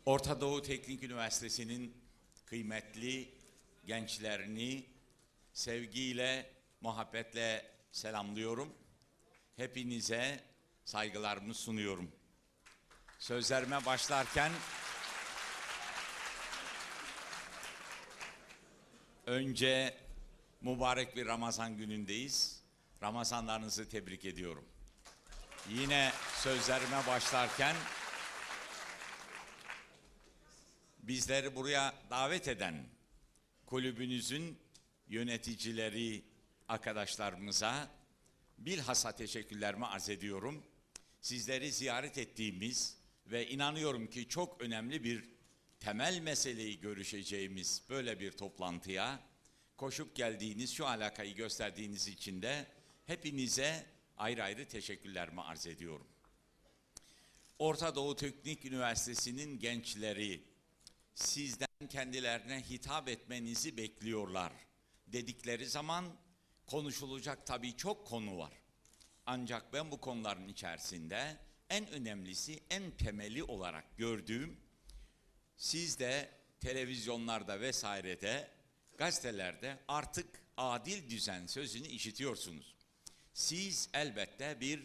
Orta Doğu Teknik Üniversitesi'nin kıymetli gençlerini sevgiyle, muhabbetle selamlıyorum. Hepinize saygılarımı sunuyorum. Sözlerime başlarken önce mübarek bir Ramazan günündeyiz. Ramazanlarınızı tebrik ediyorum. Yine sözlerime başlarken bizleri buraya davet eden kulübünüzün yöneticileri, arkadaşlarımıza bilhassa teşekkürlerimi arz ediyorum. Sizleri ziyaret ettiğimiz ve inanıyorum ki çok önemli bir temel meseleyi görüşeceğimiz böyle bir toplantıya koşup geldiğiniz, şu alakayı gösterdiğiniz için de hepinize ayrı ayrı teşekkürlerimi arz ediyorum. Orta Doğu Teknik Üniversitesi'nin gençleri sizden kendilerine hitap etmenizi bekliyorlar dedikleri zaman konuşulacak tabii çok konu var. Ancak ben bu konuların içerisinde en önemlisi, en temeli olarak gördüğüm, siz de televizyonlarda vesairede, gazetelerde artık adil düzen sözünü işitiyorsunuz. Siz elbette bir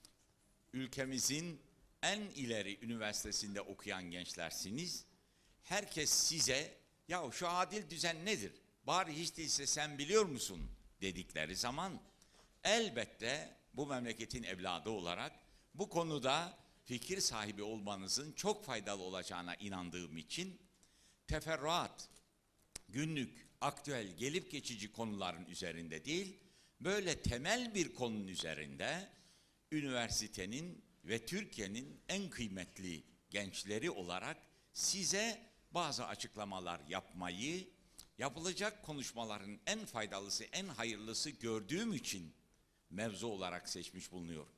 ülkemizin en ileri üniversitesinde okuyan gençlersiniz. Herkes size ya şu adil düzen nedir? Bari hiç değilse sen biliyor musun dedikleri zaman elbette bu memleketin evladı olarak bu konuda fikir sahibi olmanızın çok faydalı olacağına inandığım için teferruat, günlük, aktüel, gelip geçici konuların üzerinde değil, böyle temel bir konunun üzerinde üniversitenin ve Türkiye'nin en kıymetli gençleri olarak size bazı açıklamalar yapmayı, yapılacak konuşmaların en faydalısı, en hayırlısı gördüğüm için mevzu olarak seçmiş bulunuyorum.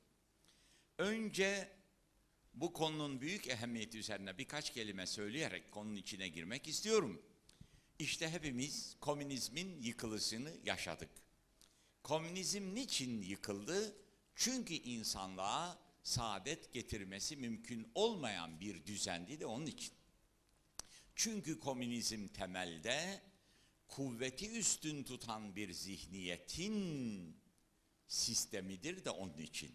Önce bu konunun büyük ehemmiyeti üzerine birkaç kelime söyleyerek konunun içine girmek istiyorum. İşte hepimiz komünizmin yıkılışını yaşadık. Komünizm niçin yıkıldı? Çünkü insanlığa saadet getirmesi mümkün olmayan bir düzendi de onun için. Çünkü komünizm temelde kuvveti üstün tutan bir zihniyetin sistemidir de onun için.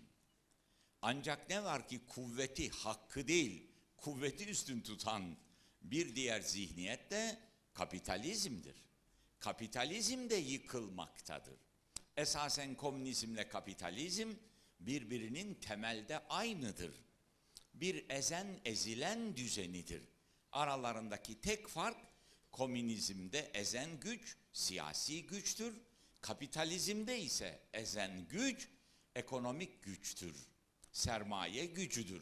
Ancak ne var ki kuvveti, hakkı değil, kuvveti üstün tutan bir diğer zihniyet de kapitalizmdir. Kapitalizm de yıkılmaktadır. Esasen komünizmle kapitalizm birbirinin temelde aynıdır. Bir ezen ezilen düzenidir. Aralarındaki tek fark komünizmde ezen güç siyasi güçtür. Kapitalizmde ise ezen güç ekonomik güçtür. Sermaye gücüdür.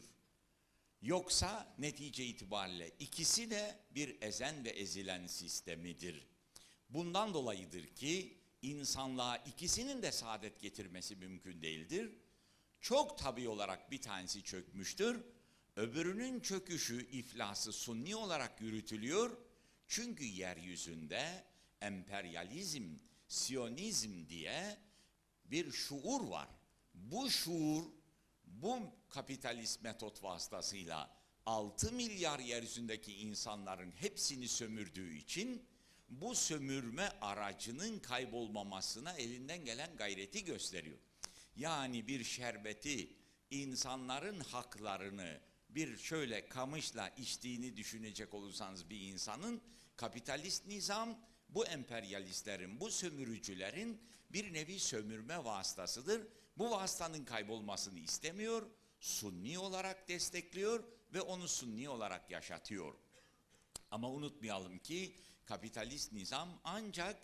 Yoksa netice itibariyle ikisi de bir ezen ve ezilen sistemidir. Bundan dolayıdır ki insanlığa ikisinin de saadet getirmesi mümkün değildir. Çok tabii olarak bir tanesi çökmüştür. Öbürünün çöküşü, iflası sunni olarak yürütülüyor. Çünkü yeryüzünde emperyalizm, siyonizm diye bir şuur var. Bu şuur, bu kapitalist metot vasıtasıyla 6 milyar yeryüzündeki insanların hepsini sömürdüğü için bu sömürme aracının kaybolmamasına elinden gelen gayreti gösteriyor. Yani bir şerbeti, insanların haklarını bir şöyle kamışla içtiğini düşünecek olursanız bir insanın, kapitalist nizam bu emperyalistlerin, bu sömürücülerin bir nevi sömürme vasıtasıdır. Bu vasıtanın kaybolmasını istemiyor, sunni olarak destekliyor ve onu sunni olarak yaşatıyor. Ama unutmayalım ki kapitalist nizam ancak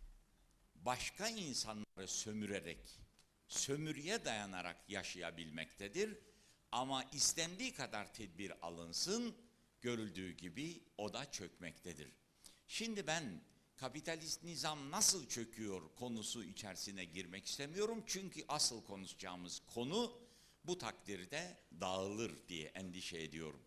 başka insanları sömürerek, sömürüye dayanarak yaşayabilmektedir. Ama istendiği kadar tedbir alınsın, görüldüğü gibi o da çökmektedir. Şimdi ben kapitalist nizam nasıl çöküyor konusu içerisine girmek istemiyorum. Çünkü asıl konuşacağımız konu bu takdirde dağılır diye endişe ediyorum.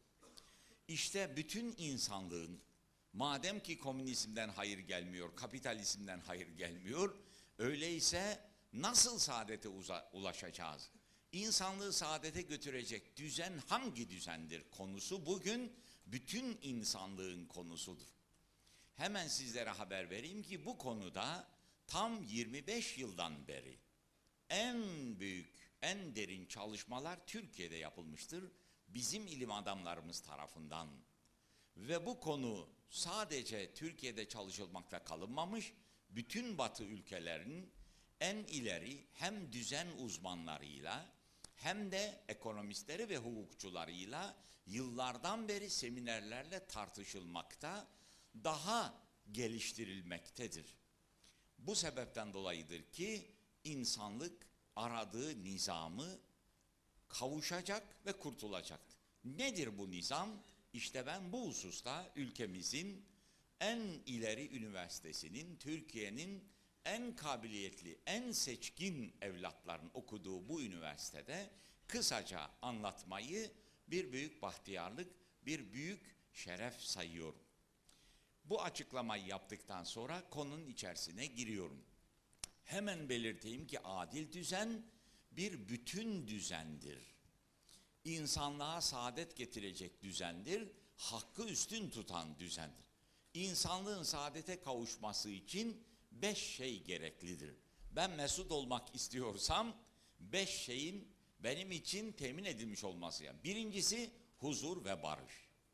İşte bütün insanlığın, madem ki komünizmden hayır gelmiyor, kapitalizmden hayır gelmiyor, öyleyse nasıl saadete ulaşacağız? İnsanlığı saadete götürecek düzen hangi düzendir konusu bugün bütün insanlığın konusudur. Hemen sizlere haber vereyim ki bu konuda tam 25 yıldan beri en büyük, en derin çalışmalar Türkiye'de yapılmıştır. Bizim ilim adamlarımız tarafından. Ve bu konu sadece Türkiye'de çalışılmakta kalınmamış, bütün Batı ülkelerinin en ileri hem düzen uzmanlarıyla hem de ekonomistleri ve hukukçularıyla yıllardan beri seminerlerle tartışılmakta, daha geliştirilmektedir. Bu sebepten dolayıdır ki insanlık aradığı nizamı kavuşacak ve kurtulacaktır. Nedir bu nizam? İşte ben bu hususta ülkemizin en ileri üniversitesinin, Türkiye'nin en kabiliyetli, en seçkin evlatların okuduğu bu üniversitede kısaca anlatmayı bir büyük bahtiyarlık, bir büyük şeref sayıyorum. Bu açıklamayı yaptıktan sonra konunun içerisine giriyorum. Hemen belirteyim ki adil düzen bir bütün düzendir. İnsanlığa saadet getirecek düzendir, hakkı üstün tutan düzendir. İnsanlığın saadete kavuşması için 5 şey gereklidir. Ben mesut olmak istiyorsam 5 şeyin benim için temin edilmiş olması. Yani birincisi huzur ve barış.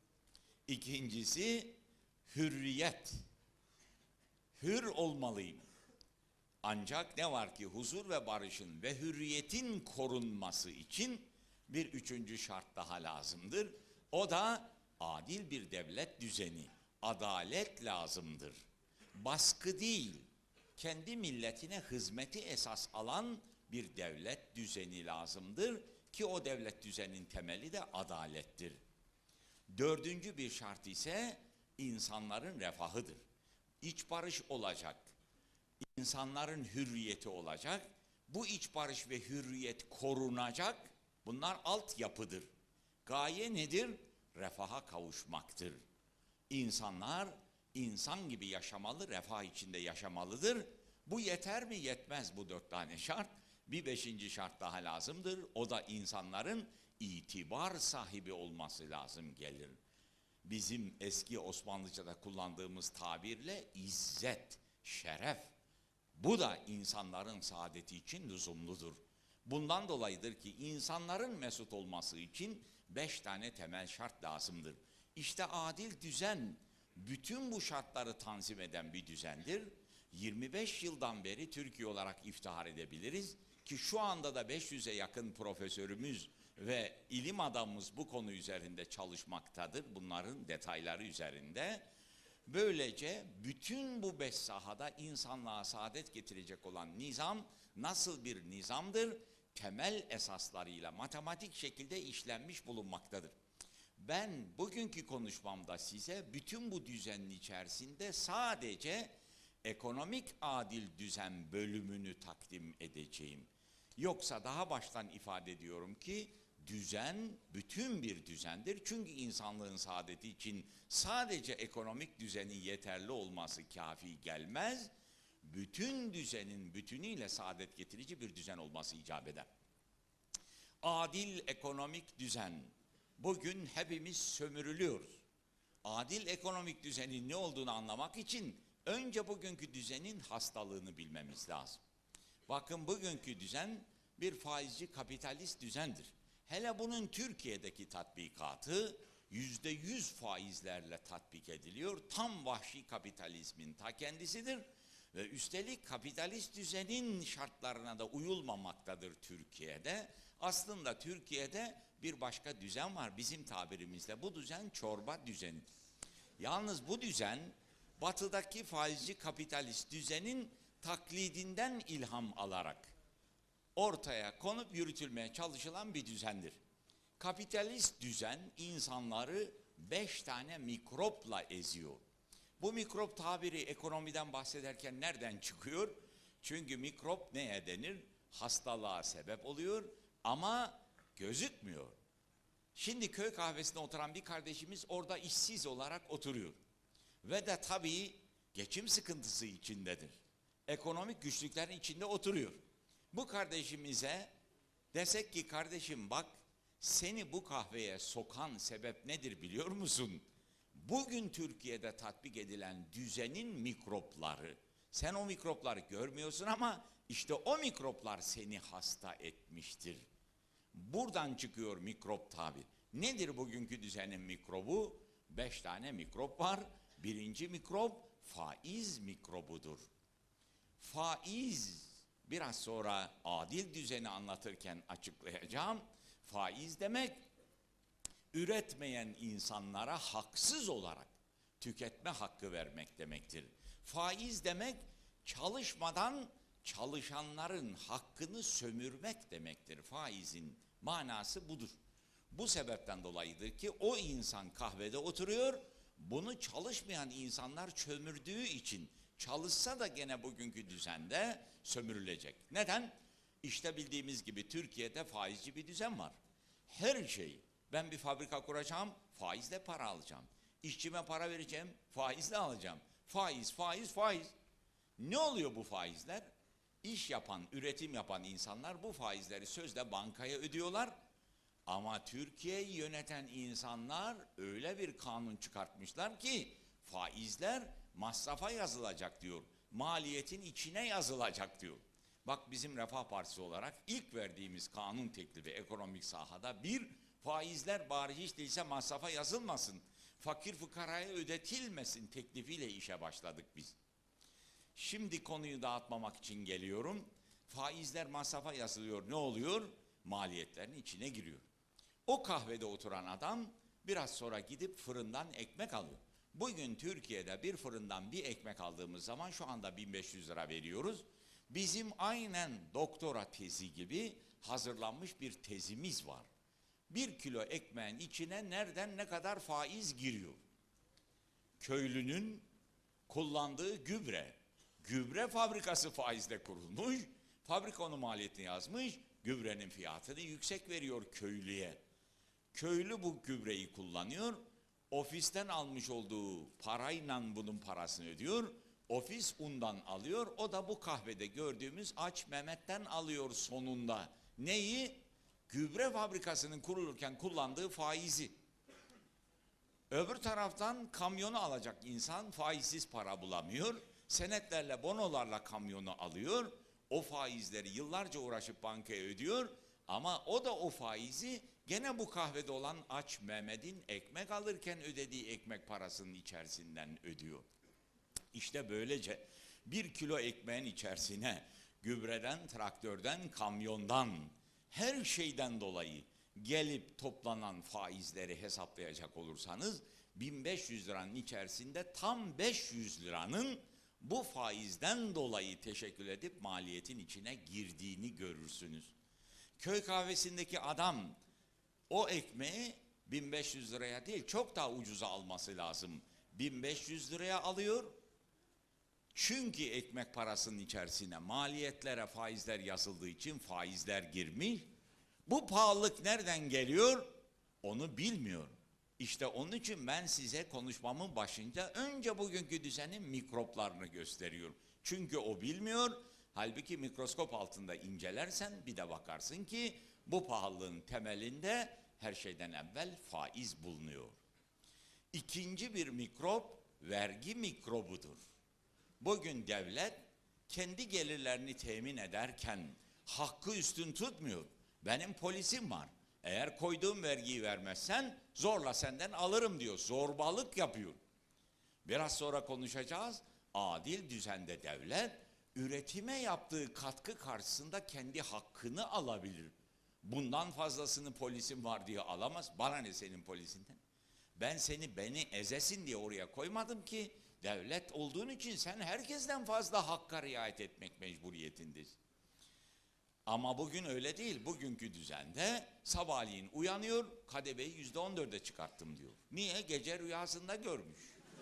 İkincisi hürriyet. Hür olmalıyım. Ancak ne var ki huzur ve barışın ve hürriyetin korunması için bir üçüncü şart daha lazımdır. O da adil bir devlet düzeni, adalet lazımdır. Baskı değil, kendi milletine hizmeti esas alan bir devlet düzeni lazımdır ki o devlet düzeninin temeli de adalettir. Dördüncü bir şart ise insanların refahıdır. İç barış olacak, insanların hürriyeti olacak, bu iç barış ve hürriyet korunacak, bunlar altyapıdır. Gaye nedir? Refaha kavuşmaktır. İnsanlar insan gibi yaşamalı, refah içinde yaşamalıdır. Bu yeter mi? Yetmez bu 4 tane şart. Bir 5. şart daha lazımdır. O da insanların itibar sahibi olması lazım gelir. Bizim eski Osmanlıca'da kullandığımız tabirle izzet, şeref. Bu da insanların saadeti için lüzumludur. Bundan dolayıdır ki insanların mesut olması için 5 tane temel şart lazımdır. İşte adil düzen bütün bu şartları tanzim eden bir düzendir. 25 yıldan beri Türkiye olarak iftihar edebiliriz ki şu anda da 500'e yakın profesörümüz ve ilim adamımız bu konu üzerinde çalışmaktadır. Bunların detayları üzerinde. Böylece bütün bu 5 sahada insanlığa saadet getirecek olan nizam nasıl bir nizamdır? Temel esaslarıyla matematik şekilde işlenmiş bulunmaktadır. Ben bugünkü konuşmamda size bütün bu düzenin içerisinde sadece ekonomik adil düzen bölümünü takdim edeceğim. Yoksa daha baştan ifade ediyorum ki düzen bütün bir düzendir. Çünkü insanlığın saadeti için sadece ekonomik düzenin yeterli olması kafi gelmez. Bütün düzenin bütünüyle saadet getirici bir düzen olması icap eder. Adil ekonomik düzen. Bugün hepimiz sömürülüyoruz. Adil ekonomik düzenin ne olduğunu anlamak için önce bugünkü düzenin hastalığını bilmemiz lazım. Bakın bugünkü düzen bir faizci kapitalist düzendir. Hele bunun Türkiye'deki tatbikatı %100 faizlerle tatbik ediliyor. Tam vahşi kapitalizmin ta kendisidir. Ve üstelik kapitalist düzenin şartlarına da uyulmamaktadır Türkiye'de. Aslında Türkiye'de bir başka düzen var bizim tabirimizle. Bu düzen çorba düzeni. Yalnız bu düzen batıdaki faizci kapitalist düzenin taklidinden ilham alarak ortaya konup yürütülmeye çalışılan bir düzendir. Kapitalist düzen insanları 5 tane mikropla eziyor. Bu mikrop tabiri ekonomiden bahsederken nereden çıkıyor? Çünkü mikrop neye denir? Hastalığa sebep oluyor ama gözükmüyor. Şimdi köy kahvesinde oturan bir kardeşimiz orada işsiz olarak oturuyor. Ve de tabii geçim sıkıntısı içindedir. Ekonomik güçlüklerin içinde oturuyor. Bu kardeşimize Desek ki kardeşim bak, seni bu kahveye sokan sebep nedir biliyor musun? Bugün Türkiye'de tatbik edilen düzenin mikropları. Sen o mikropları görmüyorsun ama işte o mikroplar seni hasta etmiştir. Buradan çıkıyor mikrop tabi. Nedir bugünkü düzenin mikrobu? 5 tane mikrop var. Birinci mikrop faiz mikrobudur. Faiz, biraz sonra adil düzeni anlatırken açıklayacağım. Faiz demek, üretmeyen insanlara haksız olarak tüketme hakkı vermek demektir. Faiz demek, çalışmadan çalışanların hakkını sömürmek demektir. Faizin manası budur. Bu sebepten dolayıdır ki o insan kahvede oturuyor, bunu çalışmayan insanlar sömürdüğü için çalışsa da gene bugünkü düzende sömürülecek. Neden? İşte bildiğimiz gibi Türkiye'de faizci bir düzen var. Her şey, ben bir fabrika kuracağım, faizle para alacağım. İşçime para vereceğim, faizle alacağım. Faiz, faiz, faiz. Ne oluyor bu faizler? İş yapan, üretim yapan insanlar bu faizleri sözde bankaya ödüyorlar. Ama Türkiye'yi yöneten insanlar öyle bir kanun çıkartmışlar ki faizler masrafa yazılacak diyor. Maliyetin içine yazılacak diyor. Bak bizim Refah Partisi olarak ilk verdiğimiz kanun teklifi ekonomik sahada bir, faizler bari hiç değilse masrafa yazılmasın, fakir fıkaraya ödetilmesin teklifiyle işe başladık biz. Şimdi konuyu dağıtmamak için geliyorum. Faizler masrafa yazılıyor, ne oluyor? Maliyetlerin içine giriyor. O kahvede oturan adam biraz sonra gidip fırından ekmek alıyor. Bugün Türkiye'de bir fırından bir ekmek aldığımız zaman şu anda 1500 lira veriyoruz. Bizim aynen doktora tezi gibi hazırlanmış bir tezimiz var. 1 kilo ekmeğin içine nereden ne kadar faiz giriyor? Köylünün kullandığı gübre fabrikası faizle kurulmuş. Fabrika onun maliyetini yazmış, gübrenin fiyatını yüksek veriyor köylüye. Köylü bu gübreyi kullanıyor, ofisten almış olduğu parayla bunun parasını ödüyor, ofis undan alıyor, o da bu kahvede gördüğümüz aç Mehmet'ten alıyor sonunda. Neyi? Gübre fabrikasının kurulurken kullandığı faizi. Öbür taraftan kamyonu alacak insan faizsiz para bulamıyor, senetlerle, bonolarla kamyonu alıyor, o faizleri yıllarca uğraşıp bankaya ödüyor ama o da o faizi gene bu kahvede olan aç Mehmet'in ekmek alırken ödediği ekmek parasının içerisinden ödüyor. İşte böylece 1 kilo ekmeğin içerisine gübreden, traktörden, kamyondan, her şeyden dolayı gelip toplanan faizleri hesaplayacak olursanız 1500 liranın içerisinde tam 500 liranın bu faizden dolayı teşekkül edip maliyetin içine girdiğini görürsünüz. Köy kahvesindeki adam o ekmeği 1500 liraya değil çok daha ucuza alması lazım. 1500 liraya alıyor. Çünkü ekmek parasının içerisine maliyetlere faizler yazıldığı için faizler girmiş. Bu pahalılık nereden geliyor? Onu bilmiyor. İşte onun için ben size konuşmamın başında önce bugünkü düzenin mikroplarını gösteriyorum. Çünkü o bilmiyor. Halbuki mikroskop altında incelersen bir de bakarsın ki bu pahalılığın temelinde her şeyden evvel faiz bulunuyor. İkinci bir mikrop vergi mikrobudur. Bugün devlet kendi gelirlerini temin ederken hakkı üstün tutmuyor. Benim polisim var. Eğer koyduğum vergiyi vermezsen zorla senden alırım diyor. Zorbalık yapıyor. Biraz sonra konuşacağız. Adil düzende devlet üretime yaptığı katkı karşısında kendi hakkını alabilir. Bundan fazlasını polisim var diye alamaz. Bana ne senin polisinden? Ben beni ezesin diye oraya koymadım ki. Devlet olduğun için sen herkesten fazla hakka riayet etmek mecburiyetindesin. Ama bugün öyle değil. Bugünkü düzende sabahleyin uyanıyor, KDV'yi %14'e çıkarttım diyor. Niye? Gece rüyasında görmüş.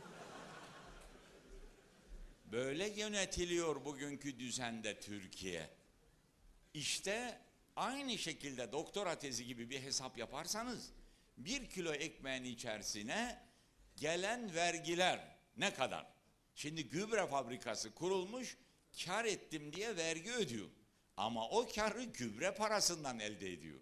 Böyle yönetiliyor bugünkü düzende Türkiye. İşte aynı şekilde doktora tezi gibi bir hesap yaparsanız 1 kilo ekmeğin içerisine gelen vergiler ne kadar? Şimdi gübre fabrikası kurulmuş, kar ettim diye vergi ödüyor. Ama o karı gübre parasından elde ediyor.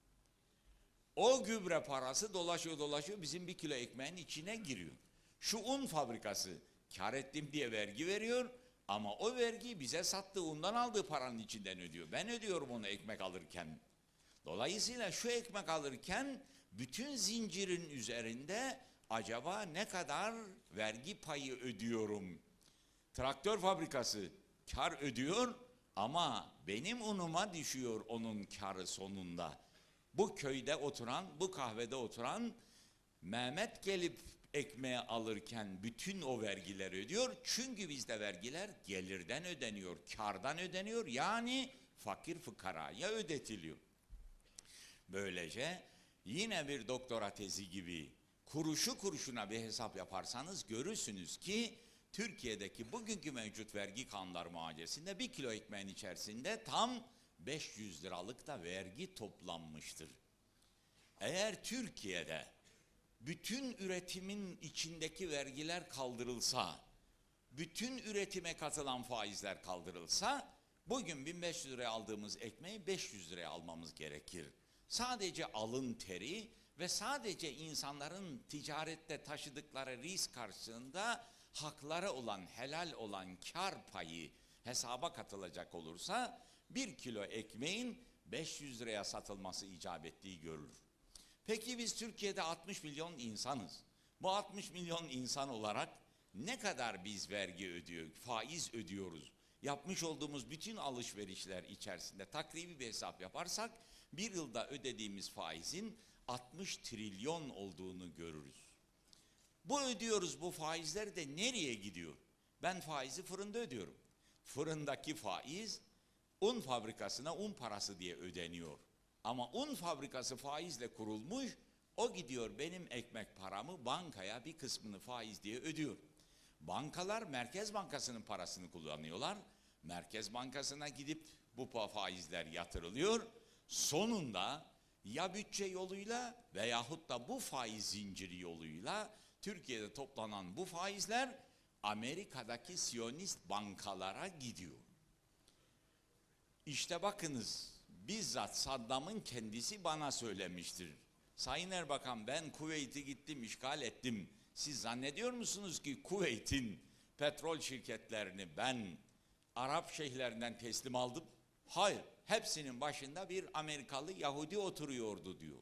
O gübre parası dolaşıyor bizim bir kilo ekmeğin içine giriyor. Şu un fabrikası kar ettim diye vergi veriyor ama o vergiyi bize sattığı undan aldığı paranın içinden ödüyor. Ben ödüyorum onu ekmek alırken. Dolayısıyla şu ekmek alırken bütün zincirin üzerinde acaba ne kadar vergi payı ödüyorum? Traktör fabrikası kar ödüyor ama benim unuma düşüyor onun karı sonunda. Bu köyde oturan, bu kahvede oturan Mehmet gelip ekmeği alırken bütün o vergileri ödüyor. Çünkü bizde vergiler gelirden ödeniyor, kardan ödeniyor. Yani fakir fıkaraya ödetiliyor. Böylece yine bir doktora tezi gibi kuruşu kuruşuna bir hesap yaparsanız görürsünüz ki Türkiye'deki bugünkü mevcut vergi kanunları muhacesinde bir kilo ekmeğin içerisinde tam 500 liralık da vergi toplanmıştır. Eğer Türkiye'de bütün üretimin içindeki vergiler kaldırılsa, bütün üretime katılan faizler kaldırılsa, bugün 1500 liraya aldığımız ekmeği 500 liraya almamız gerekir. Sadece alın teri ve sadece insanların ticarette taşıdıkları risk karşısında hakları olan, helal olan kar payı hesaba katılacak olursa, bir kilo ekmeğin 500 liraya satılması icap ettiği görülür. Peki biz Türkiye'de 60 milyon insanız. Bu 60 milyon insan olarak ne kadar biz vergi ödüyoruz, faiz ödüyoruz? Yapmış olduğumuz bütün alışverişler içerisinde takribi bir hesap yaparsak bir yılda ödediğimiz faizin 60 trilyon olduğunu görürüz. Bu ödüyoruz, bu faizler de nereye gidiyor? Ben faizi fırında ödüyorum. Fırındaki faiz un fabrikasına un parası diye ödeniyor. Ama un fabrikası faizle kurulmuş, o gidiyor benim ekmek paramı bankaya bir kısmını faiz diye ödüyor. Bankalar Merkez Bankası'nın parasını kullanıyorlar. Merkez Bankası'na gidip bu faizler yatırılıyor. Sonunda ya bütçe yoluyla veyahut da bu faiz zinciri yoluyla Türkiye'de toplanan bu faizler Amerika'daki Siyonist bankalara gidiyor. İşte bakınız, bizzat Saddam'ın kendisi bana söylemiştir. Sayın Erbakan, ben Kuveyt'i gittim, işgal ettim. Siz zannediyor musunuz ki Kuveyt'in petrol şirketlerini ben Arap şeyhlerinden teslim aldım? Hayır, hepsinin başında bir Amerikalı Yahudi oturuyordu diyor.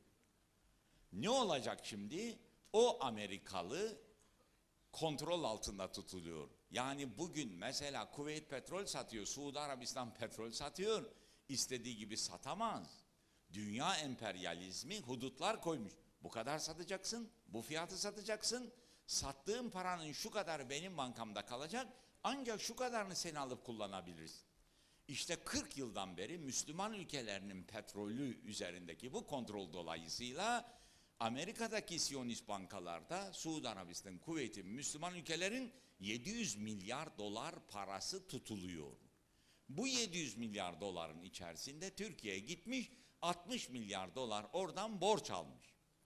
Ne olacak şimdi? O Amerikalı kontrol altında tutuluyor. Yani bugün mesela Kuveyt petrol satıyor, Suudi Arabistan petrol satıyor. İstediği gibi satamaz. Dünya emperyalizmi hudutlar koymuş. Bu kadar satacaksın, bu fiyatı satacaksın. Sattığın paranın şu kadarı benim bankamda kalacak. Ancak şu kadarını sen alıp kullanabilirsin. İşte 40 yıldan beri Müslüman ülkelerinin petrolü üzerindeki bu kontrol dolayısıyla Amerika'daki Siyonist bankalarda Suudi Arabistan, Kuveyt'in, Müslüman ülkelerin 700 milyar dolar parası tutuluyor. Bu 700 milyar doların içerisinde Türkiye'ye gitmiş 60 milyar dolar oradan borç almış.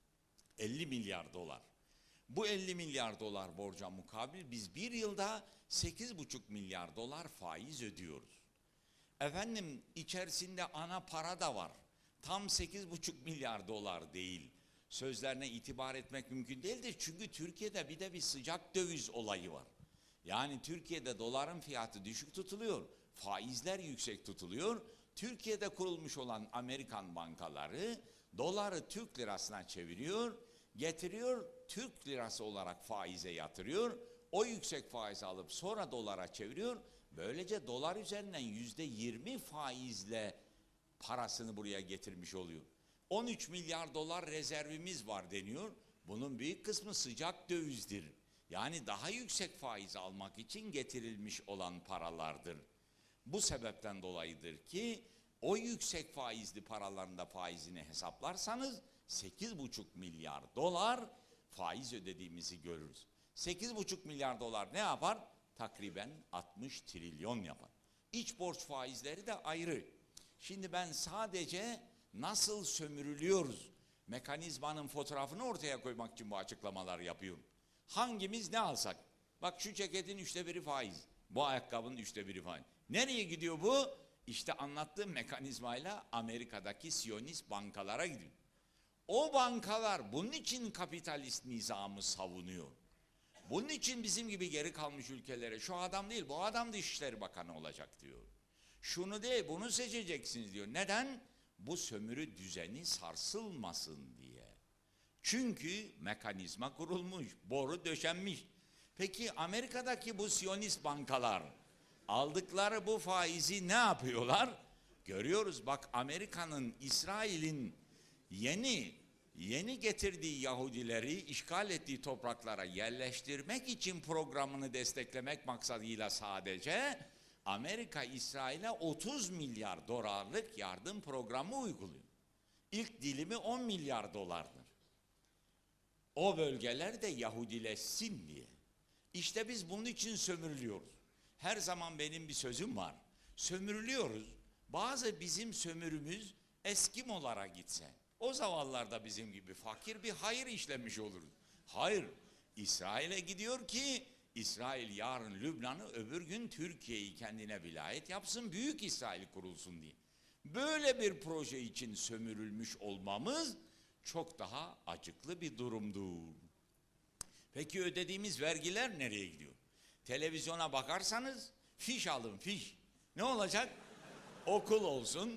50 milyar dolar. Bu 50 milyar dolar borca mukabil biz bir yılda 8,5 milyar dolar faiz ödüyoruz. Efendim içerisinde ana para da var. Tam 8,5 milyar dolar değil. Sözlerine itibar etmek mümkün değildir. Çünkü Türkiye'de bir de bir sıcak döviz olayı var. Yani Türkiye'de doların fiyatı düşük tutuluyor. Faizler yüksek tutuluyor. Türkiye'de kurulmuş olan Amerikan bankaları doları Türk lirasına çeviriyor, getiriyor, Türk lirası olarak faize yatırıyor. O yüksek faiz alıp sonra dolara çeviriyor. Böylece dolar üzerinden %20 faizle parasını buraya getirmiş oluyor. 13 milyar dolar rezervimiz var deniyor. Bunun büyük kısmı sıcak dövizdir. Yani daha yüksek faiz almak için getirilmiş olan paralardır. Bu sebepten dolayıdır ki o yüksek faizli paraların da faizini hesaplarsanız 8,5 milyar dolar faiz ödediğimizi görürüz. 8,5 milyar dolar ne yapar? Takriben 60 trilyon yapar. İç borç faizleri de ayrı. Şimdi ben sadece nasıl sömürülüyoruz mekanizmanın fotoğrafını ortaya koymak için bu açıklamalar yapıyorum. Hangimiz ne alsak? Bak şu ceketin 1/3 faiz. Bu ayakkabının 1/3 faiz. Nereye gidiyor bu? İşte anlattığım mekanizmayla Amerika'daki Siyonist bankalara gidiyor. O bankalar bunun için kapitalist nizamı savunuyor. Bunun için bizim gibi geri kalmış ülkelere şu adam değil bu adam Dışişleri Bakanı olacak diyor. Şunu değil bunu seçeceksiniz diyor. Neden? Bu sömürü düzeni sarsılmasın diye. Çünkü mekanizma kurulmuş, boru döşenmiş. Peki Amerika'daki bu Siyonist bankalar aldıkları bu faizi ne yapıyorlar? Görüyoruz bak Amerika'nın, İsrail'in yeni getirdiği Yahudileri işgal ettiği topraklara yerleştirmek için programını desteklemek maksadıyla sadece Amerika İsrail'e 30 milyar dolarlık yardım programı uyguluyor. İlk dilimi 10 milyar dolardır. O bölgeler de Yahudileşsin diye. İşte biz bunun için sömürülüyoruz. Her zaman benim bir sözüm var. Sömürülüyoruz. Bazı bizim sömürümüz Eskimolara gitse. O zavallar da bizim gibi fakir bir hayır işlemiş oluruz. Hayır, İsrail'e gidiyor ki İsrail yarın Lübnan'ı öbür gün Türkiye'yi kendine vilayet yapsın, büyük İsrail kurulsun diye. Böyle bir proje için sömürülmüş olmamız çok daha acıklı bir durumdur. Peki ödediğimiz vergiler nereye gidiyor? Televizyona bakarsanız fiş alın fiş. Ne olacak? Okul olsun,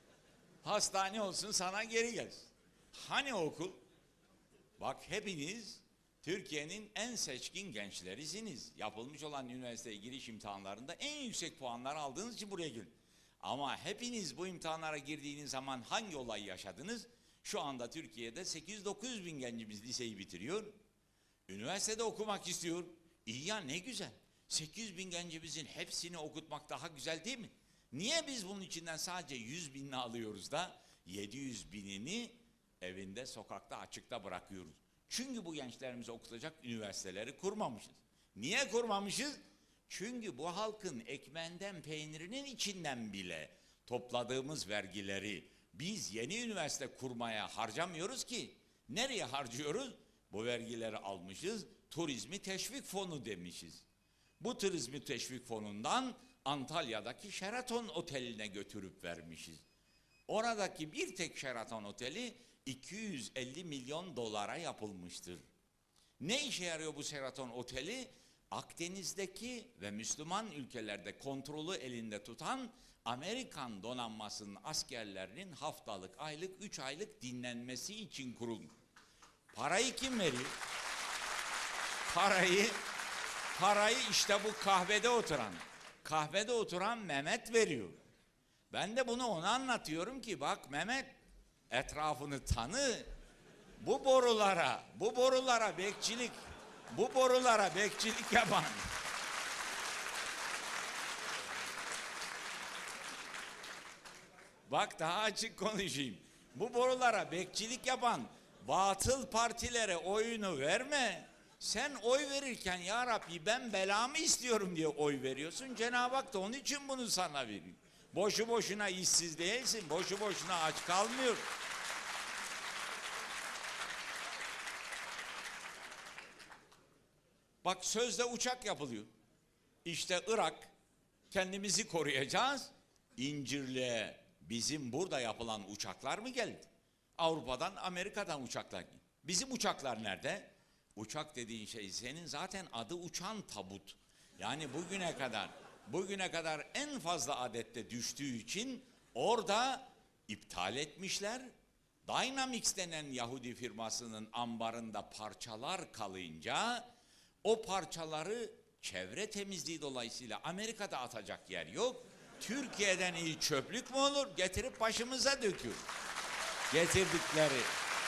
hastane olsun sana geri gelsin. Hani okul? Bak hepiniz Türkiye'nin en seçkin gençlerisiniz. Yapılmış olan üniversiteye giriş imtihanlarında en yüksek puanlar aldığınız için buraya girin. Ama hepiniz bu imtihanlara girdiğiniz zaman hangi olayı yaşadınız? Şu anda Türkiye'de 800-900 bin gencimiz liseyi bitiriyor. Üniversitede okumak istiyor. İyi ya ne güzel. 800 bin gencimizin hepsini okutmak daha güzel değil mi? Niye biz bunun içinden sadece 100 binini alıyoruz da 700 binini evinde, sokakta, açıkta bırakıyoruz? Çünkü bu gençlerimizi okutacak üniversiteleri kurmamışız. Niye kurmamışız? Çünkü bu halkın ekmeğinden, peynirinin içinden bile topladığımız vergileri biz yeni üniversite kurmaya harcamıyoruz ki. Nereye harcıyoruz? Bu vergileri almışız, turizmi teşvik fonu demişiz. Bu turizmi teşvik fonundan Antalya'daki Sheraton Oteli'ne götürüp vermişiz. Oradaki bir tek Sheraton Oteli 250 milyon dolara yapılmıştır. Ne işe yarıyor bu Sheraton Oteli? Akdeniz'deki ve Müslüman ülkelerde kontrolü elinde tutan Amerikan donanmasının askerlerinin haftalık, aylık, 3 aylık dinlenmesi için kurulmuş. Parayı kim veriyor? Parayı işte bu kahvede oturan Mehmet veriyor. Ben de bunu ona anlatıyorum ki bak Mehmet etrafını tanı. Bu borulara bekçilik yapan. Bak daha açık konuşayım. Bu borulara bekçilik yapan batıl partilere oyunu verme. Sen oy verirken ya Rabbi ben belamı istiyorum diye oy veriyorsun. Cenab-ı Hak da onun için bunu sana veriyor. Boşu boşuna işsiz değilsin. Boşu boşuna aç kalmıyor. Bak sözde uçak yapılıyor. İşte Irak kendimizi koruyacağız. İncirli'ye bizim burada yapılan uçaklar mı geldi? Avrupa'dan, Amerika'dan uçaklar. Bizim uçaklar nerede? Uçak dediğin şey senin zaten adı uçan tabut. Yani bugüne kadar en fazla adette düştüğü için orada iptal etmişler. Dynamics denen Yahudi firmasının ambarında parçalar kalınca o parçaları çevre temizliği dolayısıyla Amerika'da atacak yer yok. Türkiye'den iyi çöplük mü olur? Getirip başımıza döküyor. Getirdikleri.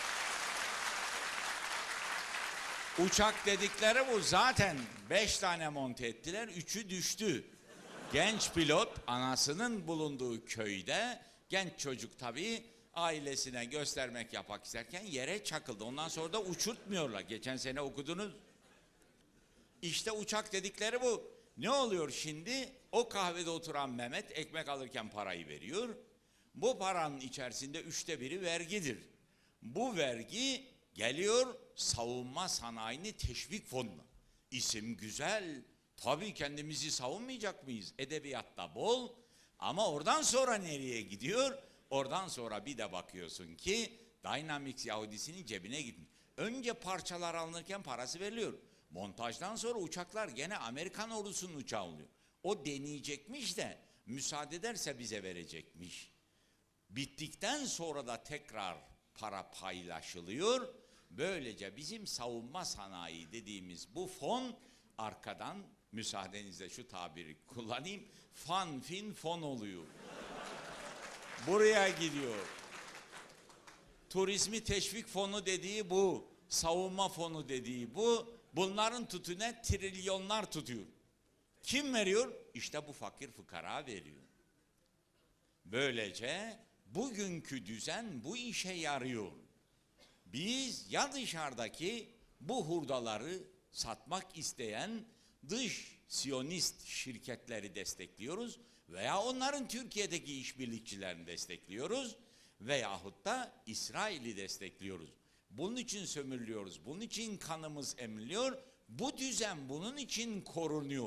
Uçak dedikleri bu zaten 5 tane monte ettiler, 3'ü düştü. Genç pilot anasının bulunduğu köyde genç çocuk tabii ailesine göstermek yapmak isterken yere çakıldı. Ondan sonra da uçurtmuyorlar. Geçen sene okudunuz. İşte uçak dedikleri bu. Ne oluyor şimdi? O kahvede oturan Mehmet ekmek alırken parayı veriyor. Bu paranın içerisinde 1/3 vergidir. Bu vergi geliyor savunma sanayini teşvik fonuna. İsim güzel. Tabii kendimizi savunmayacak mıyız? Edebiyatta bol. Ama oradan sonra nereye gidiyor? Oradan sonra bir de bakıyorsun ki Dynamics Yahudisinin cebine gitmiş. Önce parçalar alınırken parası veriliyor. Montajdan sonra uçaklar gene Amerikan ordusunun uçağı oluyor. O deneyecekmiş de müsaade ederse bize verecekmiş. Bittikten sonra da tekrar para paylaşılıyor. Böylece bizim savunma sanayi dediğimiz bu fon arkadan, müsaadenizle şu tabiri kullanayım, fan fin fon oluyor. Buraya gidiyor. Turizmi teşvik fonu dediği bu, savunma fonu dediği bu. Bunların tutuna trilyonlar tutuyor. Kim veriyor? İşte bu fakir fukara veriyor. Böylece bugünkü düzen bu işe yarıyor. Biz ya dışarıdaki bu hurdaları satmak isteyen dış Siyonist şirketleri destekliyoruz veya onların Türkiye'deki işbirlikçilerini destekliyoruz veyahut da İsrail'i destekliyoruz. Bunun için sömürülüyoruz, bunun için kanımız emiliyor, bu düzen bunun için korunuyor.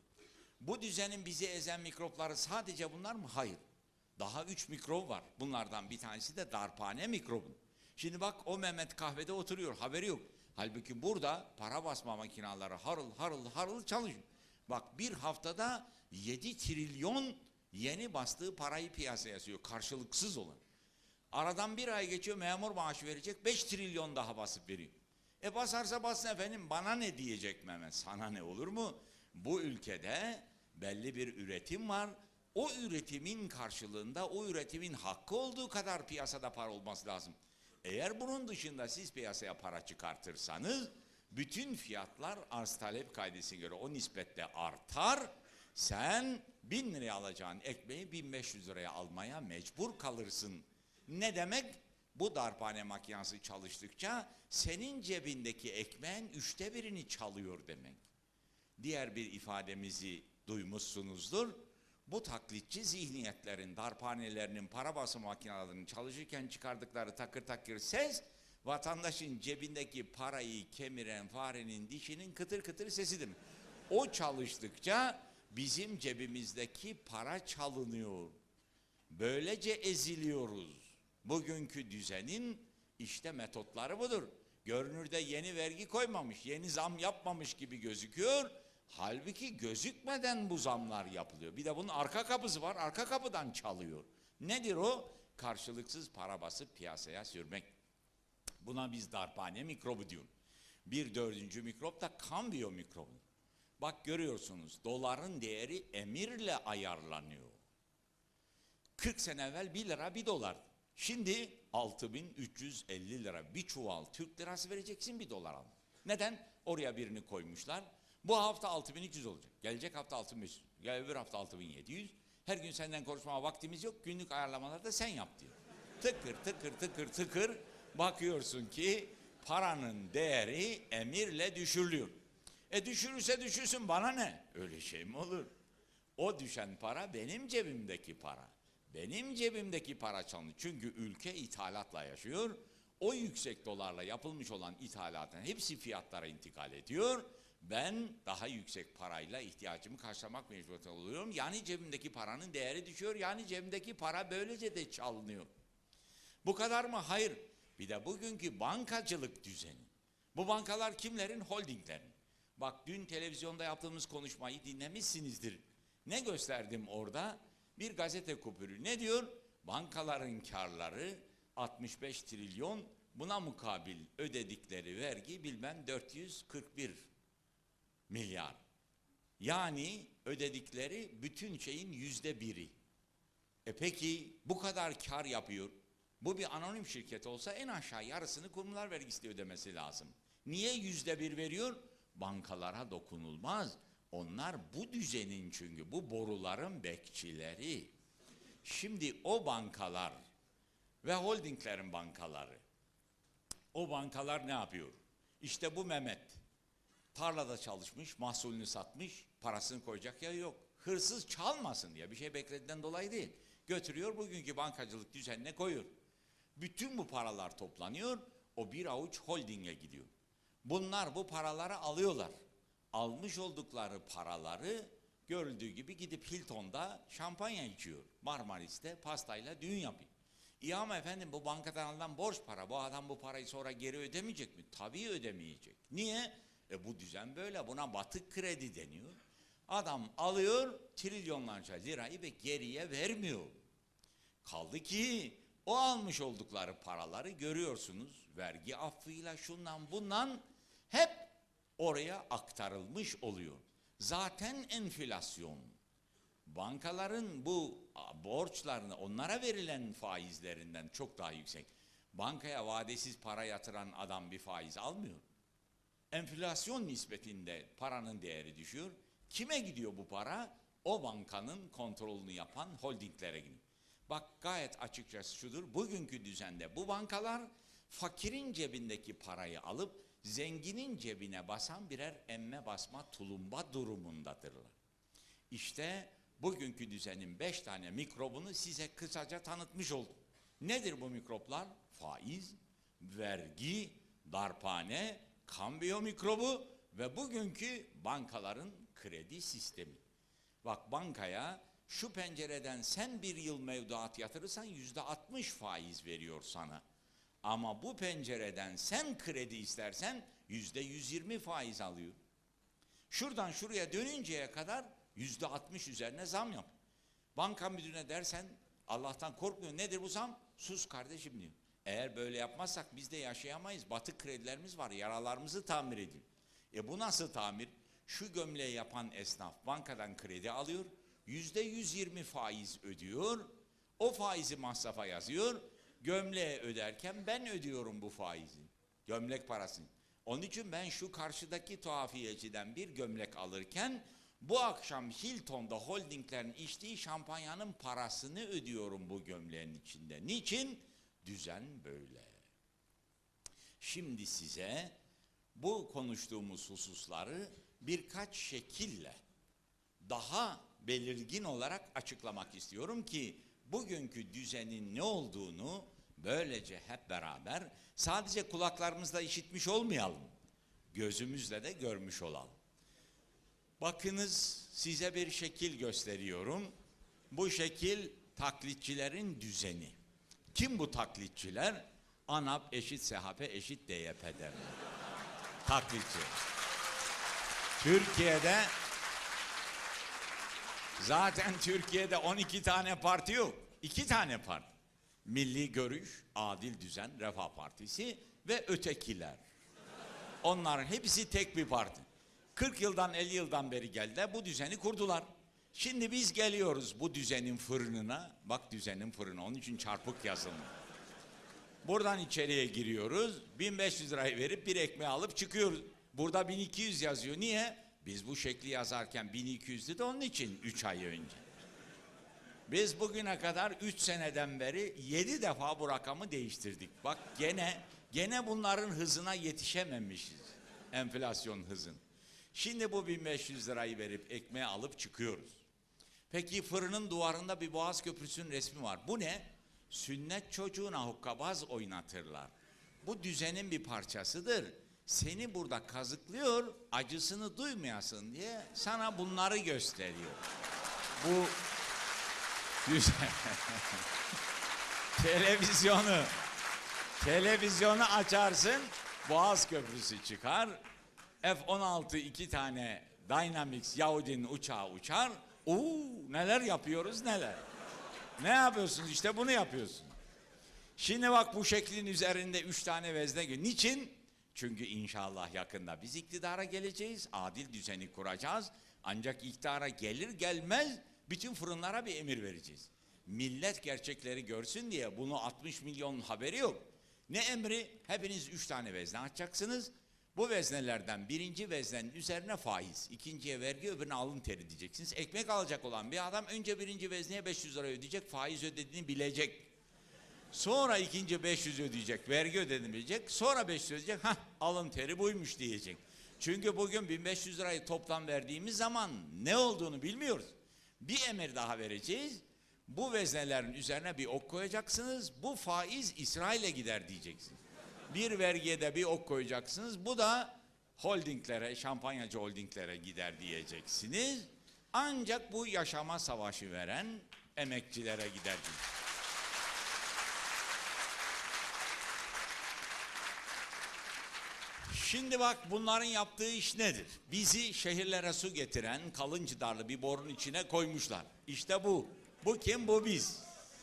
Bu düzenin bizi ezen mikropları sadece bunlar mı? Hayır. Daha 3 mikrop var. Bunlardan bir tanesi de darphane mikrobu. Şimdi bak o Mehmet kahvede oturuyor, haberi yok. Halbuki burada para basma makineleri harıl harıl harıl çalışıyor. Bak bir haftada 7 trilyon yeni bastığı parayı piyasaya sürüyor, karşılıksız olan. Aradan bir ay geçiyor, memur maaşı verecek, 5 trilyon daha basıp veriyor. Basarsa bassın efendim, bana ne diyecek Mehmet? Sana ne, olur mu? Bu ülkede belli bir üretim var. O üretimin karşılığında, o üretimin hakkı olduğu kadar piyasada para olması lazım. Eğer bunun dışında siz piyasaya para çıkartırsanız, bütün fiyatlar arz talep kaidesine göre o nispetle artar. Sen 1000 liraya alacağın ekmeği 1500 liraya almaya mecbur kalırsın. Ne demek? Bu darphane makinesi çalıştıkça senin cebindeki ekmeğin 1/3'ünü çalıyor demek. Diğer bir ifademizi duymuşsunuzdur. Bu taklitçi zihniyetlerin, darphanelerinin, para basım makinelerinin çalışırken çıkardıkları takır takır ses, vatandaşın cebindeki parayı kemiren farenin dişinin kıtır kıtır sesidir. O çalıştıkça bizim cebimizdeki para çalınıyor. Böylece eziliyoruz. Bugünkü düzenin işte metotları budur. Görünürde yeni vergi koymamış, yeni zam yapmamış gibi gözüküyor. Halbuki gözükmeden bu zamlar yapılıyor. Bir de bunun arka kapısı var, arka kapıdan çalıyor. Nedir o? Karşılıksız para basıp piyasaya sürmek. Buna biz darphane mikrobu diyoruz. Bir dördüncü mikrop da kambiyo mikrobu. Bak görüyorsunuz, doların değeri emirle ayarlanıyor. 40 sene evvel 1 lira 1 dolar. Şimdi 6.350 lira bir çuval Türk lirası vereceksin, 1 dolar al. Neden? Oraya birini koymuşlar. Bu hafta 6.200 olacak. Gelecek hafta 6.500. Öbür hafta 6.700. Her gün senden konuşmaya vaktimiz yok. Günlük ayarlamaları da sen yap diyor. Tıkır tıkır tıkır tıkır bakıyorsun ki paranın değeri emirle düşürülüyor. Düşürürse düşürsün, bana ne? Öyle şey mi olur? O düşen para benim cebimdeki para. Benim cebimdeki para çalınıyor. Çünkü ülke ithalatla yaşıyor. O yüksek dolarla yapılmış olan ithalatın hepsi fiyatlara intikal ediyor. Ben daha yüksek parayla ihtiyacımı karşılamak mecburiyeti oluyorum. Yani cebimdeki paranın değeri düşüyor. Yani cebimdeki para böylece de çalınıyor. Bu kadar mı? Hayır. Bir de bugünkü bankacılık düzeni. Bu bankalar kimlerin? Holdinglerin. Bak dün televizyonda yaptığımız konuşmayı dinlemişsinizdir. Ne gösterdim orada? Bir gazete kupürü. Ne diyor? Bankaların karları 65 trilyon, buna mukabil ödedikleri vergi bilmem 441 milyar. Yani ödedikleri bütün şeyin %1'i. Peki bu kadar kar yapıyor. Bu bir anonim şirket olsa en aşağı yarısını kurumlar vergisi ödemesi lazım. Niye %1 veriyor? Bankalara dokunulmaz. Onlar bu düzenin, çünkü bu boruların bekçileri. Şimdi o bankalar ve holdinglerin bankaları, o bankalar ne yapıyor? İşte bu Mehmet tarlada çalışmış, mahsulünü satmış, parasını koyacak yer yok. Hırsız çalmasın diye, bir şey beklediğinden dolayı değil. Götürüyor, bugünkü bankacılık düzenine koyuyor. Bütün bu paralar toplanıyor, o bir avuç holdinge gidiyor. Bunlar bu paraları alıyorlar. Almış oldukları paraları görüldüğü gibi gidip Hilton'da şampanya içiyor. Marmaris'te pastayla düğün yapıyor. İyi ama efendim bu bankadan alınan borç para. Bu adam bu parayı sonra geri ödemeyecek mi? Tabii ödemeyecek. Niye? Bu düzen böyle. Buna batık kredi deniyor. Adam alıyor trilyonlarca lirayı ve geriye vermiyor. Kaldı ki o almış oldukları paraları görüyorsunuz. Vergi affıyla şundan bundan hep oraya aktarılmış oluyor. Zaten enflasyon. Bankaların bu borçlarını onlara verilen faizlerinden çok daha yüksek. Bankaya vadesiz para yatıran adam bir faiz almıyor. Enflasyon nispetinde paranın değeri düşüyor. Kime gidiyor bu para? O bankanın kontrolünü yapan holdinglere gidiyor. Bak gayet açıkçası şudur, bugünkü düzende bu bankalar fakirin cebindeki parayı alıp zenginin cebine basan birer emme basma tulumba durumundadırlar. İşte bugünkü düzenin 5 tane mikrobunu size kısaca tanıtmış oldum. Nedir bu mikroplar? Faiz, vergi, darphane, kambiyo mikrobu ve bugünkü bankaların kredi sistemi. Bak bankaya şu pencereden sen bir yıl mevduat yatırırsan %60 faiz veriyor sana. Ama bu pencereden sen kredi istersen %120 faiz alıyor. Şuradan şuraya dönünceye kadar %60 üzerine zam yap. Banka müdürüne dersen Allah'tan korkmuyor. Nedir bu zam? Sus kardeşim diyor. Eğer böyle yapmazsak biz de yaşayamayız. Batık kredilerimiz var. Yaralarımızı tamir edin. Bu nasıl tamir? Şu gömleği yapan esnaf bankadan kredi alıyor. %120 faiz ödüyor. O faizi masrafa yazıyor. Gömleği öderken ben ödüyorum bu faizi. Gömlek parasını. Onun için ben şu karşıdaki tuhafiyeciden bir gömlek alırken bu akşam Hilton'da holdinglerin içtiği şampanyanın parasını ödüyorum bu gömleğin içinde. Niçin? Düzen böyle. Şimdi size bu konuştuğumuz hususları birkaç şekille daha belirgin olarak açıklamak istiyorum ki bugünkü düzenin ne olduğunu böylece hep beraber sadece kulaklarımızla işitmiş olmayalım, gözümüzle de görmüş olalım. Bakınız size bir şekil gösteriyorum. Bu şekil taklitçilerin düzeni. Kim bu taklitçiler? ANAP eşit SHP eşit DYP derler. Taklitçi. Türkiye'de 12 tane parti yok. 2 tane parti. Milli Görüş, Adil Düzen, Refah Partisi ve ötekiler. Onların hepsi tek bir parti. 40 yıldan 50 yıldan beri geldiler bu düzeni kurdular. Şimdi biz geliyoruz bu düzenin fırınına. Bak düzenin fırını, onun için çarpık yazılmış. Buradan içeriye giriyoruz. 1500 lirayı verip bir ekmeği alıp çıkıyoruz. Burada 1200 yazıyor. Niye? Biz bu şekli yazarken 1200'dü de onun için 3 ay önce. Biz bugüne kadar 3 seneden beri 7 defa bu rakamı değiştirdik. Bak gene bunların hızına yetişememişiz. Enflasyon hızın. Şimdi bu 1500 lirayı verip ekmeği alıp çıkıyoruz. Peki fırının duvarında bir Boğaz Köprüsü'nün resmi var. Bu ne? Sünnet çocuğuna hokkabaz oynatırlar. Bu düzenin bir parçasıdır. Seni burada kazıklıyor, acısını duymayasın diye sana bunları gösteriyor. Bu düzen. Televizyonu açarsın, Boğaz Köprüsü çıkar. F-16 2 tane Dynamics Yahudi'nin uçağı uçar. Neler yapıyoruz neler. Ne yapıyorsunuz? İşte bunu yapıyorsun. Şimdi bak bu şeklin üzerinde 3 tane vezne geliyor. Niçin? Çünkü inşallah yakında biz iktidara geleceğiz. Adil düzeni kuracağız. Ancak iktidara gelir gelmez bütün fırınlara bir emir vereceğiz. Millet gerçekleri görsün diye bunu 60 milyonun haberi yok. Ne emri? Hepiniz 3 tane vezne açacaksınız. Bu veznelerden birinci veznenin üzerine faiz, ikinciye vergi, öbürüne alın teri diyeceksiniz. Ekmek alacak olan bir adam önce birinci vezneye 500 lira ödeyecek, faiz ödediğini bilecek. Sonra ikinci 500 ödeyecek, vergi ödediğini bilecek. Sonra 500 ödeyecek, alın teri buymuş diyecek. Çünkü bugün 1500 lirayı toplam verdiğimiz zaman ne olduğunu bilmiyoruz. Bir emir daha vereceğiz. Bu veznelerin üzerine bir ok koyacaksınız. Bu faiz İsrail'e gider diyeceksiniz. Bir vergiye de bir ok koyacaksınız. Bu da holdinglere, şampanyacı holdinglere gider diyeceksiniz. Ancak bu yaşama savaşı veren emekçilere gider. Şimdi bak bunların yaptığı iş nedir? Bizi şehirlere su getiren kalın cidarlı bir borunun içine koymuşlar. İşte bu. Bu kim? Bu biz.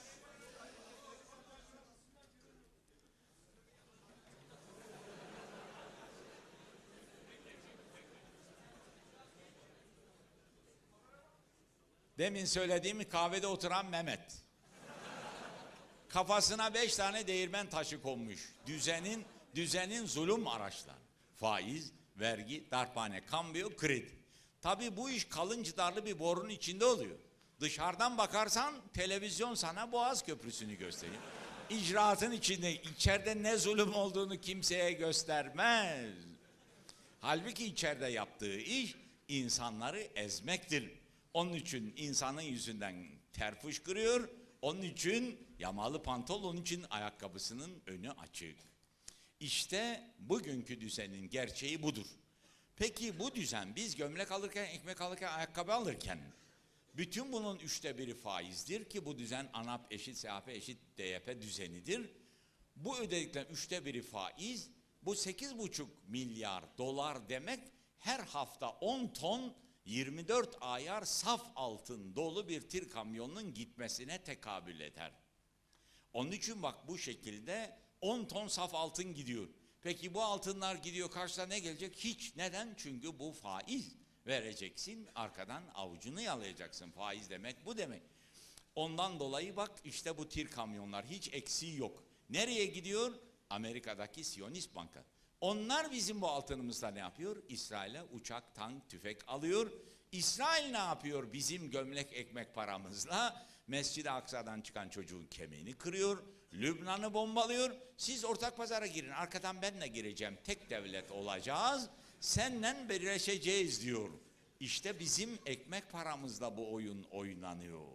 Demin söylediğim kahvede oturan Mehmet. Kafasına 5 tane değirmen taşı konmuş. Düzenin zulüm araçları. Faiz, vergi, darphane, kambiyo, kredi. Tabii bu iş kalın cidarlı bir borunun içinde oluyor. Dışarıdan bakarsan televizyon sana Boğaz Köprüsü'nü gösteriyor. İcraatın içeride ne zulüm olduğunu kimseye göstermez. Halbuki içeride yaptığı iş insanları ezmektir. Onun için insanın yüzünden ter fışkırıyor. Onun için yamalı pantolon, onun için ayakkabısının önü açık. İşte bugünkü düzenin gerçeği budur. Peki bu düzen biz gömlek alırken, ekmek alırken, ayakkabı alırken bütün bunun 1/3 faizdir ki bu düzen ANAP eşit SHP eşit DYP düzenidir. Bu ödediklerin 1/3 faiz, bu 8,5 milyar dolar demek her hafta 10 ton 24 ayar saf altın dolu bir tır kamyonunun gitmesine tekabül eder. Onun için bak bu şekilde 10 ton saf altın gidiyor. Peki bu altınlar gidiyor, karşıda ne gelecek? Hiç. Neden? Çünkü bu faiz. Vereceksin, arkadan avucunu yalayacaksın. Faiz demek bu demek. Ondan dolayı bak işte bu tır kamyonlar hiç eksiği yok. Nereye gidiyor? Amerika'daki Siyonist Banka. Onlar bizim bu altınımızla ne yapıyor? İsrail'e uçak, tank, tüfek alıyor. İsrail ne yapıyor? Bizim gömlek ekmek paramızla Mescid-i Aksa'dan çıkan çocuğun kemiğini kırıyor. Lübnan'ı bombalıyor. Siz ortak pazara girin. Arkadan ben de gireceğim. Tek devlet olacağız. Seninle birleşeceğiz diyor. İşte bizim ekmek paramızla bu oyun oynanıyor.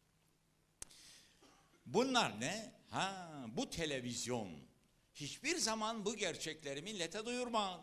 Bunlar ne? Bu televizyon. Hiçbir zaman bu gerçekleri millete duyurmaz.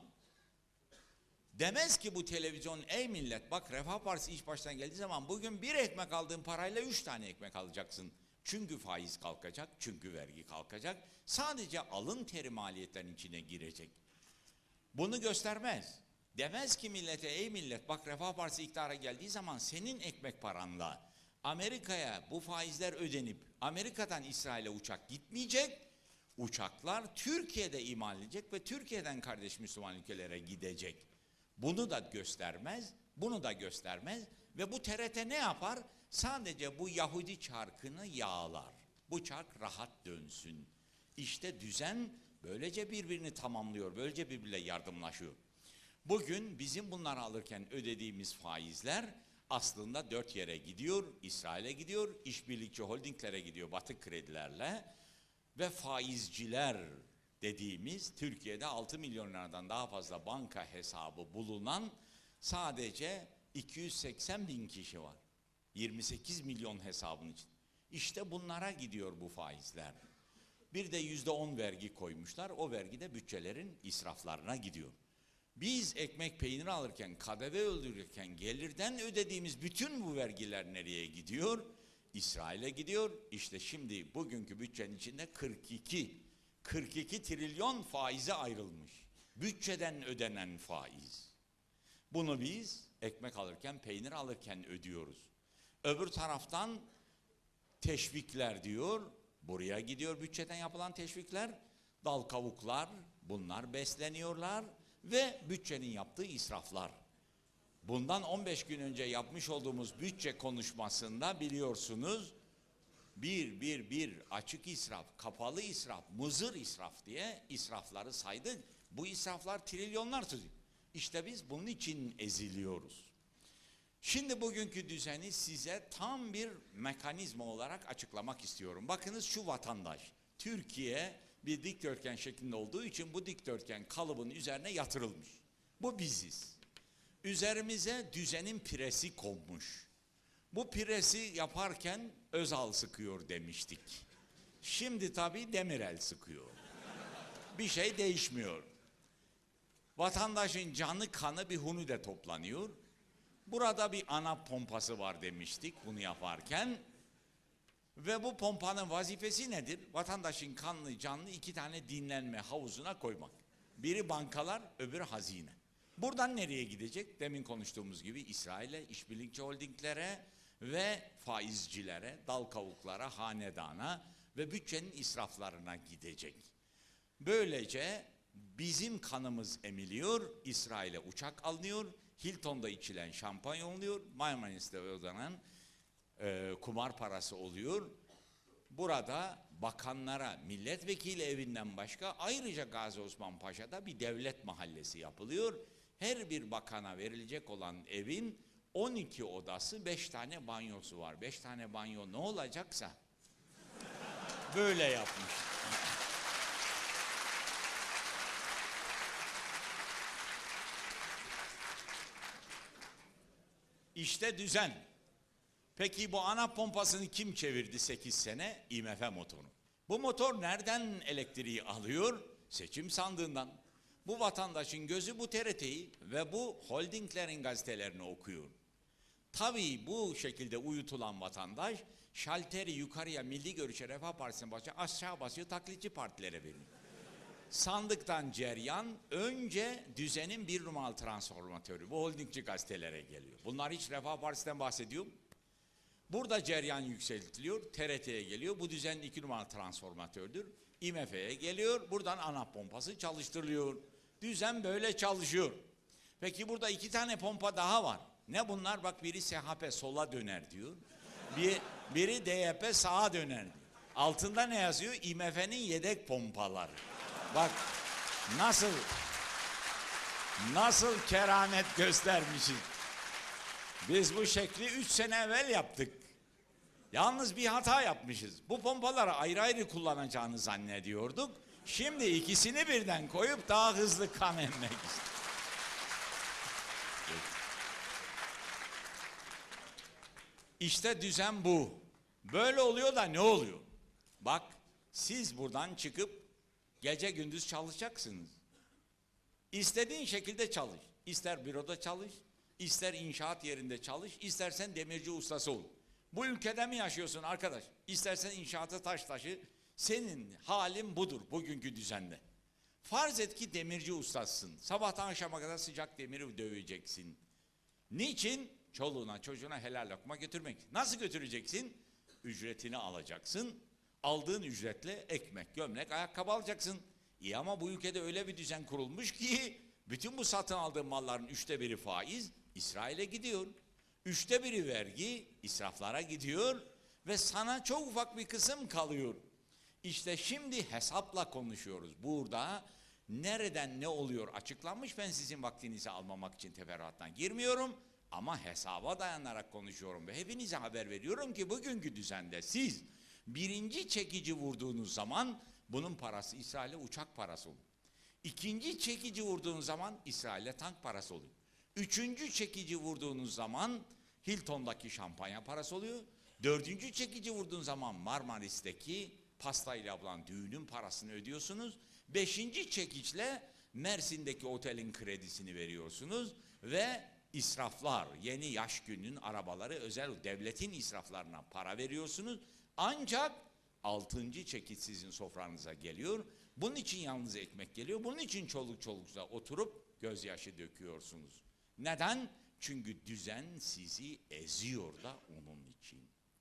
Demez ki bu televizyon, ey millet bak Refah Partisi iş baştan geldiği zaman bugün bir ekmek aldığın parayla 3 tane ekmek alacaksın. Çünkü faiz kalkacak, çünkü vergi kalkacak. Sadece alın teri maliyetlerin içine girecek. Bunu göstermez. Demez ki millete, ey millet bak Refah Partisi iktidara geldiği zaman senin ekmek paranla Amerika'ya bu faizler ödenip Amerika'dan İsrail'e uçak gitmeyecek. Uçaklar Türkiye'de imal edecek ve Türkiye'den kardeş Müslüman ülkelere gidecek. Bunu da göstermez, bunu da göstermez ve bu TRT ne yapar? Sadece bu Yahudi çarkını yağlar. Bu çark rahat dönsün. İşte düzen böylece birbirini tamamlıyor, böylece birbirle yardımlaşıyor. Bugün bizim bunları alırken ödediğimiz faizler aslında 4 yere gidiyor. İsrail'e gidiyor, işbirlikçi holdinglere gidiyor Batı kredilerle ve faizciler dediğimiz Türkiye'de 6 milyon liradan daha fazla banka hesabı bulunan sadece 280 bin kişi var. 28 milyon hesabın için. İşte bunlara gidiyor bu faizler. Bir de %10 vergi koymuşlar. O vergi de bütçelerin israflarına gidiyor. Biz ekmek peynir alırken, KDV öldürürken gelirden ödediğimiz bütün bu vergiler nereye gidiyor? İsrail'e gidiyor. İşte şimdi bugünkü bütçenin içinde 42 trilyon faize ayrılmış. Bütçeden ödenen faiz. Bunu biz ekmek alırken, peynir alırken ödüyoruz. Öbür taraftan teşvikler diyor. Buraya gidiyor bütçeden yapılan teşvikler. Dal kavuklar, bunlar besleniyorlar ve bütçenin yaptığı israflar. Bundan 15 gün önce yapmış olduğumuz bütçe konuşmasında biliyorsunuz bir açık israf, kapalı israf, muzır israf diye israfları saydık. Bu israflar trilyonlar tutuyor. İşte biz bunun için eziliyoruz. Şimdi bugünkü düzeni size tam bir mekanizma olarak açıklamak istiyorum. Bakınız şu vatandaş, Türkiye bir dikdörtgen şeklinde olduğu için bu dikdörtgen kalıbın üzerine yatırılmış. Bu biziz. Üzerimize düzenin piresi konmuş. Bu piresi yaparken Özal sıkıyor demiştik. Şimdi tabii Demirel sıkıyor. Bir şey değişmiyor. Vatandaşın canı kanı bir hunide toplanıyor. Burada bir ana pompası var demiştik bunu yaparken. Ve bu pompanın vazifesi nedir? Vatandaşın kanlı canlı 2 tane dinlenme havuzuna koymak. Biri bankalar, öbürü hazine. Buradan nereye gidecek? Demin konuştuğumuz gibi İsrail'e, işbirlikçi holdinglere ve faizcilere, dal kavuklara, hanedana ve bütçenin israflarına gidecek. Böylece bizim kanımız emiliyor, İsrail'e uçak alınıyor, Hilton'da içilen şampanya oluyor, Marmaris'te ödenen kumar parası oluyor. Burada bakanlara milletvekili evinden başka ayrıca Gazi Osman Paşa'da bir devlet mahallesi yapılıyor. Her bir bakana verilecek olan evin 12 odası, 5 tane banyosu var. 5 tane banyo ne olacaksa böyle yapmış. İşte düzen. Peki bu ana pompasını kim çevirdi 8 sene? IMF motoru. Bu motor nereden elektriği alıyor? Seçim sandığından. Bu vatandaşın gözü bu TRT'yi ve bu holdinglerin gazetelerini okuyor. Tabii bu şekilde uyutulan vatandaş şalteri yukarıya Milli Görüş'e, Refah Partisi'ne basıyor, aşağı basıyor, taklitçi partilere veriyor. Sandıktan ceryan önce düzenin 1 numaralı transformatörü bu holdingçi gazetelere geliyor. Bunlar hiç Refah Partisi'nden bahsediyor. Burada ceryan yükseltiliyor, TRT'ye geliyor. Bu düzenin 2 numaralı transformatördür. IMF'ye geliyor, buradan ana pompası çalıştırılıyor. Düzen böyle çalışıyor. Peki burada 2 tane pompa daha var. Ne bunlar? Bak biri SHP sola döner diyor. Biri DYP sağa döner diyor. Altında ne yazıyor? IMF'nin yedek pompaları. Bak nasıl keramet göstermişiz. Biz bu şekli 3 sene evvel yaptık. Yalnız bir hata yapmışız. Bu pompaları ayrı ayrı kullanacağını zannediyorduk. Şimdi ikisini birden koyup daha hızlı kan emmek istiyoruz. İşte düzen bu. Böyle oluyor da ne oluyor? Bak siz buradan çıkıp gece gündüz çalışacaksınız. İstediğin şekilde çalış. İster büroda çalış, ister inşaat yerinde çalış, istersen demirci ustası ol. Bu ülkede mi yaşıyorsun arkadaş? İstersen inşaatı taş taşı, senin halin budur bugünkü düzende. Farz et ki demirci ustasısın. Sabahtan akşama kadar sıcak demiri döveceksin. Niçin? Çoluğuna çocuğuna helal lokma götürmek. Nasıl götüreceksin? Ücretini alacaksın. Aldığın ücretle ekmek, gömlek, ayakkabı alacaksın. İyi ama bu ülkede öyle bir düzen kurulmuş ki bütün bu satın aldığın malların 1/3 faiz İsrail'e gidiyor. 1/3 vergi israflara gidiyor ve sana çok ufak bir kısım kalıyor. İşte şimdi hesapla konuşuyoruz. Burada nereden ne oluyor açıklanmış. Ben sizin vaktinizi almamak için teferruattan girmiyorum. Ama hesaba dayanarak konuşuyorum ve hepinize haber veriyorum ki bugünkü düzende siz birinci çekici vurduğunuz zaman bunun parası İsrail'e uçak parası oluyor. İkinci çekici vurduğunuz zaman İsrail'e tank parası oluyor. Üçüncü çekici vurduğunuz zaman Hilton'daki şampanya parası oluyor. Dördüncü çekici vurduğunuz zaman Marmaris'teki pastayla yapılan düğünün parasını ödüyorsunuz. Beşinci çekiçle Mersin'deki otelin kredisini veriyorsunuz ve israflar, yeni yaş gününün arabaları, özel devletin israflarına para veriyorsunuz. Ancak 6. çekiç sizin sofranıza geliyor. Bunun için yalnız ekmek geliyor. Bunun için çoluk çolukla oturup gözyaşı döküyorsunuz. Neden? Çünkü düzen sizi eziyor da onun için.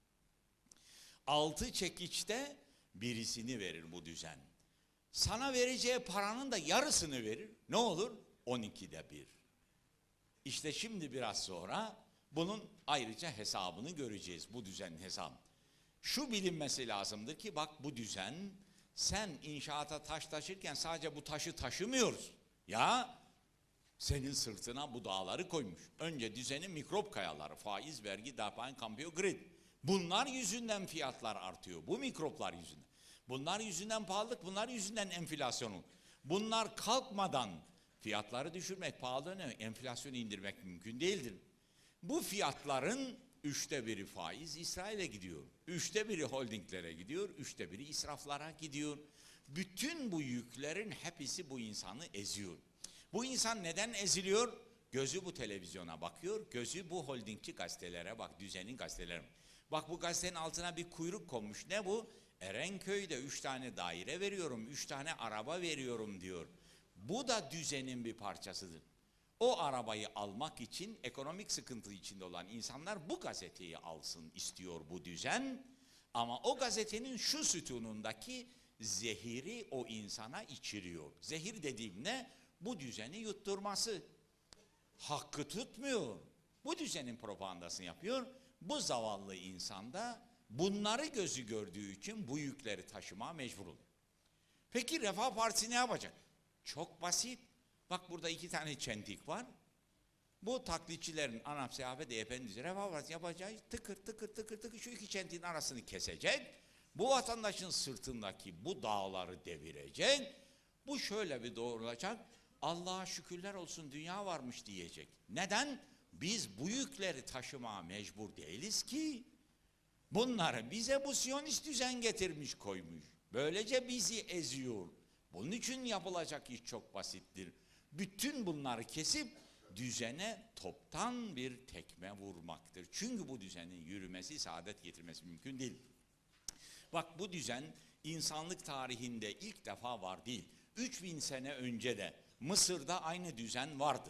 6 çekiçte birisini verir bu düzen. Sana vereceği paranın da yarısını verir. Ne olur? 12'de 1. İşte şimdi biraz sonra bunun ayrıca hesabını göreceğiz. Bu düzenin hesabı. Şu bilinmesi lazımdır ki bak bu düzen, sen inşaata taş taşırken sadece bu taşı taşımıyoruz. Ya senin sırtına bu dağları koymuş. Önce düzenin mikrop kayaları, faiz, vergi, darphan, kambiyo, kredi. Bunlar yüzünden fiyatlar artıyor. Bu mikroplar yüzünden. Bunlar yüzünden pahalılık, bunlar yüzünden enflasyon. Bunlar kalkmadan fiyatları düşürmek, pahalı ne? Enflasyonu indirmek mümkün değildir. Bu fiyatların 1/3 faiz İsrail'e gidiyor. 1/3 holdinglere gidiyor, 1/3 israflara gidiyor. Bütün bu yüklerin hepsi bu insanı eziyor. Bu insan neden eziliyor? Gözü bu televizyona bakıyor, gözü bu holdingçi gazetelere bak, düzenin gazeteleri. Bak bu gazetenin altına bir kuyruk konmuş. Ne bu? Erenköy'de 3 tane daire veriyorum, 3 tane araba veriyorum diyor. Bu da düzenin bir parçasıdır. O arabayı almak için ekonomik sıkıntı içinde olan insanlar bu gazeteyi alsın istiyor bu düzen. Ama o gazetenin şu sütunundaki zehiri o insana içiriyor. Zehir dediğim ne? Bu düzeni yutturması. Hakkı tutmuyor. Bu düzenin propagandasını yapıyor. Bu zavallı insan da bunları gözü gördüğü için bu yükleri taşımaya mecbur oluyor. Peki Refah Partisi ne yapacak? Çok basit. Bak burada 2 tane çentik var. Bu taklitçilerin Anap Seyahat Efendisi Refah Partisi yapacağı tıkır tıkır tıkır tıkır şu 2 çentiğin arasını kesecek. Bu vatandaşın sırtındaki bu dağları devirecek. Bu şöyle bir doğrulacak. Allah'a şükürler olsun dünya varmış diyecek. Neden? Biz bu yükleri taşımaya mecbur değiliz ki. Bunları bize bu Siyonist düzen getirmiş koymuş. Böylece bizi eziyor. Bunun için yapılacak iş çok basittir. Bütün bunları kesip düzene toptan bir tekme vurmaktır. Çünkü bu düzenin yürümesi, saadet getirmesi mümkün değil. Bak bu düzen insanlık tarihinde ilk defa var değil. 3000 sene önce de Mısır'da aynı düzen vardı.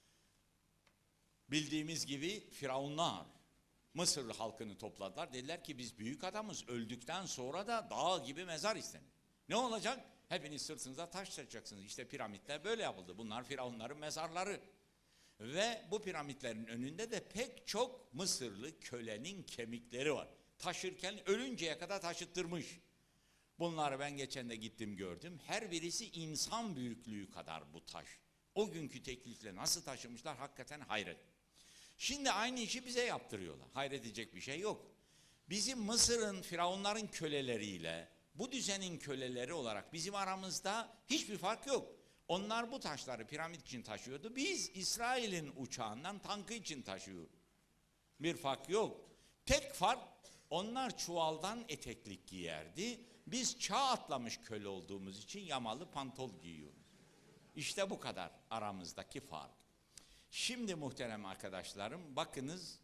Bildiğimiz gibi Firavunlar Mısır halkını topladılar. Dediler ki biz büyük adamız, öldükten sonra da dağ gibi mezar istenir. Ne olacak? Hepiniz sırtınıza taş taşıyacaksınız. İşte piramitler böyle yapıldı. Bunlar Firavunların mezarları. Ve bu piramitlerin önünde de pek çok Mısırlı kölenin kemikleri var. Taşırken ölünceye kadar taşıttırmış. Bunları ben geçen de gittim gördüm. Her birisi insan büyüklüğü kadar bu taş. O günkü teknikle nasıl taşımışlar hakikaten hayret. Şimdi aynı işi bize yaptırıyorlar. Hayredecek bir şey yok. Bizim Mısır'ın, Firavunların köleleriyle bu düzenin köleleri olarak bizim aramızda hiçbir fark yok. Onlar bu taşları piramit için taşıyordu. Biz İsrail'in uçağından tankı için taşıyoruz. Bir fark yok. Tek fark onlar çuvaldan eteklik giyerdi. Biz çağ atlamış köle olduğumuz için yamalı pantol giyiyoruz. İşte bu kadar aramızdaki fark. Şimdi muhterem arkadaşlarım bakınız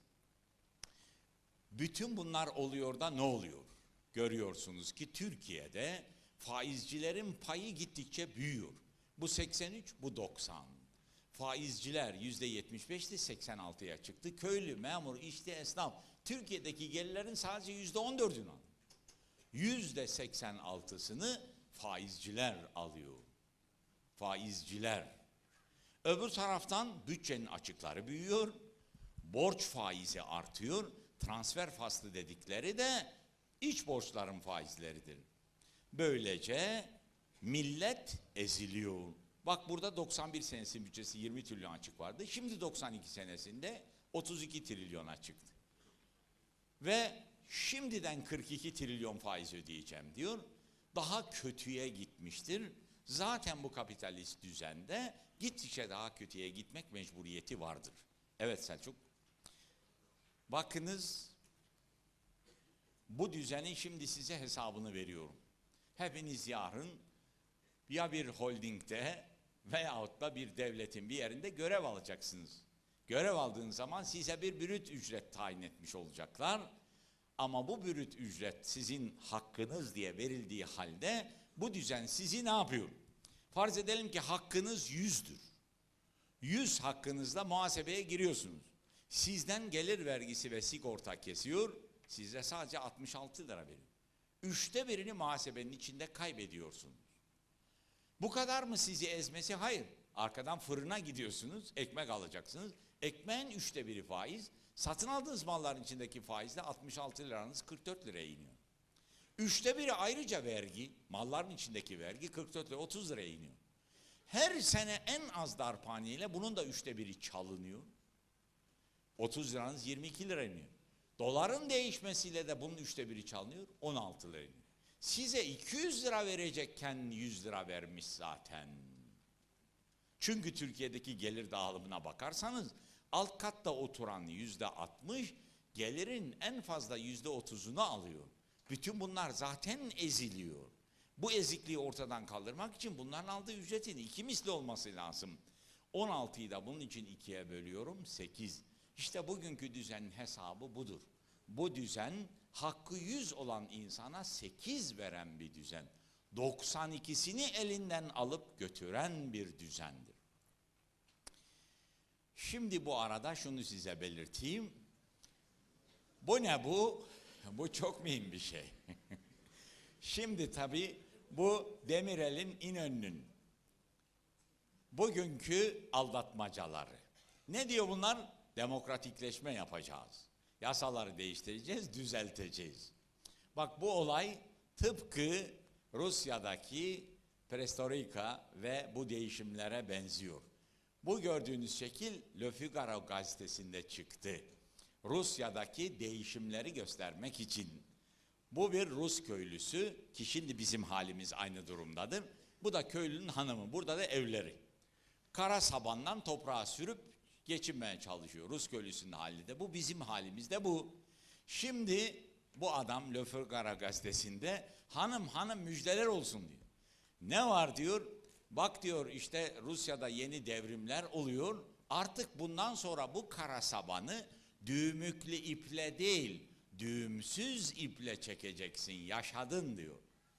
bütün bunlar oluyor da ne oluyor? Görüyorsunuz ki Türkiye'de faizcilerin payı gittikçe büyüyor. Bu 83, bu 90. Faizciler %75'ti 86'ya çıktı. Köylü, memur, işçi, esnaf Türkiye'deki gelirlerin sadece %14'ünü alıyor. %86'sını faizciler alıyor. Faizciler. Öbür taraftan bütçenin açıkları büyüyor. Borç faizi artıyor. Transfer faslı dedikleri de iç borçların faizleridir. Böylece millet eziliyor. Bak burada 91 senesi bütçesi 20 trilyon açık vardı. Şimdi 92 senesinde 32 trilyona çıktı. Ve şimdiden 42 trilyon faiz ödeyeceğim diyor. Daha kötüye gitmiştir. Zaten bu kapitalist düzende gittikçe daha kötüye gitmek mecburiyeti vardır. Evet Selçuk. Bakınız bu düzenin şimdi size hesabını veriyorum. Hepiniz yarın ya bir holdingde veyahut da bir devletin bir yerinde görev alacaksınız. Görev aldığınız zaman size bir brüt ücret tayin etmiş olacaklar. Ama bu brüt ücret sizin hakkınız diye verildiği halde bu düzen sizi ne yapıyor? Farz edelim ki hakkınız 100'dür. 100 hakkınızla muhasebeye giriyorsunuz. Sizden gelir vergisi ve sigorta kesiyor. Size sadece 66 lira veriyor. 3'te birini muhasebenin içinde kaybediyorsunuz. Bu kadar mı sizi ezmesi? Hayır. Arkadan fırına gidiyorsunuz, ekmek alacaksınız. Ekmeğin 3'te biri faiz. Satın aldığınız malların içindeki faizle 66 liranız 44 liraya iniyor. 3'te biri ayrıca vergi, malların içindeki vergi 44 lira 30 liraya iniyor. Her sene en az darphaneyle bunun da 3'te biri çalınıyor. 30 liranız 22 lira iniyor. Doların değişmesiyle de bunun 3'te biri çalınıyor 16 lira iniyor. Size 200 lira verecekken 100 lira vermiş zaten. Çünkü Türkiye'deki gelir dağılımına bakarsanız alt katta oturan %60 gelirin en fazla %30'unu alıyor. Bütün bunlar zaten eziliyor. Bu ezikliği ortadan kaldırmak için bunların aldığı ücretin 2 misli olması lazım. 16'yı da bunun için 2'ye bölüyorum, 8. İşte bugünkü düzenin hesabı budur. Bu düzen hakkı 100 olan insana 8 veren bir düzen. 92'sini elinden alıp götüren bir düzendir. Şimdi bu arada şunu size belirteyim. Bu ne bu? Bu çok mühim bir şey. Şimdi tabii bu Demirel'in, İnönü'nün bugünkü aldatmacaları. Ne diyor bunlar? Demokratikleşme yapacağız. Yasaları değiştireceğiz, düzelteceğiz. Bak bu olay tıpkı Rusya'daki perestroika ve bu değişimlere benziyor. Bu gördüğünüz şekil Le Figaro gazetesinde çıktı. Rusya'daki değişimleri göstermek için. Bu bir Rus köylüsü ki şimdi bizim halimiz aynı durumdadır. Bu da köylünün hanımı. Burada da evleri. Kara sabandan toprağa sürüp geçinmeye çalışıyor. Rus köylüsünün hali de bu. Bizim halimiz de bu. Şimdi bu adam Le Figaro gazetesinde hanım müjdeler olsun diyor. Ne var diyor? Bak diyor işte Rusya'da yeni devrimler oluyor. Artık bundan sonra bu kara sabanı düğümüklü iple değil, düğümsüz iple çekeceksin, yaşadın diyor.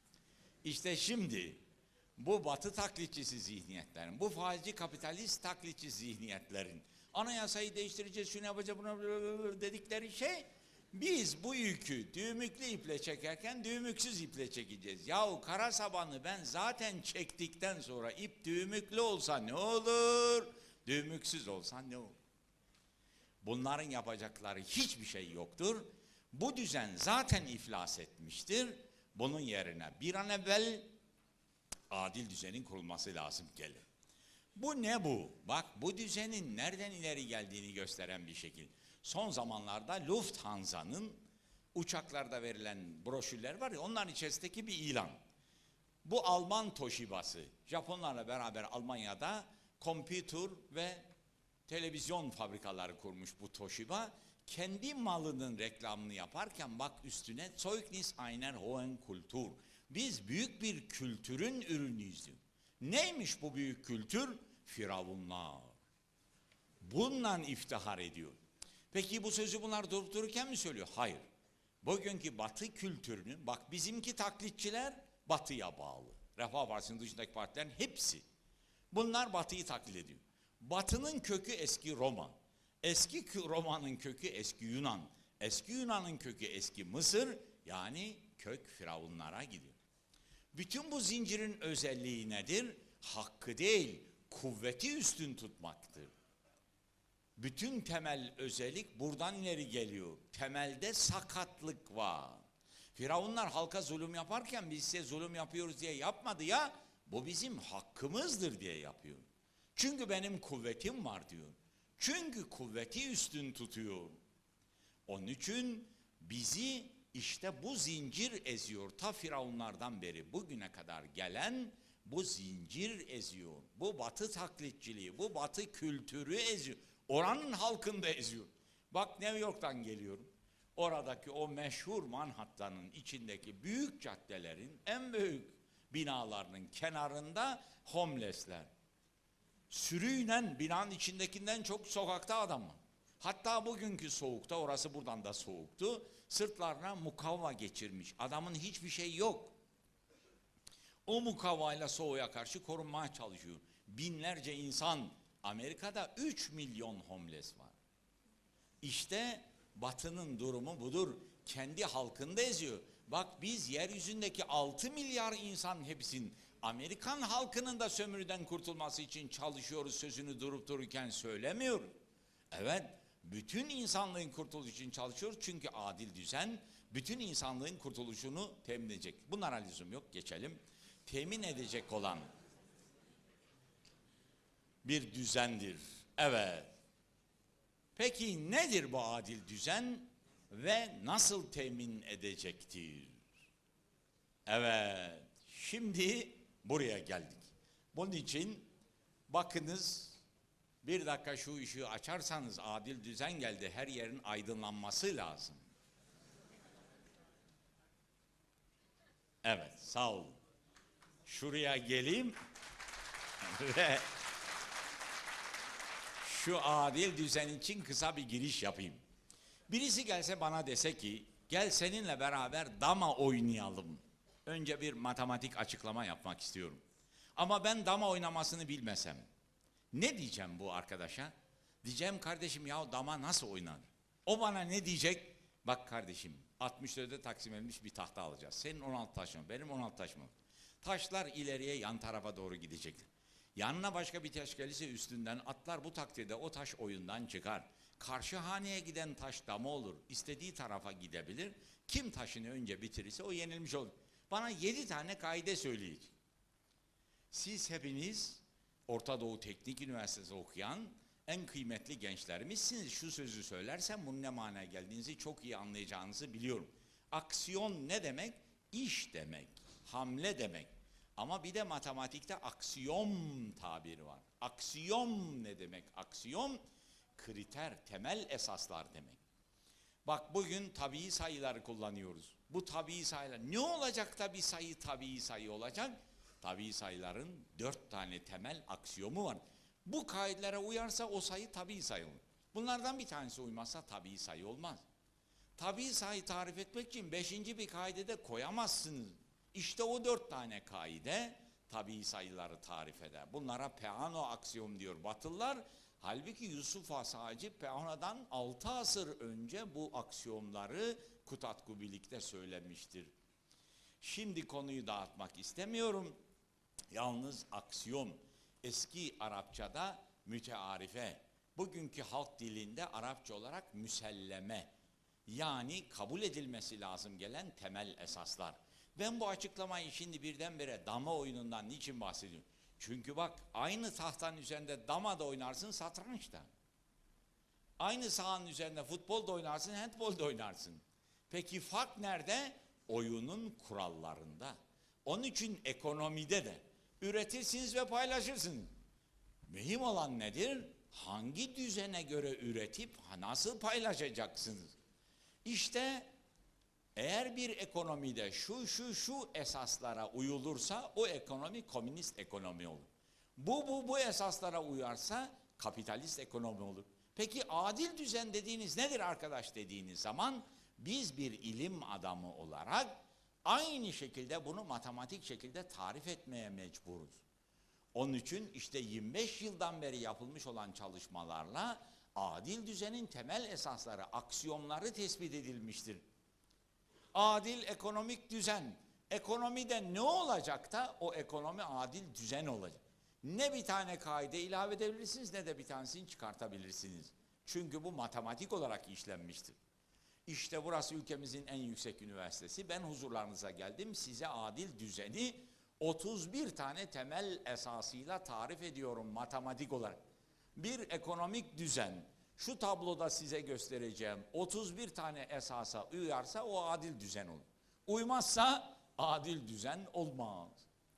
İşte şimdi bu batı taklitçisi zihniyetlerin, bu faizci kapitalist taklitçi zihniyetlerin anayasayı değiştireceğiz, şunu yapacağız, bunu dedikleri şey, biz bu yükü düğümüklü iple çekerken düğümüksüz iple çekeceğiz. Yahu kara sabanı ben zaten çektikten sonra ip düğümüklü olsa ne olur, düğümüksüz olsa ne olur? Bunların yapacakları hiçbir şey yoktur. Bu düzen zaten iflas etmiştir. Bunun yerine bir an evvel adil düzenin kurulması lazım gelir. Bu ne bu? Bak bu düzenin nereden ileri geldiğini gösteren bir şekil. Son zamanlarda Lufthansa'nın uçaklarda verilen broşürler var ya, onların içerisindeki bir ilan. Bu Alman Toshiba'sı, Japonlarla beraber Almanya'da kompütür ve televizyon fabrikaları kurmuş bu Toshiba. Kendi malının reklamını yaparken bak üstüne Zeugnis einer hohen Kultur. Biz büyük bir kültürün ürünüyüz diyor. Neymiş bu büyük kültür? Firavunlar. Bununla iftihar ediyor. Peki bu sözü bunlar durup dururken mi söylüyor? Hayır. Bugünkü Batı kültürünü, bak bizimki taklitçiler Batı'ya bağlı. Refah Partisi'nin dışındaki partilerin hepsi. Bunlar Batı'yı taklit ediyor. Batı'nın kökü eski Roma. Eski Roma'nın kökü eski Yunan. Eski Yunan'ın kökü eski Mısır. Yani kök Firavunlara gidiyor. Bütün bu zincirin özelliği nedir? Hakkı değil, kuvveti üstün tutmaktır. Bütün temel özellik buradan ileri geliyor. Temelde sakatlık var. Firavunlar halka zulüm yaparken biz size zulüm yapıyoruz diye yapmadı ya, bu bizim hakkımızdır diye yapıyor. Çünkü benim kuvvetim var diyor. Çünkü kuvveti üstün tutuyor. Onun için bizi işte bu zincir eziyor. Ta Firavunlardan beri bugüne kadar gelen bu zincir eziyor. Bu Batı taklitçiliği, bu Batı kültürü eziyor. Oranın halkını da eziyor. Bak New York'tan geliyorum. Oradaki o meşhur Manhattan'ın içindeki büyük caddelerin en büyük binalarının kenarında homeless'ler. Sürüyle binanın içindekinden çok sokakta adam var. Hatta bugünkü soğukta, orası buradan da soğuktu, sırtlarına mukavva geçirmiş. Adamın hiçbir şey yok. O mukavvayla soğuğa karşı korunmaya çalışıyor. Binlerce insan, Amerika'da 3 milyon homeless var. İşte Batı'nın durumu budur. Kendi halkını da eziyor. Bak biz yeryüzündeki 6 milyar insan hepsinin Amerikan halkının da sömürüden kurtulması için çalışıyoruz sözünü durup dururken söylemiyor. Evet, bütün insanlığın kurtuluşu için çalışıyoruz çünkü adil düzen bütün insanlığın kurtuluşunu temin edecek. Bunlara lüzum yok, geçelim. Temin edecek olan bir düzendir. Evet. Peki nedir bu adil düzen ve nasıl temin edecektir? Evet, şimdi buraya geldik. Bunun için bakınız, bir dakika şu ışığı açarsanız adil düzen geldi, her yerin aydınlanması lazım. Evet, sağ olun. Şuraya geleyim ve şu adil düzen için kısa bir giriş yapayım. Birisi gelse bana dese ki gel seninle beraber dama oynayalım. Önce bir matematik açıklama yapmak istiyorum. Ama ben dama oynamasını bilmesem ne diyeceğim bu arkadaşa? Diyeceğim kardeşim ya dama nasıl oynar? O bana ne diyecek? Bak kardeşim 64'e taksim edilmiş bir tahta alacağız. Senin 16 taşın, benim 16 taşım. Taşlar ileriye yan tarafa doğru gidecek. Yanına başka bir taş gelirse üstünden atlar, bu takdirde o taş oyundan çıkar. Karşı haneye giden taş dama olur. İstediği tarafa gidebilir. Kim taşını önce bitirirse o yenilmiş olur. Bana 7 tane kaide söyleyecek. Siz hepiniz Orta Doğu Teknik Üniversitesi okuyan en kıymetli gençlerimizsiniz. Şu sözü söylersem bunun ne manaya geldiğinizi çok iyi anlayacağınızı biliyorum. Aksiyon ne demek? İş demek, hamle demek. Ama bir de matematikte aksiyom tabiri var. Aksiyom ne demek? Aksiyom kriter, temel esaslar demek. Bak bugün tabii sayıları kullanıyoruz. Bu tabii sayılar ne olacak da bir sayı tabii sayı olacak? Tabii sayıların 4 tane temel aksiyomu var. Bu kaidelere uyarsa o sayı tabii sayı olur. Bunlardan bir tanesi uymazsa tabii sayı olmaz. Tabii sayı tarif etmek için 5. bir kaidede koyamazsınız. İşte o 4 tane kaide tabii sayıları tarif eder. Bunlara Peano aksiyom diyor Batılılar. Halbuki Yusuf Asacı Peano'dan 6 asır önce bu aksiyomları Kutatkubilik'te söylemiştir. Şimdi konuyu dağıtmak istemiyorum. Yalnız aksiyom eski Arapçada mütearife, bugünkü halk dilinde Arapça olarak müselleme, yani kabul edilmesi lazım gelen temel esaslar. Ben bu açıklamayı şimdi birdenbire dama oyunundan niçin bahsediyorum? Çünkü bak aynı tahtanın üzerinde dama da oynarsın, satranç da. Aynı sahanın üzerinde futbol da oynarsın, handbol da oynarsın. Peki fark nerede? Oyunun kurallarında. Onun için ekonomide de üretirsiniz ve paylaşırsınız. Mühim olan nedir? Hangi düzene göre üretip nasıl paylaşacaksınız? İşte eğer bir ekonomide şu esaslara uyulursa o ekonomi komünist ekonomi olur. Bu esaslara uyarsa kapitalist ekonomi olur. Peki adil düzen dediğiniz nedir arkadaş dediğiniz zaman biz bir ilim adamı olarak aynı şekilde bunu matematik şekilde tarif etmeye mecburuz. Onun için işte 25 yıldan beri yapılmış olan çalışmalarla adil düzenin temel esasları, aksiyomları tespit edilmiştir. Adil ekonomik düzen, ekonomide ne olacak da o ekonomi adil düzen olacak. Ne bir tane kaide ilave edebilirsiniz ne de bir tanesini çıkartabilirsiniz. Çünkü bu matematik olarak işlenmiştir. İşte burası ülkemizin en yüksek üniversitesi. Ben huzurlarınıza geldim. Size adil düzeni 31 tane temel esasıyla tarif ediyorum matematik olarak. Bir ekonomik düzen, şu tabloda size göstereceğim 31 esasa esasa uyarsa o adil düzen olur. Uymazsa adil düzen olmaz.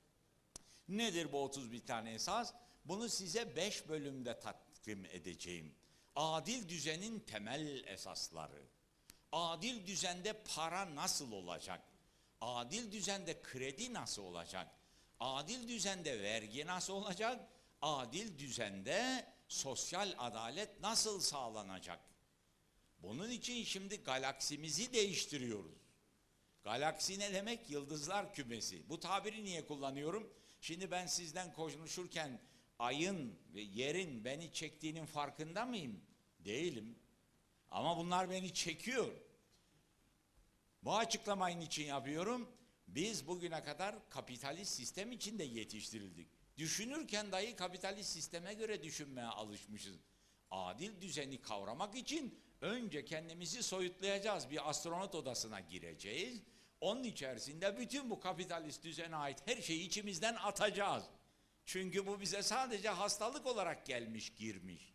Nedir bu 31 tane esas? Bunu size 5 bölümde takdim edeceğim. Adil düzenin temel esasları. Adil düzende para nasıl olacak? Adil düzende kredi nasıl olacak? Adil düzende vergi nasıl olacak? Adil düzende sosyal adalet nasıl sağlanacak? Bunun için şimdi galaksimizi değiştiriyoruz. Galaksi ne demek? Yıldızlar kümesi. Bu tabiri niye kullanıyorum? Şimdi ben sizden konuşurken ayın ve yerin beni çektiğinin farkında mıyım? Değilim. Ama bunlar beni çekiyor. Bu açıklamayı için yapıyorum. Biz bugüne kadar kapitalist sistem içinde yetiştirildik. Düşünürken dahi kapitalist sisteme göre düşünmeye alışmışız. Adil düzeni kavramak için önce kendimizi soyutlayacağız. Bir astronot odasına gireceğiz. Onun içerisinde bütün bu kapitalist düzene ait her şeyi içimizden atacağız. Çünkü bu bize sadece hastalık olarak gelmiş, girmiş.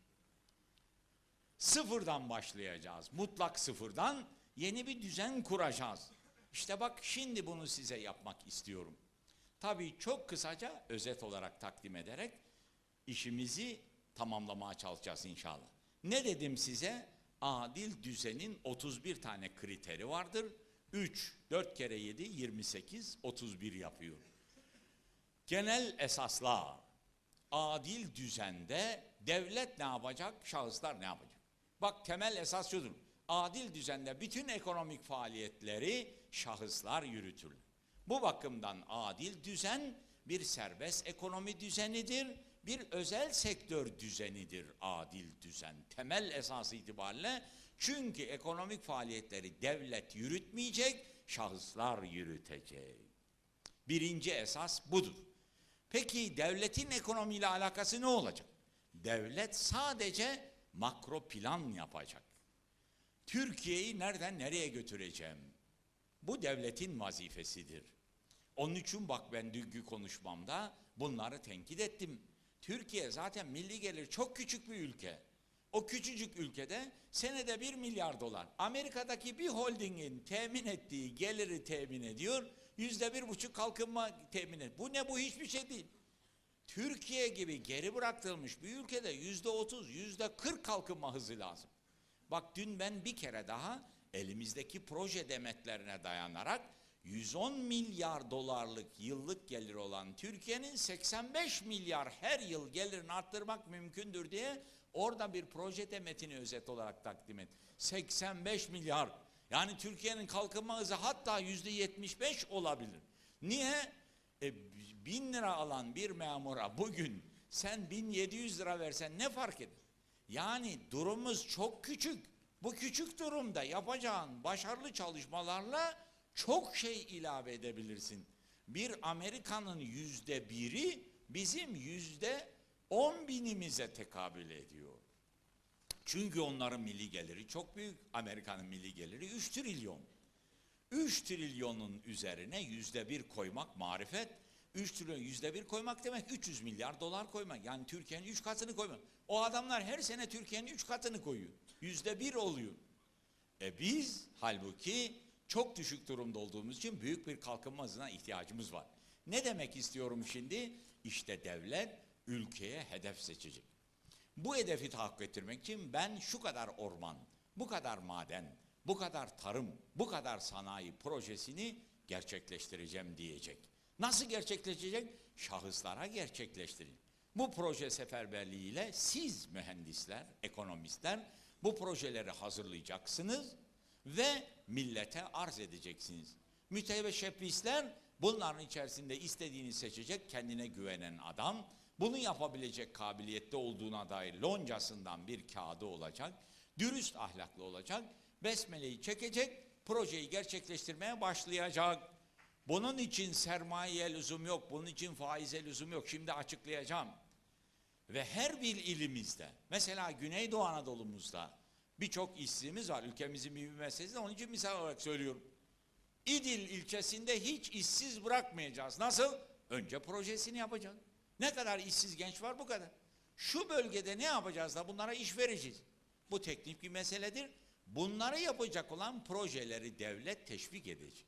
Sıfırdan başlayacağız. Mutlak sıfırdan yeni bir düzen kuracağız. İşte bak şimdi bunu size yapmak istiyorum. Tabii çok kısaca özet olarak takdim ederek işimizi tamamlamaya çalışacağız inşallah. Ne dedim size? Adil düzenin 31 tane kriteri vardır. 3, 4 kere 7, 28, 31 yapıyor. Genel esaslar. Adil düzende devlet ne yapacak, şahıslar ne yapacak? Bak temel esas şudur. Adil düzende bütün ekonomik faaliyetleri şahıslar yürütür. Bu bakımdan adil düzen bir serbest ekonomi düzenidir, bir özel sektör düzenidir adil düzen. Temel esası itibariyle çünkü ekonomik faaliyetleri devlet yürütmeyecek, şahıslar yürütecek. Birinci esas budur. Peki devletin ekonomiyle alakası ne olacak? Devlet sadece makro plan yapacak. Türkiye'yi nereden nereye götüreceğim? Bu devletin vazifesidir. Onun için bak ben dünkü konuşmamda bunları tenkit ettim. Türkiye zaten milli gelir çok küçük bir ülke. O küçücük ülkede senede 1 milyar dolar. Amerika'daki bir holdingin temin ettiği geliri temin ediyor. %1,5 kalkınma temin ediyor. Bu ne, bu hiçbir şey değil. Türkiye gibi geri bırakılmış bir ülkede %30, %40 kalkınma hızı lazım. Bak dün ben bir kere daha elimizdeki proje demetlerine dayanarak 110 milyar dolarlık yıllık gelir olan Türkiye'nin 85 milyar her yıl gelirini arttırmak mümkündür diye orada bir proje demetini özet olarak takdim et. 85 milyar. Yani Türkiye'nin kalkınma hızı hatta %75 olabilir. Niye? 1000 lira alan bir memura bugün sen 1700 lira versen ne fark eder? Yani durumumuz çok küçük. Bu küçük durumda yapacağın başarılı çalışmalarla çok şey ilave edebilirsin. Bir Amerika'nın %1'i bizim %10.000'imize tekabül ediyor. Çünkü onların milli geliri çok büyük. Amerika'nın milli geliri 3 trilyon. 3 trilyonun üzerine %1 koymak marifet. 3 trilyon %1 koymak demek 300 milyar dolar koymak. Yani Türkiye'nin 3 katını koymak. O adamlar her sene Türkiye'nin 3 katını koyuyor. %1 oluyor. Biz halbuki çok düşük durumda olduğumuz için büyük bir kalkınma hızına ihtiyacımız var. Ne demek istiyorum şimdi? İşte devlet ülkeye hedef seçecek. Bu hedefi tahakkuk ettirmek için ben şu kadar orman, bu kadar maden, bu kadar tarım, bu kadar sanayi projesini gerçekleştireceğim diyecek. Nasıl gerçekleşecek? Şahıslara gerçekleştirin. Bu proje seferberliğiyle siz mühendisler, ekonomistler bu projeleri hazırlayacaksınız ve millete arz edeceksiniz. Müteşebbisler bunların içerisinde istediğini seçecek, kendine güvenen adam, bunu yapabilecek kabiliyette olduğuna dair loncasından bir kağıdı olacak, dürüst ahlaklı olacak, besmeleyi çekecek, projeyi gerçekleştirmeye başlayacak. Bunun için sermayeye lüzum yok, bunun için faize lüzum yok. Şimdi açıklayacağım. Ve her bir ilimizde, mesela Güneydoğu Anadolu'muzda birçok işsizimiz var. Ülkemizin bir meselesi de onun için misal olarak söylüyorum. İdil ilçesinde hiç işsiz bırakmayacağız. Nasıl? Önce projesini yapacağız. Ne kadar işsiz genç var bu kadar. Şu bölgede ne yapacağız da bunlara iş vereceğiz. Bu teknik bir meseledir. Bunları yapacak olan projeleri devlet teşvik edecek.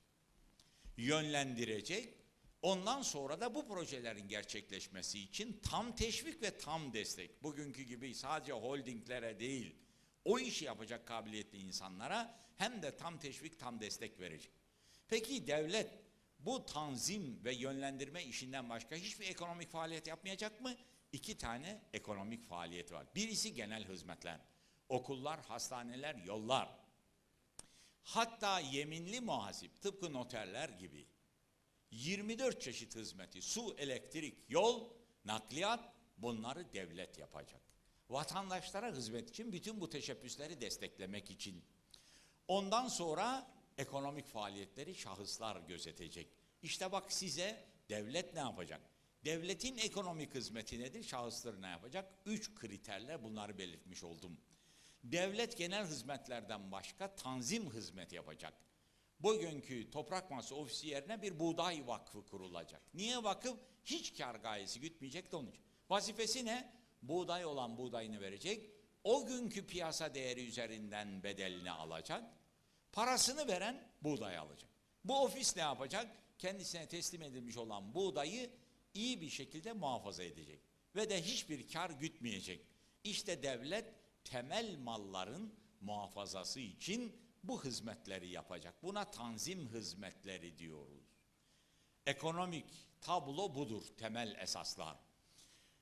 Yönlendirecek. Ondan sonra da bu projelerin gerçekleşmesi için tam teşvik ve tam destek. Bugünkü gibi sadece holdinglere değil, o işi yapacak kabiliyetli insanlara hem de tam teşvik, tam destek verecek. Peki devlet bu tanzim ve yönlendirme işinden başka hiçbir ekonomik faaliyet yapmayacak mı? 2 tane ekonomik faaliyet var. Birisi genel hizmetler. Okullar, hastaneler, yollar. Hatta yeminli muhasip, tıpkı noterler gibi 24 çeşit hizmeti, su, elektrik, yol, nakliyat, bunları devlet yapacak. Vatandaşlara hizmet için bütün bu teşebbüsleri desteklemek için. Ondan sonra ekonomik faaliyetleri şahıslar gözetecek. İşte bak size devlet ne yapacak? Devletin ekonomik hizmeti nedir? Şahısları ne yapacak? 3 kriterle bunları belirtmiş oldum. Devlet genel hizmetlerden başka tanzim hizmeti yapacak. Bugünkü Toprak Mahsulü Ofisi yerine bir buğday vakfı kurulacak. Niye vakıf? Hiç kar gayesi gütmeyecek de onun için. Vazifesi ne? Buğday olan buğdayını verecek. O günkü piyasa değeri üzerinden bedelini alacak. Parasını veren buğday alacak. Bu ofis ne yapacak? Kendisine teslim edilmiş olan buğdayı iyi bir şekilde muhafaza edecek. Ve de hiçbir kar gütmeyecek. İşte devlet temel malların muhafazası için bu hizmetleri yapacak. Buna tanzim hizmetleri diyoruz. Ekonomik tablo budur, temel esaslar.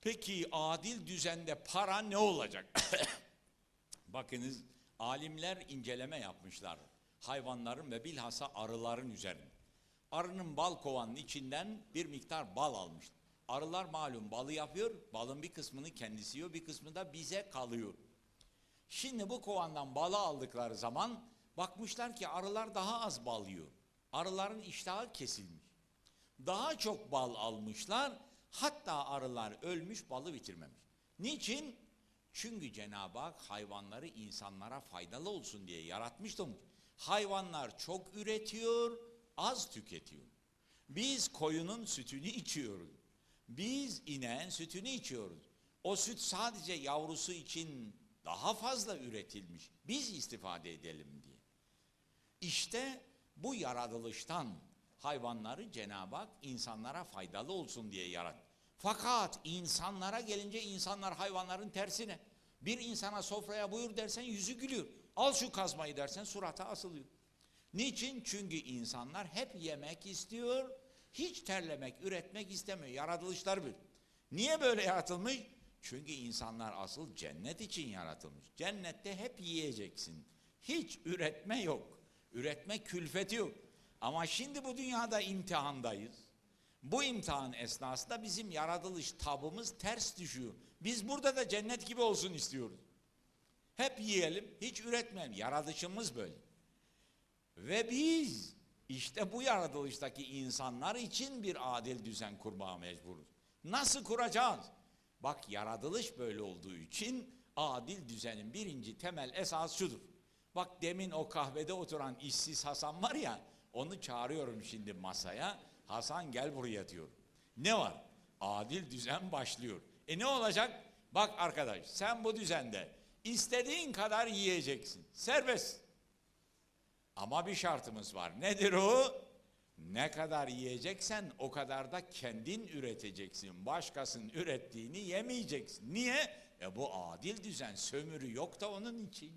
Peki adil düzende para ne olacak? Bakınız, alimler inceleme yapmışlar. Hayvanların ve bilhassa arıların üzerine. Arının bal kovanın içinden bir miktar bal almış. Arılar malum balı yapıyor, balın bir kısmını kendisi yiyor, bir kısmı da bize kalıyor. Şimdi bu kovandan balı aldıkları zaman bakmışlar ki arılar daha az bal yiyor. Arıların iştahı kesilmiş. Daha çok bal almışlar, hatta arılar ölmüş, balı bitirmemiş. Niçin? Çünkü Cenab-ı Hak hayvanları insanlara faydalı olsun diye yaratmıştı. Hayvanlar çok üretiyor, az tüketiyor. Biz koyunun sütünü içiyoruz. Biz ineğin sütünü içiyoruz. O süt sadece yavrusu için daha fazla üretilmiş. Biz istifade edelim diye. İşte bu yaratılıştan hayvanları Cenab-ı Hak insanlara faydalı olsun diye yarattı. Fakat insanlara gelince insanlar hayvanların tersine. Bir insana sofraya buyur dersen yüzü gülüyor. Al şu kazmayı dersen surata asılıyor. Niçin? Çünkü insanlar hep yemek istiyor, hiç terlemek, üretmek istemiyor. Yaratılışlar böyle. Niye böyle yaratılmış? Çünkü insanlar asıl cennet için yaratılmış. Cennette hep yiyeceksin. Hiç üretme yok. Üretme külfeti yok. Ama şimdi bu dünyada imtihandayız. Bu imtihan esnasında bizim yaratılış tabımız ters düşüyor. Biz burada da cennet gibi olsun istiyoruz. Hep yiyelim, hiç üretmeyelim. Yaratışımız böyle. Ve biz işte bu yaratılıştaki insanlar için bir adil düzen kurmaya mecburuz. Nasıl kuracağız? Bak, yaratılış böyle olduğu için adil düzenin birinci temel esas şudur. Bak, demin o kahvede oturan işsiz Hasan var ya, onu çağırıyorum şimdi masaya. Hasan gel buraya diyor. Ne var? Adil düzen başlıyor. Ne olacak? Bak arkadaş, sen bu düzende istediğin kadar yiyeceksin. Serbest. Ama bir şartımız var. Nedir o? Ne kadar yiyeceksen o kadar da kendin üreteceksin. Başkasının ürettiğini yemeyeceksin. Niye? Bu adil düzen, sömürü yok da onun için.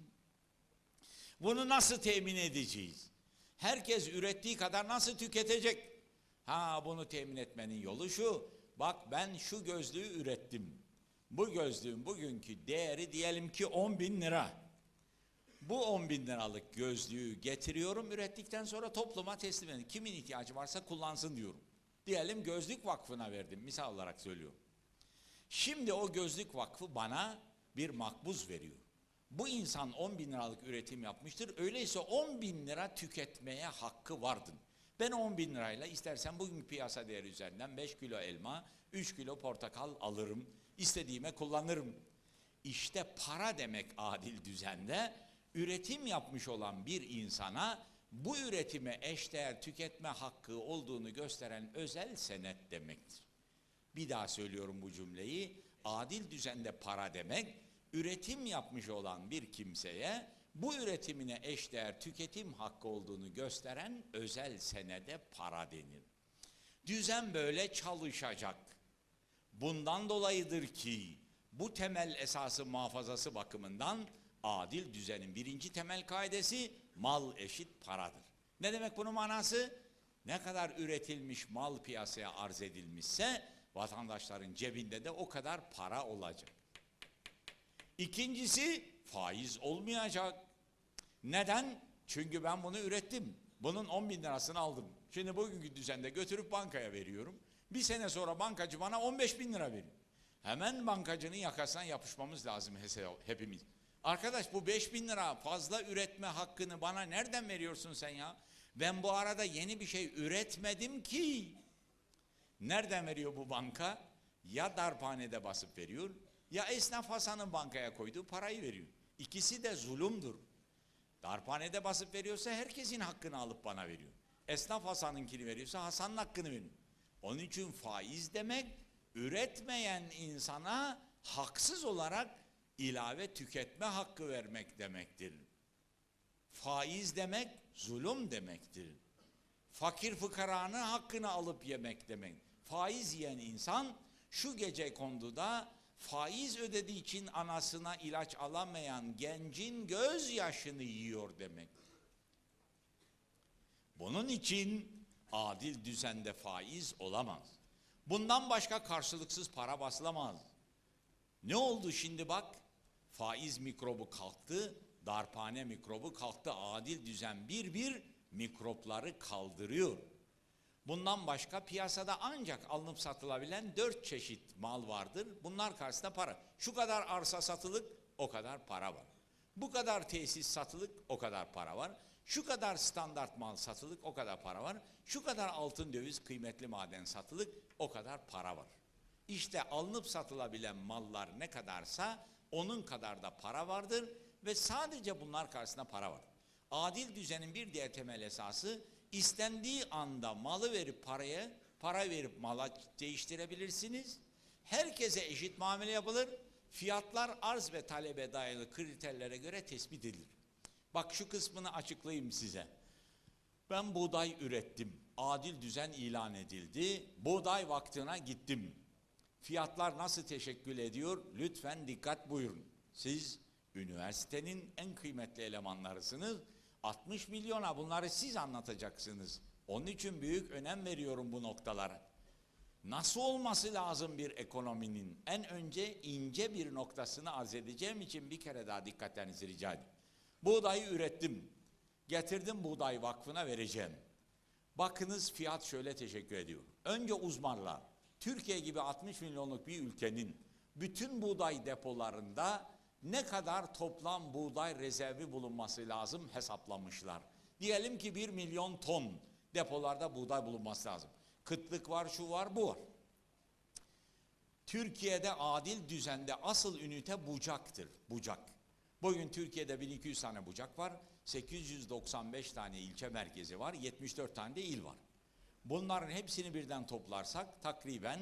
Bunu nasıl temin edeceğiz? Herkes ürettiği kadar nasıl tüketecek? Bunu temin etmenin yolu şu. Bak, ben şu gözlüğü ürettim. Bu gözlüğün bugünkü değeri diyelim ki 10.000 lira. Bu 10.000 liralık gözlüğü getiriyorum, ürettikten sonra topluma teslim ediyorum. Kimin ihtiyacı varsa kullansın diyorum. Diyelim Gözlük Vakfı'na verdim, misal olarak söylüyorum. Şimdi o Gözlük Vakfı bana bir makbuz veriyor. Bu insan 10.000 liralık üretim yapmıştır. Öyleyse 10.000 lira tüketmeye hakkı vardır. Ben 10.000 lirayla istersen bugün piyasa değeri üzerinden 5 kilo elma, 3 kilo portakal alırım. İstediğime kullanırım. İşte para demek adil düzende, üretim yapmış olan bir insana bu üretime eşdeğer tüketme hakkı olduğunu gösteren özel senet demektir. Bir daha söylüyorum bu cümleyi. Adil düzende para demek, üretim yapmış olan bir kimseye bu üretimine eşdeğer tüketim hakkı olduğunu gösteren özel senede para denir. Düzen böyle çalışacak. Bundan dolayıdır ki bu temel esası muhafazası bakımından adil düzenin birinci temel kaidesi mal eşit paradır. Ne demek bunun manası? Ne kadar üretilmiş mal piyasaya arz edilmişse vatandaşların cebinde de o kadar para olacak. İkincisi, faiz olmayacak. Neden? Çünkü ben bunu ürettim. Bunun 10.000 lirasını aldım. Şimdi bugünkü düzende götürüp bankaya veriyorum. Bir sene sonra bankacı bana 15.000 lira veriyor. Hemen bankacının yakasından yapışmamız lazım hepimiz. Arkadaş, bu 5.000 lira fazla üretme hakkını bana nereden veriyorsun sen ya? Ben bu arada yeni bir şey üretmedim ki. Nereden veriyor bu banka? Ya darphanede basıp veriyor, ya esnaf Hasan'ın bankaya koyduğu parayı veriyor. İkisi de zulümdür. Darphanede basıp veriyorsa herkesin hakkını alıp bana veriyor. Esnaf Hasan'ınkini veriyorsa Hasan'ın hakkını veriyor. Onun için faiz demek, üretmeyen insana haksız olarak ilave tüketme hakkı vermek demektir. Faiz demek zulüm demektir. Fakir fıkaranın hakkını alıp yemek demek. Faiz yiyen insan şu gece konduda faiz ödediği için anasına ilaç alamayan gencin gözyaşını yiyor demek. Bunun için adil düzende faiz olamaz. Bundan başka karşılıksız para basılamaz. Ne oldu şimdi bak? Faiz mikrobu kalktı, darphane mikrobu kalktı. Adil düzen bir mikropları kaldırıyor. Bundan başka piyasada ancak alınıp satılabilen 4 çeşit mal vardır. Bunlar karşısında para. Şu kadar arsa satılık, o kadar para var. Bu kadar tesis satılık, o kadar para var. Şu kadar standart mal satılık, o kadar para var. Şu kadar altın, döviz, kıymetli maden satılık, o kadar para var. İşte alınıp satılabilen mallar ne kadarsa onun kadar da para vardır ve sadece bunlar karşısında para var. Adil düzenin bir diğer temel esası, istendiği anda malı verip para verip mala değiştirebilirsiniz. Herkese eşit muamele yapılır. Fiyatlar arz ve talebe dayalı kriterlere göre tespit edilir. Bak şu kısmını açıklayayım size. Ben buğday ürettim. Adil düzen ilan edildi. Buğday vaktine gittim. Fiyatlar nasıl teşekkül ediyor? Lütfen dikkat buyurun. Siz üniversitenin en kıymetli elemanlarısınız. 60 milyona bunları siz anlatacaksınız. Onun için büyük önem veriyorum bu noktalara. Nasıl olması lazım bir ekonominin? En önce ince bir noktasını arz edeceğim için bir kere daha dikkatlerinizi rica ediyorum. Buğdayı ürettim. Getirdim buğday vakfına vereceğim. Bakınız fiyat şöyle teşekkür ediyor. Önce uzmanlar, Türkiye gibi 60 milyonluk bir ülkenin bütün buğday depolarında ne kadar toplam buğday rezervi bulunması lazım hesaplamışlar. Diyelim ki 1 milyon ton depolarda buğday bulunması lazım. Kıtlık var, şu var, bu var. Türkiye'de adil düzende asıl ünite bucaktır, bucak. Bugün Türkiye'de 1200 tane bucak var, 895 tane ilçe merkezi var, 74 tane de il var. Bunların hepsini birden toplarsak takriben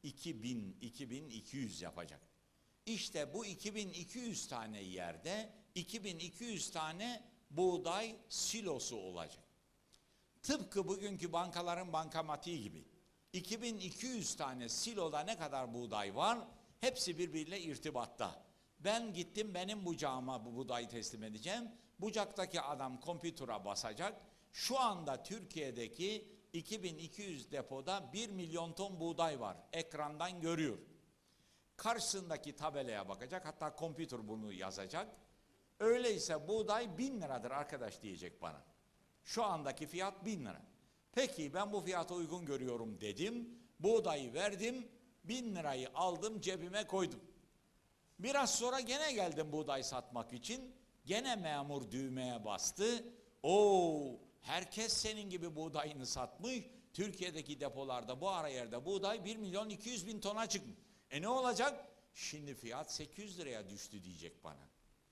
2200 yapacak. İşte bu 2200 tane yerde 2200 tane buğday silosu olacak. Tıpkı bugünkü bankaların bankamatiği gibi. 2200 tane siloda ne kadar buğday var? Hepsi birbiriyle irtibatta. Ben gittim benim bucağıma bu buğdayı teslim edeceğim. Bucaktaki adam kompütöre basacak. Şu anda Türkiye'deki 2200 depoda 1 milyon ton buğday var. Ekrandan görüyor. Karşısındaki tabelaya bakacak. Hatta kompütör bunu yazacak. Öyleyse buğday 1000 liradır arkadaş diyecek bana. Şu andaki fiyat 1000 lira. Peki ben bu fiyata uygun görüyorum dedim. Buğdayı verdim. 1000 lirayı aldım cebime koydum. Biraz sonra gene geldim buğday satmak için. Gene memur düğmeye bastı. Oo, herkes senin gibi buğdayını satmış. Türkiye'deki depolarda bu ara yerde buğday 1 milyon 200 bin tona çıkmış. Ne olacak? Şimdi fiyat 800 liraya düştü diyecek bana.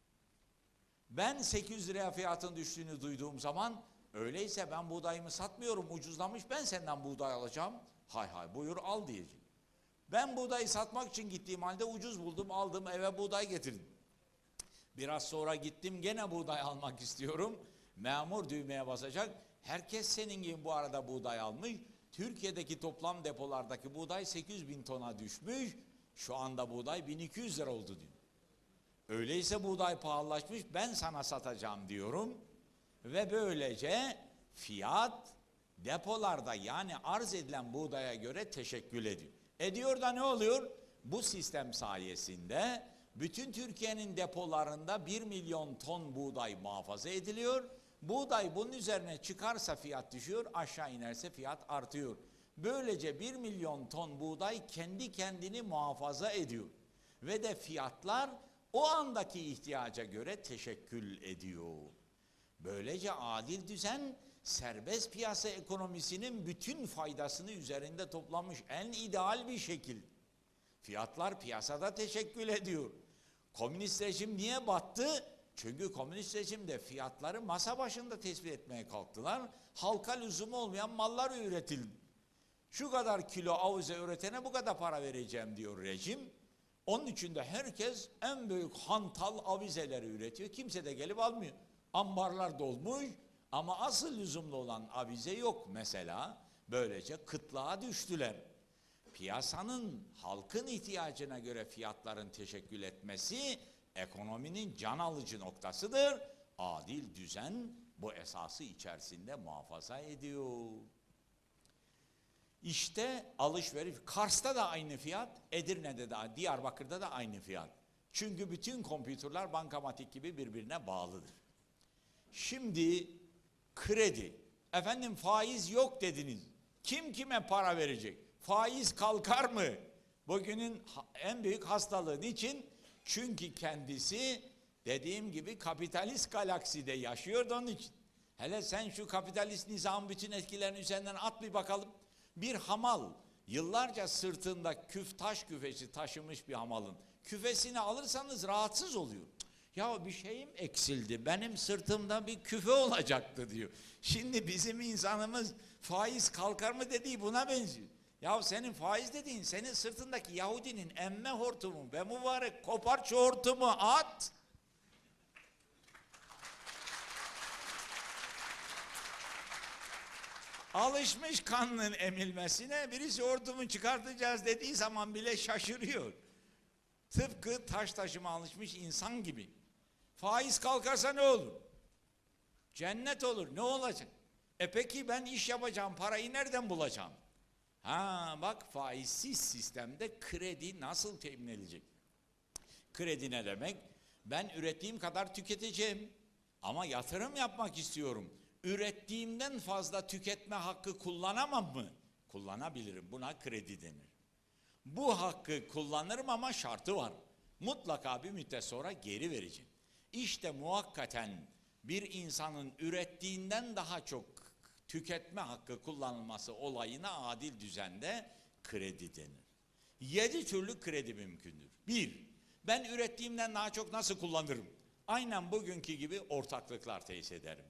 Ben 800 liraya fiyatın düştüğünü duyduğum zaman öyleyse ben buğdayımı satmıyorum, ucuzlamış, ben senden buğday alacağım. Hay hay buyur al diyecek. Ben buğdayı satmak için gittiğim halde ucuz buldum, aldım, eve buğday getirdim. Biraz sonra gittim gene buğday almak istiyorum. Memur düğmeye basacak. Herkes senin gibi bu arada buğday almış. Türkiye'deki toplam depolardaki buğday 800 bin tona düşmüş. Şu anda buğday 1200 lira oldu diyor. Öyleyse buğday pahalılaşmış, ben sana satacağım diyorum. Ve böylece fiyat depolarda yani arz edilen buğdaya göre teşekkül ediyor. Ediyor da ne oluyor? Bu sistem sayesinde bütün Türkiye'nin depolarında 1 milyon ton buğday muhafaza ediliyor. Buğday bunun üzerine çıkarsa fiyat düşüyor, aşağı inerse fiyat artıyor. Böylece 1 milyon ton buğday kendi kendini muhafaza ediyor. Ve de fiyatlar o andaki ihtiyaca göre teşekkül ediyor. Böylece adil düzen serbest piyasa ekonomisinin bütün faydasını üzerinde toplamış en ideal bir şekil. Fiyatlar piyasada teşekkül ediyor. Komünist rejim niye battı? Çünkü komünist rejimde fiyatları masa başında tespit etmeye kalktılar. Halka lüzumu olmayan mallar üretildi. Şu kadar kilo avize üretene bu kadar para vereceğim diyor rejim. Onun için de herkes en büyük hantal avizeleri üretiyor. Kimse de gelip almıyor. Ambarlar dolmuş ama asıl lüzumlu olan avize yok mesela. Böylece kıtlığa düştüler. Piyasanın halkın ihtiyacına göre fiyatların teşekkül etmesi ekonominin can alıcı noktasıdır. Adil düzen bu esası içerisinde muhafaza ediyor. İşte alışveriş. Kars'ta da aynı fiyat, Edirne'de de, Diyarbakır'da da aynı fiyat. Çünkü bütün kompütürler bankamatik gibi birbirine bağlıdır. Şimdi kredi. Efendim faiz yok dediniz. Kim kime para verecek? Faiz kalkar mı? Bugünün en büyük hastalığı niçin? Çünkü kendisi dediğim gibi kapitalist galakside yaşıyor da onun için. Hele sen şu kapitalist nizamın bütün etkilerini üzerinden at bir bakalım. Bir hamal yıllarca sırtında taş küfesi taşımış bir hamalın küfesini alırsanız rahatsız oluyor. Ya bir şeyim eksildi, benim sırtımda bir küfe olacaktı diyor. Şimdi bizim insanımız faiz kalkar mı dediği buna benziyor. Ya senin faiz dediğin senin sırtındaki Yahudinin emme hortumu ve mübarek kopar şu hortumu at. Alışmış kanının emilmesine, birisi hortumu çıkartacağız dediği zaman bile şaşırıyor. Tıpkı taş taşıma alışmış insan gibi. Faiz kalkarsa ne olur? Cennet olur. Ne olacak? Peki ben iş yapacağım, parayı nereden bulacağım? Ha bak, faizsiz sistemde kredi nasıl temin edilecek? Kredi ne demek? Ben ürettiğim kadar tüketeceğim ama yatırım yapmak istiyorum. Ürettiğimden fazla tüketme hakkı kullanamam mı? Kullanabilirim. Buna kredi denir. Bu hakkı kullanırım ama şartı var. Mutlaka bir müddet sonra geri vereceğim. İşte muhakkaten bir insanın ürettiğinden daha çok tüketme hakkı kullanılması olayına adil düzende kredi denir. 7 türlü kredi mümkündür. 1. Ben ürettiğimden daha çok nasıl kullanırım? Aynen bugünkü gibi ortaklıklar tesis ederim.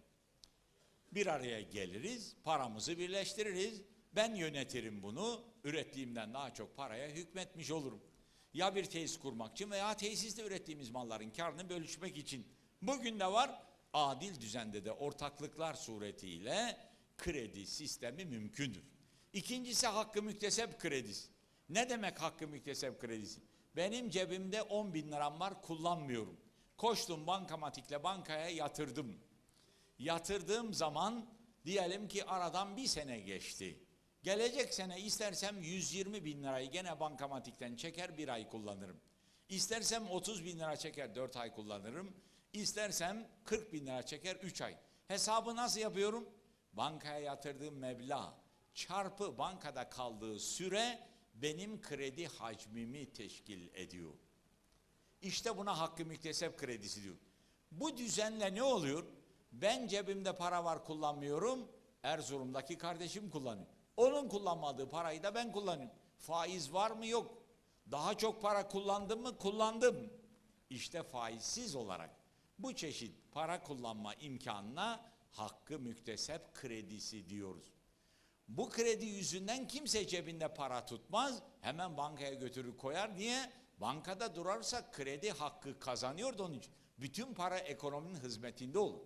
Bir araya geliriz, paramızı birleştiririz. Ben yönetirim bunu, ürettiğimden daha çok paraya hükmetmiş olurum. Ya bir tesis kurmak için veya tesiste ürettiğimiz malların karını bölüşmek için. Bugün de var, adil düzende de ortaklıklar suretiyle kredi sistemi mümkündür. İkincisi hakkı müktesep kredisi. Ne demek hakkı müktesep kredisi? Benim cebimde 10 bin liram var, kullanmıyorum. Koştum bankamatikle bankaya yatırdım. Yatırdığım zaman diyelim ki aradan bir sene geçti. Gelecek sene istersem 120 bin lirayı gene bankamatikten çeker, bir ay kullanırım. İstersem 30 bin lira çeker, 4 ay kullanırım. İstersem 40 bin lira çeker, 3 ay. Hesabı nasıl yapıyorum? Bankaya yatırdığım meblağ çarpı bankada kaldığı süre benim kredi hacmimi teşkil ediyor. İşte buna hakkı müktesep kredisi diyor. Bu düzenle ne oluyor? Ben cebimde para var, kullanmıyorum. Erzurum'daki kardeşim kullanıyor. Onun kullanmadığı parayı da ben kullanıyorum. Faiz var mı? Yok. Daha çok para kullandım mı? Kullandım. İşte faizsiz olarak bu çeşit para kullanma imkanına hakkı müktesep kredisi diyoruz. Bu kredi yüzünden kimse cebinde para tutmaz. Hemen bankaya götürür koyar. Niye? Bankada durarsa kredi hakkı kazanıyor da onun için. Bütün para ekonominin hizmetinde olur.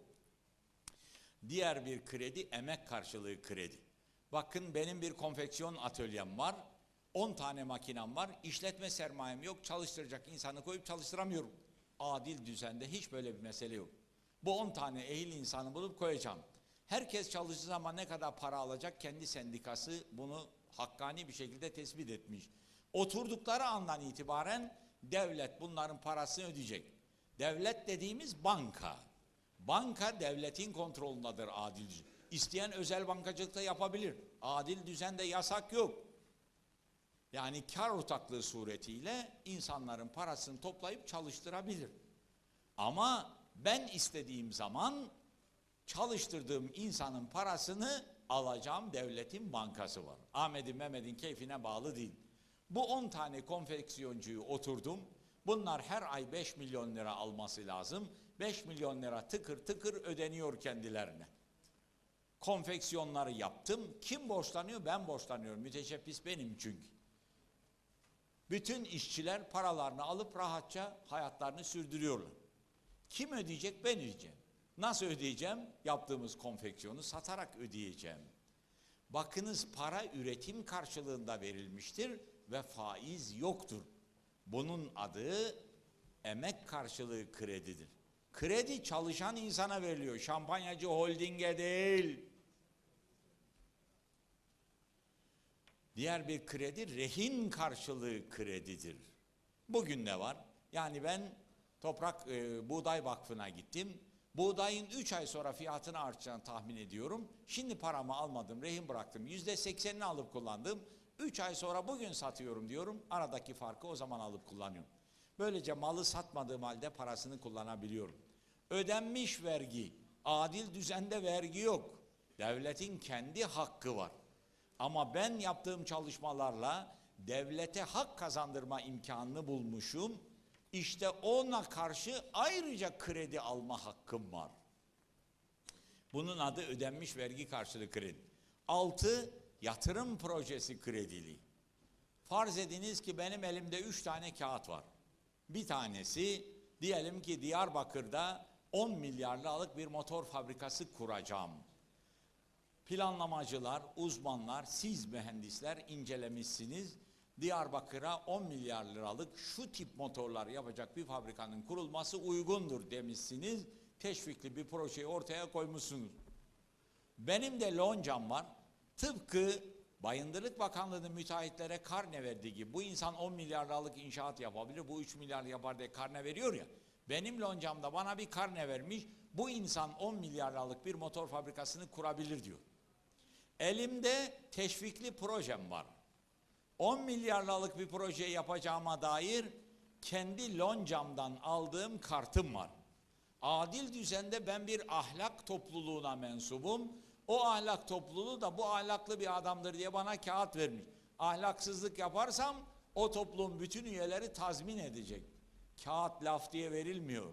Diğer bir kredi emek karşılığı kredi. Bakın benim bir konfeksiyon atölyem var. 10 tane makinem var. İşletme sermayem yok. Çalıştıracak insanı koyup çalıştıramıyorum. Adil düzende hiç böyle bir mesele yok. Bu 10 tane ehil insanı bulup koyacağım. Herkes çalıştığı zaman ne kadar para alacak? Kendi sendikası bunu hakkani bir şekilde tespit etmiş. Oturdukları andan itibaren devlet bunların parasını ödeyecek. Devlet dediğimiz banka. Banka devletin kontrolündedir adil düzen. İsteyen özel bankacılıkta yapabilir. Adil düzende yasak yok. Yani kar ortaklığı suretiyle insanların parasını toplayıp çalıştırabilir. Ama ben istediğim zaman çalıştırdığım insanın parasını alacağım devletin bankası var. Ahmet'in Mehmet'in keyfine bağlı değil. Bu 10 tane konfeksiyoncuyu oturdum. Bunlar her ay 5 milyon lira alması lazım. 5 milyon lira tıkır tıkır ödeniyor kendilerine. Konfeksiyonları yaptım. Kim borçlanıyor? Ben borçlanıyorum. Müteşebbis benim çünkü. Bütün işçiler paralarını alıp rahatça hayatlarını sürdürüyorlar. Kim ödeyecek? Ben ödeyeceğim. Nasıl ödeyeceğim? Yaptığımız konfeksiyonu satarak ödeyeceğim. Bakınız, para üretim karşılığında verilmiştir ve faiz yoktur. Bunun adı emek karşılığı kredidir. Kredi çalışan insana veriliyor. Şampanyacı holdinge değil. Diğer bir kredi rehin karşılığı kredidir. Bugün ne var? Yani ben Buğday Vakfı'na gittim. Buğdayın 3 ay sonra fiyatını artacağını tahmin ediyorum. Şimdi paramı almadım, rehin bıraktım. %80'ini alıp kullandım. 3 ay sonra bugün satıyorum diyorum. Aradaki farkı o zaman alıp kullanıyorum. Böylece malı satmadığım halde parasını kullanabiliyorum. Ödenmiş vergi, adil düzende vergi yok. Devletin kendi hakkı var. Ama ben yaptığım çalışmalarla devlete hak kazandırma imkanını bulmuşum. İşte ona karşı ayrıca kredi alma hakkım var. Bunun adı ödenmiş vergi karşılığı kredi. 6. Yatırım projesi kredili. Farz ediniz ki benim elimde 3 tane kağıt var. Bir tanesi diyelim ki Diyarbakır'da 10 milyar liralık bir motor fabrikası kuracağım. Planlamacılar, uzmanlar, siz mühendisler incelemişsiniz. Diyarbakır'a 10 milyar liralık şu tip motorlar yapacak bir fabrikanın kurulması uygundur demişsiniz. Teşvikli bir projeyi ortaya koymuşsunuz. Benim de loncam var. Tıpkı Bayındırlık Bakanlığı'nın müteahhitlere karne verdiği gibi bu insan 10 milyar liralık inşaat yapabilir, bu 3 milyar yapar diye karne veriyor ya. Benim loncamda bana bir karne vermiş, bu insan 10 milyar liralık bir motor fabrikasını kurabilir diyor. Elimde teşvikli projem var. 10 milyar liralık bir proje yapacağıma dair kendi loncamdan aldığım kartım var. Adil düzende ben bir ahlak topluluğuna mensubum. O ahlak topluluğu da bu ahlaklı bir adamdır diye bana kağıt vermiş. Ahlaksızlık yaparsam o topluluğun bütün üyeleri tazmin edecek. Kağıt laf diye verilmiyor.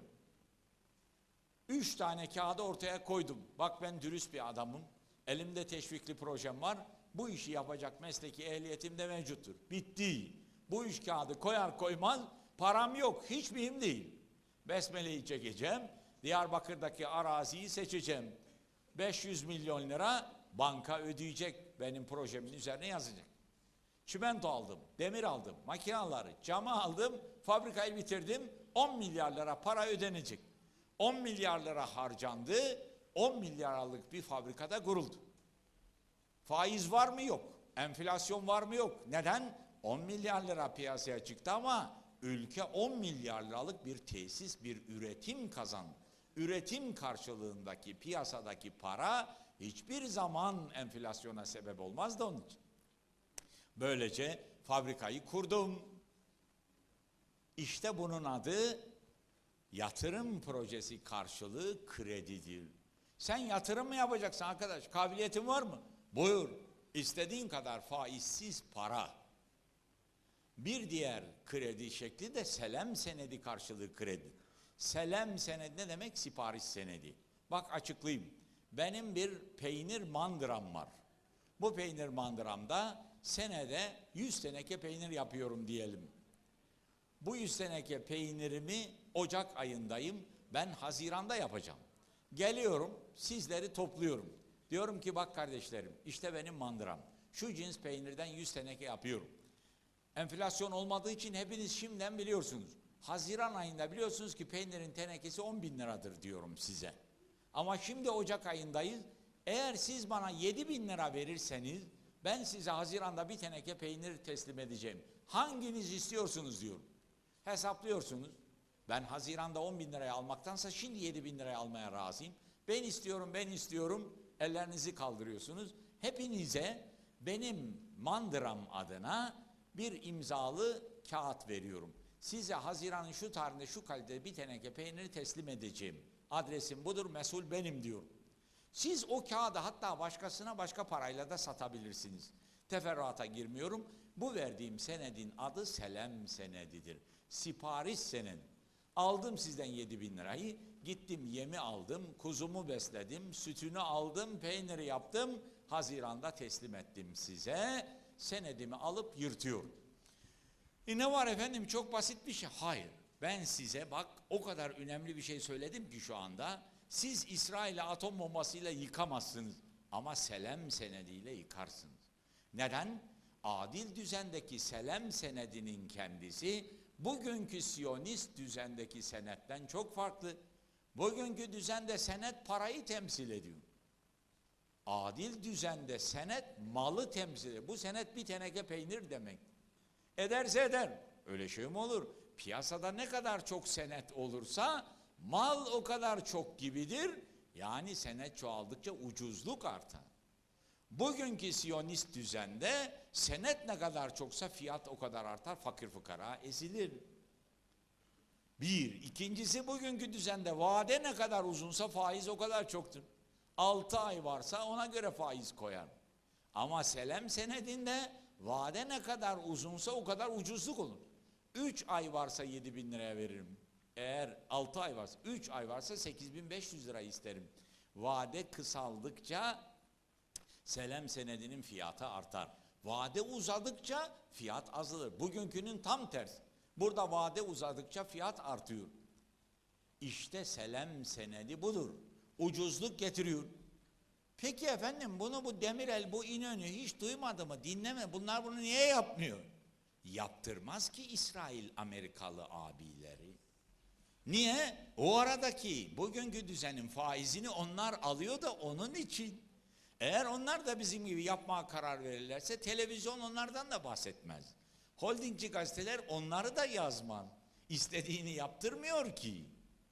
3 tane kağıdı ortaya koydum. Bak ben dürüst bir adamım. Elimde teşvikli projem var. Bu işi yapacak mesleki ehliyetim de mevcuttur. Bitti. Bu iş kağıdı koyar koymaz param yok. Hiç mühim değil. Besmele'yi çekeceğim. Diyarbakır'daki araziyi seçeceğim. 500 milyon lira banka ödeyecek. Benim projemin üzerine yazacak. Çimento aldım, demir aldım, makineleri, camı aldım, fabrikayı bitirdim. 10 milyar lira para ödenecek. 10 milyar lira harcandı. 10 milyar liralık bir fabrikada kuruldu. Faiz var mı? Yok. Enflasyon var mı? Yok. Neden? 10 milyar lira piyasaya çıktı ama ülke 10 milyar liralık bir tesis, bir üretim kazandı. Üretim karşılığındaki piyasadaki para hiçbir zaman enflasyona sebep olmazdı onun için. Böylece fabrikayı kurdum. İşte bunun adı yatırım projesi karşılığı kredidir. Sen yatırım mı yapacaksın arkadaş? Kabiliyetin var mı? Buyur. İstediğin kadar faizsiz para. Bir diğer kredi şekli de selam senedi karşılığı kredi. Selam senedi ne demek? Sipariş senedi. Bak açıklayayım. Benim bir peynir mandıram var. Bu peynir mandıramda senede 100 teneke peynir yapıyorum diyelim. Bu 100 teneke peynirimi Ocak ayındayım. Ben Haziran'da yapacağım. Geliyorum, sizleri topluyorum. Diyorum ki bak kardeşlerim, işte benim mandıram. Şu cins peynirden 100 teneke yapıyorum. Enflasyon olmadığı için hepiniz şimdiden biliyorsunuz. Haziran ayında biliyorsunuz ki peynirin tenekesi 10 bin liradır diyorum size. Ama şimdi Ocak ayındayız. Eğer siz bana 7 bin lira verirseniz ben size Haziran'da bir teneke peynir teslim edeceğim. Hanginiz istiyorsunuz diyorum. Hesaplıyorsunuz. Ben Haziran'da 10 bin liraya almaktansa şimdi 7 bin liraya almaya razıyım. Ben istiyorum. Ellerinizi kaldırıyorsunuz. Hepinize benim mandıram adına bir imzalı kağıt veriyorum. Size Haziran'ın şu tarihinde şu kalitede bir teneke peyniri teslim edeceğim. Adresim budur, mesul benim diyorum. Siz o kağıdı hatta başkasına başka parayla da satabilirsiniz. Teferruata girmiyorum. Bu verdiğim senedin adı selam senedidir. Sipariş senedi. Aldım sizden 7 bin lirayı, gittim yemi aldım, kuzumu besledim, sütünü aldım, peyniri yaptım, Haziran'da teslim ettim size, senedimi alıp yırtıyorum. Ne var efendim, çok basit bir şey. Hayır, ben size bak o kadar önemli bir şey söyledim ki şu anda, siz İsrail'i atom bombasıyla yıkamazsınız ama selam senediyle yıkarsınız. Neden? Adil düzendeki selam senedinin kendisi, bugünkü Siyonist düzendeki senetten çok farklı. Bugünkü düzende senet parayı temsil ediyor. Adil düzende senet malı temsil eder. Bu senet bir teneke peynir demek. Ederse eder. Öyle şey mi olur? Piyasada ne kadar çok senet olursa mal o kadar çok gibidir. Yani senet çoğaldıkça ucuzluk artar. Bugünkü Siyonist düzende senet ne kadar çoksa fiyat o kadar artar, fakir fukara ezilir. Bir. İkincisi, bugünkü düzende vade ne kadar uzunsa faiz o kadar çoktur. 6 ay varsa ona göre faiz koyar. Ama Selem senedinde vade ne kadar uzunsa o kadar ucuzluk olur. 3 ay varsa 7.000 liraya veririm. Eğer 6 ay varsa, 3 ay varsa 8.500 lira isterim. Vade kısaldıkça Selem senedinin fiyatı artar. Vade uzadıkça fiyat azalır. Bugünkünün tam tersi. Burada vade uzadıkça fiyat artıyor. İşte Selem senedi budur. Ucuzluk getiriyor. Peki efendim bunu bu Demirel, bu İnönü hiç duymadı mı? Dinleme. Bunlar bunu niye yapmıyor? Yaptırmaz ki İsrail Amerikalı abileri. Niye? O aradaki bugünkü düzenin faizini onlar alıyor da onun için. Eğer onlar da bizim gibi yapmaya karar verirlerse televizyon onlardan da bahsetmez. Holdingci gazeteler onları da yazmaz. İstediğini yaptırmıyor ki.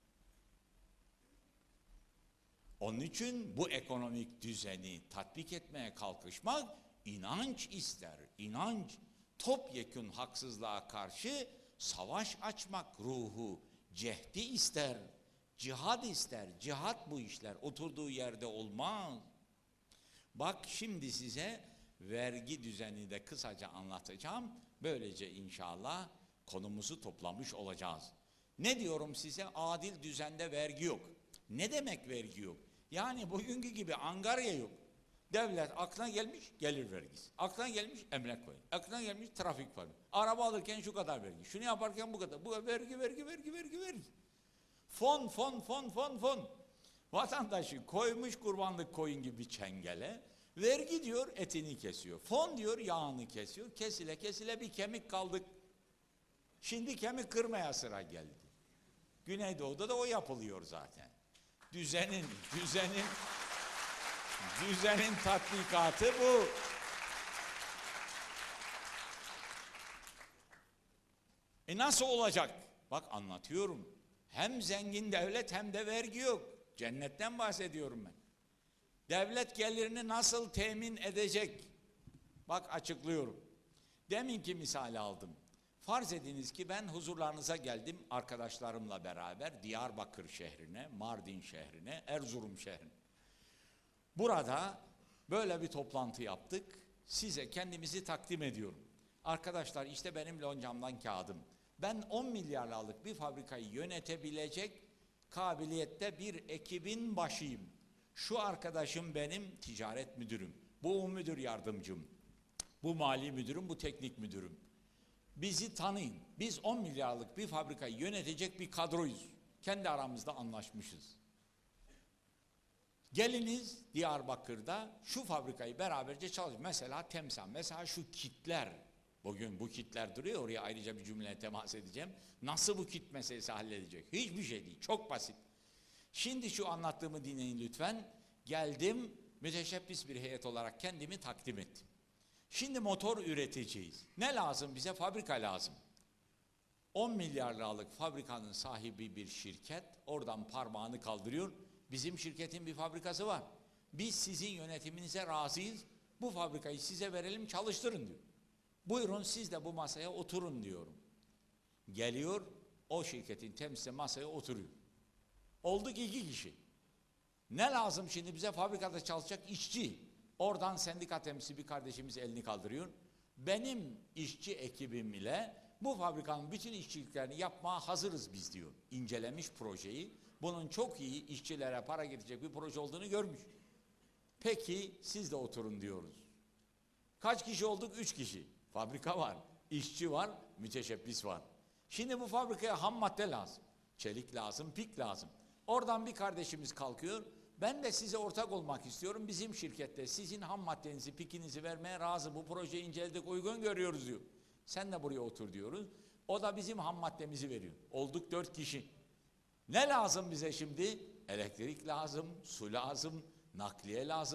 Onun için bu ekonomik düzeni tatbik etmeye kalkışmak inanç ister. İnanç, topyekün haksızlığa karşı savaş açmak ruhu, cehdi ister. Cihad ister. Cihad bu işler. Oturduğu yerde olmaz. Bak şimdi size vergi düzenini de kısaca anlatacağım. Böylece inşallah konumuzu toplamış olacağız. Ne diyorum size? Adil düzende vergi yok. Ne demek vergi yok? Yani bugünkü gibi angarya yok. Devlet aklına gelmiş gelir vergisi. Aklına gelmiş emlak koyun. Aklına gelmiş trafik var. Araba alırken şu kadar vergi. Şunu yaparken bu kadar. Bu vergi. Fon. Vatandaşı koymuş kurbanlık koyun gibi çengele. Vergi diyor etini kesiyor. Fon diyor yağını kesiyor. Kesile bir kemik kaldık. Şimdi kemik kırmaya sıra geldi. Güneydoğu'da da o yapılıyor zaten. Düzenin tatbikatı bu. Nasıl olacak? Bak anlatıyorum. Hem zengin devlet hem de vergi yok. Cennetten bahsediyorum ben. Devlet gelirini nasıl temin edecek? Bak açıklıyorum. Deminki misali aldım. Farz ediniz ki ben huzurlarınıza geldim arkadaşlarımla beraber Diyarbakır şehrine, Mardin şehrine, Erzurum şehrine. Burada böyle bir toplantı yaptık. Size kendimizi takdim ediyorum. Arkadaşlar işte benim loncamdan kağıdım. Ben 10 milyarlık bir fabrikayı yönetebilecek kabiliyette bir ekibin başıyım. Şu arkadaşım benim ticaret müdürüm. Bu müdür yardımcım. Bu mali müdürüm, bu teknik müdürüm. Bizi tanıyın. Biz 10 milyarlık bir fabrikayı yönetecek bir kadroyuz. Kendi aramızda anlaşmışız. Geliniz Diyarbakır'da şu fabrikayı beraberce çalışın. Mesela Temsan, mesela şu kitler. Bugün bu kitler duruyor, oraya ayrıca bir cümle temas edeceğim. Nasıl bu kit meselesi halledecek? Hiçbir şey değil, çok basit. Şimdi şu anlattığımı dinleyin lütfen. Geldim, müteşebbis bir heyet olarak kendimi takdim ettim. Şimdi motor üreteceğiz. Ne lazım bize? Fabrika lazım. 10 milyar liralık fabrikanın sahibi bir şirket oradan parmağını kaldırıyor. Bizim şirketin bir fabrikası var. Biz sizin yönetiminize razıyız. Bu fabrikayı size verelim, çalıştırın diyor. Buyurun siz de bu masaya oturun diyorum. Geliyor, o şirketin temsilcisi masaya oturuyor. Olduk 2 kişi. Ne lazım şimdi bize? Fabrikada çalışacak işçi. Oradan sendika temsilcisi bir kardeşimiz elini kaldırıyor. Benim işçi ekibim ile bu fabrikanın bütün işçiliklerini yapmaya hazırız biz diyor. İncelemiş projeyi. Bunun çok iyi işçilere para getirecek bir proje olduğunu görmüş. Peki siz de oturun diyoruz. Kaç kişi olduk? 3 kişi. Fabrika var, işçi var, müteşebbis var. Şimdi bu fabrikaya ham madde lazım. Çelik lazım, pik lazım. Oradan bir kardeşimiz kalkıyor. Ben de size ortak olmak istiyorum. Bizim şirkette sizin ham maddenizi, pikinizi vermeye razı. Bu projeyi inceledik, uygun görüyoruz diyor. Sen de buraya otur diyoruz. O da bizim ham maddemizi veriyor. Olduk 4 kişi. Ne lazım bize şimdi? Elektrik lazım, su lazım, nakliye lazım,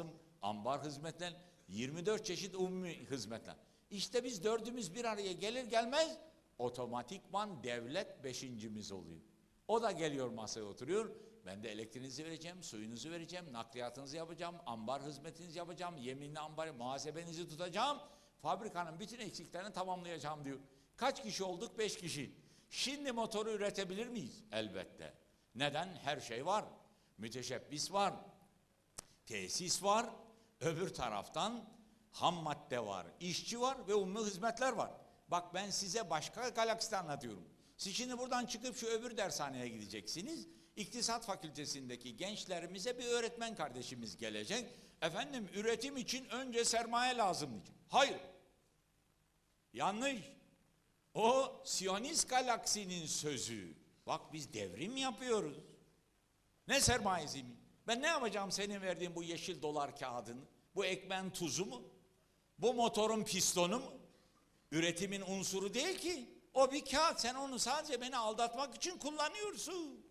ambar hizmetler, 24 çeşit umumi hizmetler. İşte biz dördümüz bir araya gelir gelmez otomatikman devlet beşincimiz oluyor. O da geliyor masaya oturuyor. Ben de elektriğinizi vereceğim, suyunuzu vereceğim, nakliyatınızı yapacağım, ambar hizmetinizi yapacağım, yeminli ambar muhasebenizi tutacağım, fabrikanın bütün eksiklerini tamamlayacağım diyor. Kaç kişi olduk? 5 kişi. Şimdi motoru üretebilir miyiz? Elbette. Neden? Her şey var. Müteşebbis var, tesis var, öbür taraftan ham madde var, işçi var ve umumi hizmetler var. Bak ben size başka galakside anlatıyorum. Siz şimdi buradan çıkıp şu öbür dershaneye gideceksiniz. İktisat Fakültesindeki gençlerimize bir öğretmen kardeşimiz gelecek. Efendim üretim için önce sermaye lazım diyecek. Hayır. Yanlış. O Siyonist galaksinin sözü. Bak biz devrim yapıyoruz. Ne sermayesi mi? Ben ne yapacağım senin verdiğin bu yeşil dolar kağıdını? Bu ekmeğin tuzu mu? Bu motorun pistonu mu? Üretimin unsuru değil ki. O bir kağıt. Sen onu sadece beni aldatmak için kullanıyorsun.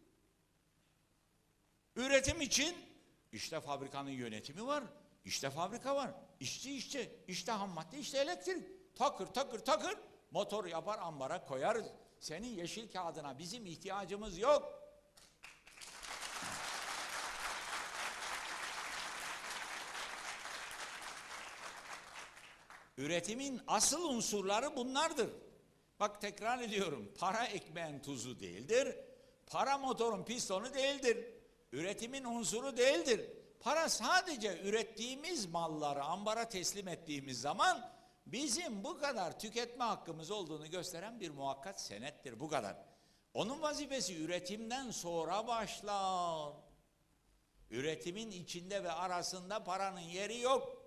Üretim için işte fabrikanın yönetimi var. İşte fabrika var. İşçi, işte ham madde, işte elektrik. Takır takır takır motor yapar ambara koyarız. Senin yeşil kağıdına bizim ihtiyacımız yok. Üretimin asıl unsurları bunlardır. Bak tekrar ediyorum. Para ekmeğin tuzu değildir. Para motorun pistonu değildir. Üretimin unsuru değildir. Para sadece ürettiğimiz malları ambara teslim ettiğimiz zaman bizim bu kadar tüketme hakkımız olduğunu gösteren bir muhakkat senettir. Bu kadar. Onun vazifesi üretimden sonra başlar. Üretimin içinde ve arasında paranın yeri yok.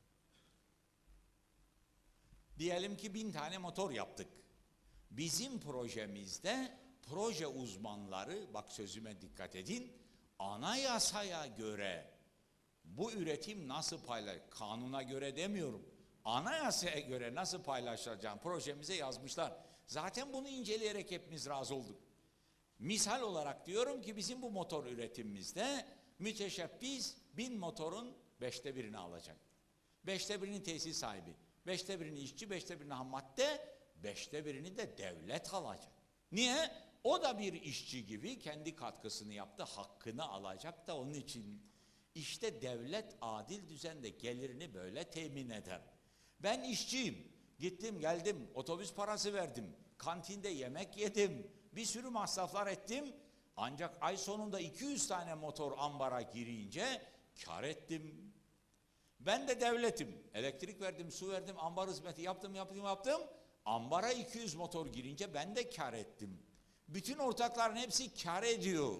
Diyelim ki 1000 tane motor yaptık. Bizim projemizde proje uzmanları, bak sözüme dikkat edin, anayasaya göre bu üretim nasıl kanuna göre demiyorum, anayasaya göre nasıl paylaşılacağını projemize yazmışlar. Zaten bunu inceleyerek hepimiz razı olduk. Misal olarak diyorum ki bizim bu motor üretimimizde müteşebbis 1000 motorun 5'te birini alacak. 5'te birini tesis sahibi, 5'te birini işçi, 5'te birini ham madde, 5'te birini de devlet alacak. Niye? O da bir işçi gibi kendi katkısını yaptı, hakkını alacak da onun için. İşte devlet adil düzende gelirini böyle temin eder. Ben işçiyim, gittim geldim, otobüs parası verdim, kantinde yemek yedim, bir sürü masraflar ettim. Ancak ay sonunda 200 tane motor ambara girince kar ettim. Ben de devletim, elektrik verdim, su verdim, ambar hizmeti yaptım. Ambara 200 motor girince ben de kar ettim. Bütün ortakların hepsi kar ediyor.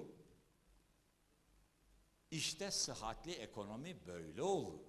İşte sıhhatli ekonomi böyle olur.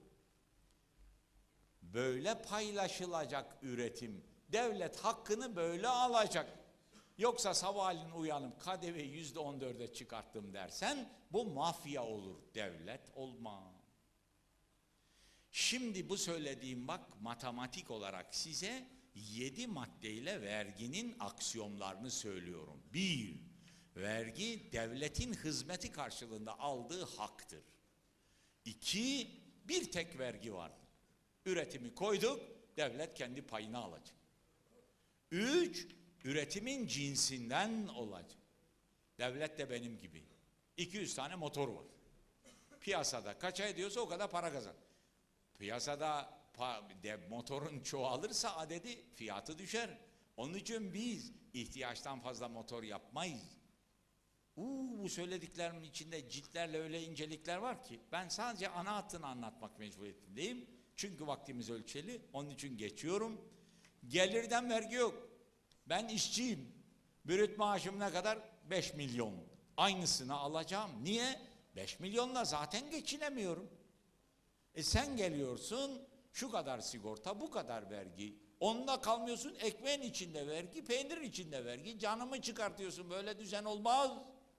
Böyle paylaşılacak üretim. Devlet hakkını böyle alacak. Yoksa sabahleyin uyanıp KDV'yi %14'e çıkarttım dersen bu mafya olur, devlet olmaz. Şimdi bu söylediğim bak matematik olarak size 7 maddeyle verginin aksiyomlarını söylüyorum. 1. Vergi devletin hizmeti karşılığında aldığı haktır. 2. Bir tek vergi vardır. Üretimi koyduk, devlet kendi payını alacak. 3. Üretimin cinsinden olacak. Devlet de benim gibi. 200 tane motor var. Piyasada kaça ediyorsa o kadar para kazan. Piyasada motorun çoğalırsa adedi fiyatı düşer. Onun için biz ihtiyaçtan fazla motor yapmayız. Bu söylediklerimin içinde ciltlerle öyle incelikler var ki ben sadece ana hattını anlatmak mecburiyetindeyim. Çünkü vaktimiz ölçeli, onun için geçiyorum. Gelirden vergi yok. Ben işçiyim. Brüt maaşım ne kadar? 5 milyon. Aynısını alacağım. Niye? 5 milyonla zaten geçinemiyorum. Sen geliyorsun, şu kadar sigorta, bu kadar vergi. Onunla kalmıyorsun, ekmeğin içinde vergi, peynir içinde vergi. Canımı çıkartıyorsun, böyle düzen olmaz.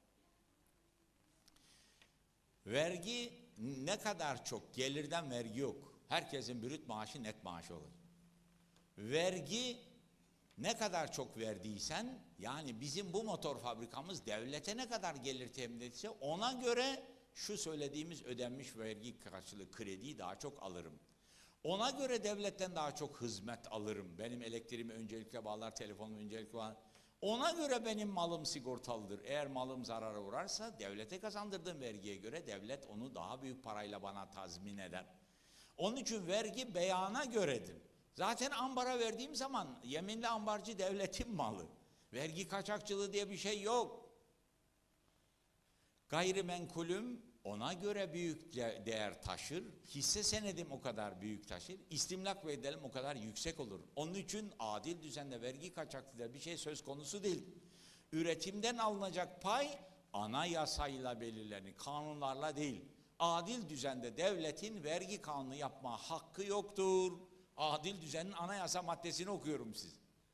Vergi ne kadar çok, gelirden vergi yok. Herkesin brüt maaşı net maaşı olur. Vergi ne kadar çok verdiysen, yani bizim bu motor fabrikamız devlete ne kadar gelir temin etse ona göre şu söylediğimiz ödenmiş vergi karşılığı krediyi daha çok alırım. Ona göre devletten daha çok hizmet alırım. Benim elektriğimi öncelikle bağlar, telefonumu öncelikle bağlar. Ona göre benim malım sigortalıdır. Eğer malım zarara uğrarsa devlete kazandırdığım vergiye göre devlet onu daha büyük parayla bana tazmin eder. Onun için vergi beyana göredir. Zaten ambara verdiğim zaman yeminli ambarcı devletin malı. Vergi kaçakçılığı diye bir şey yok. Gayrimenkulüm ona göre büyük değer taşır. Hisse senedim o kadar büyük taşır. İstimlak bedelim o kadar yüksek olur. Onun için adil düzende vergi kaçakçılığı bir şey söz konusu değil. Üretimden alınacak pay anayasayla belirlenir, kanunlarla değil. Adil düzende devletin vergi kanunu yapma hakkı yoktur. Adil düzenin anayasa maddesini okuyorum siz.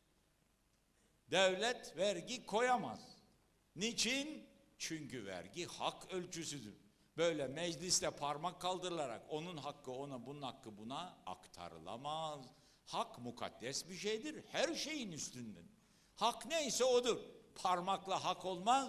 Devlet vergi koyamaz. Niçin? Çünkü vergi hak ölçüsüdür. Böyle mecliste parmak kaldırılarak onun hakkı ona, bunun hakkı buna aktarılamaz. Hak mukaddes bir şeydir. Her şeyin üstünden. Hak neyse odur. Parmakla hak olmaz.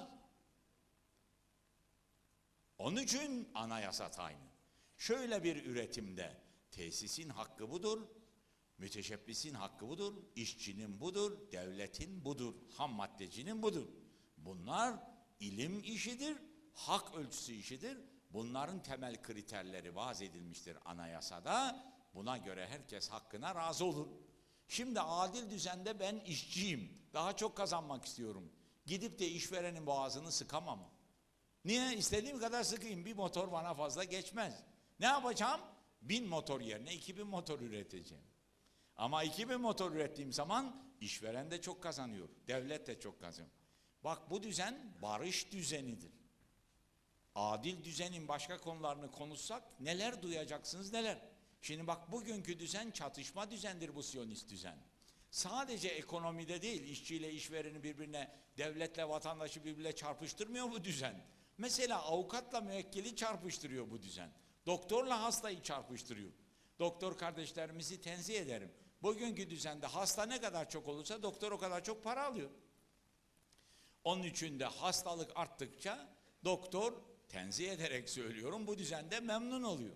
Onun için anayasa tayini. Şöyle bir üretimde tesisin hakkı budur, müteşebbisin hakkı budur, işçinin budur, devletin budur, ham maddecinin budur. Bunlar ilim işidir, hak ölçüsü işidir. Bunların temel kriterleri vaz edilmiştir anayasada. Buna göre herkes hakkına razı olur. Şimdi adil düzende ben işçiyim, daha çok kazanmak istiyorum. Gidip de işverenin boğazını sıkamam. Niye? İstediğim kadar sıkayım. Bir motor bana fazla geçmez. Ne yapacağım? 1000 motor yerine 2000 motor üreteceğim. Ama 2000 motor ürettiğim zaman işveren de çok kazanıyor. Devlet de çok kazanıyor. Bak bu düzen barış düzenidir. Adil düzenin başka konularını konuşsak neler duyacaksınız neler. Şimdi bak bugünkü düzen çatışma düzendir bu Siyonist düzen. Sadece ekonomide değil, işçiyle işvereni birbirine, devletle vatandaşı birbirine çarpıştırmıyor bu düzen. Mesela avukatla müvekkili çarpıştırıyor bu düzen. Doktorla hastayı çarpıştırıyor. Doktor kardeşlerimizi tenzih ederim. Bugünkü düzende hasta ne kadar çok olursa doktor o kadar çok para alıyor. Onun için de hastalık arttıkça doktor, tenzih ederek söylüyorum, bu düzende memnun oluyor.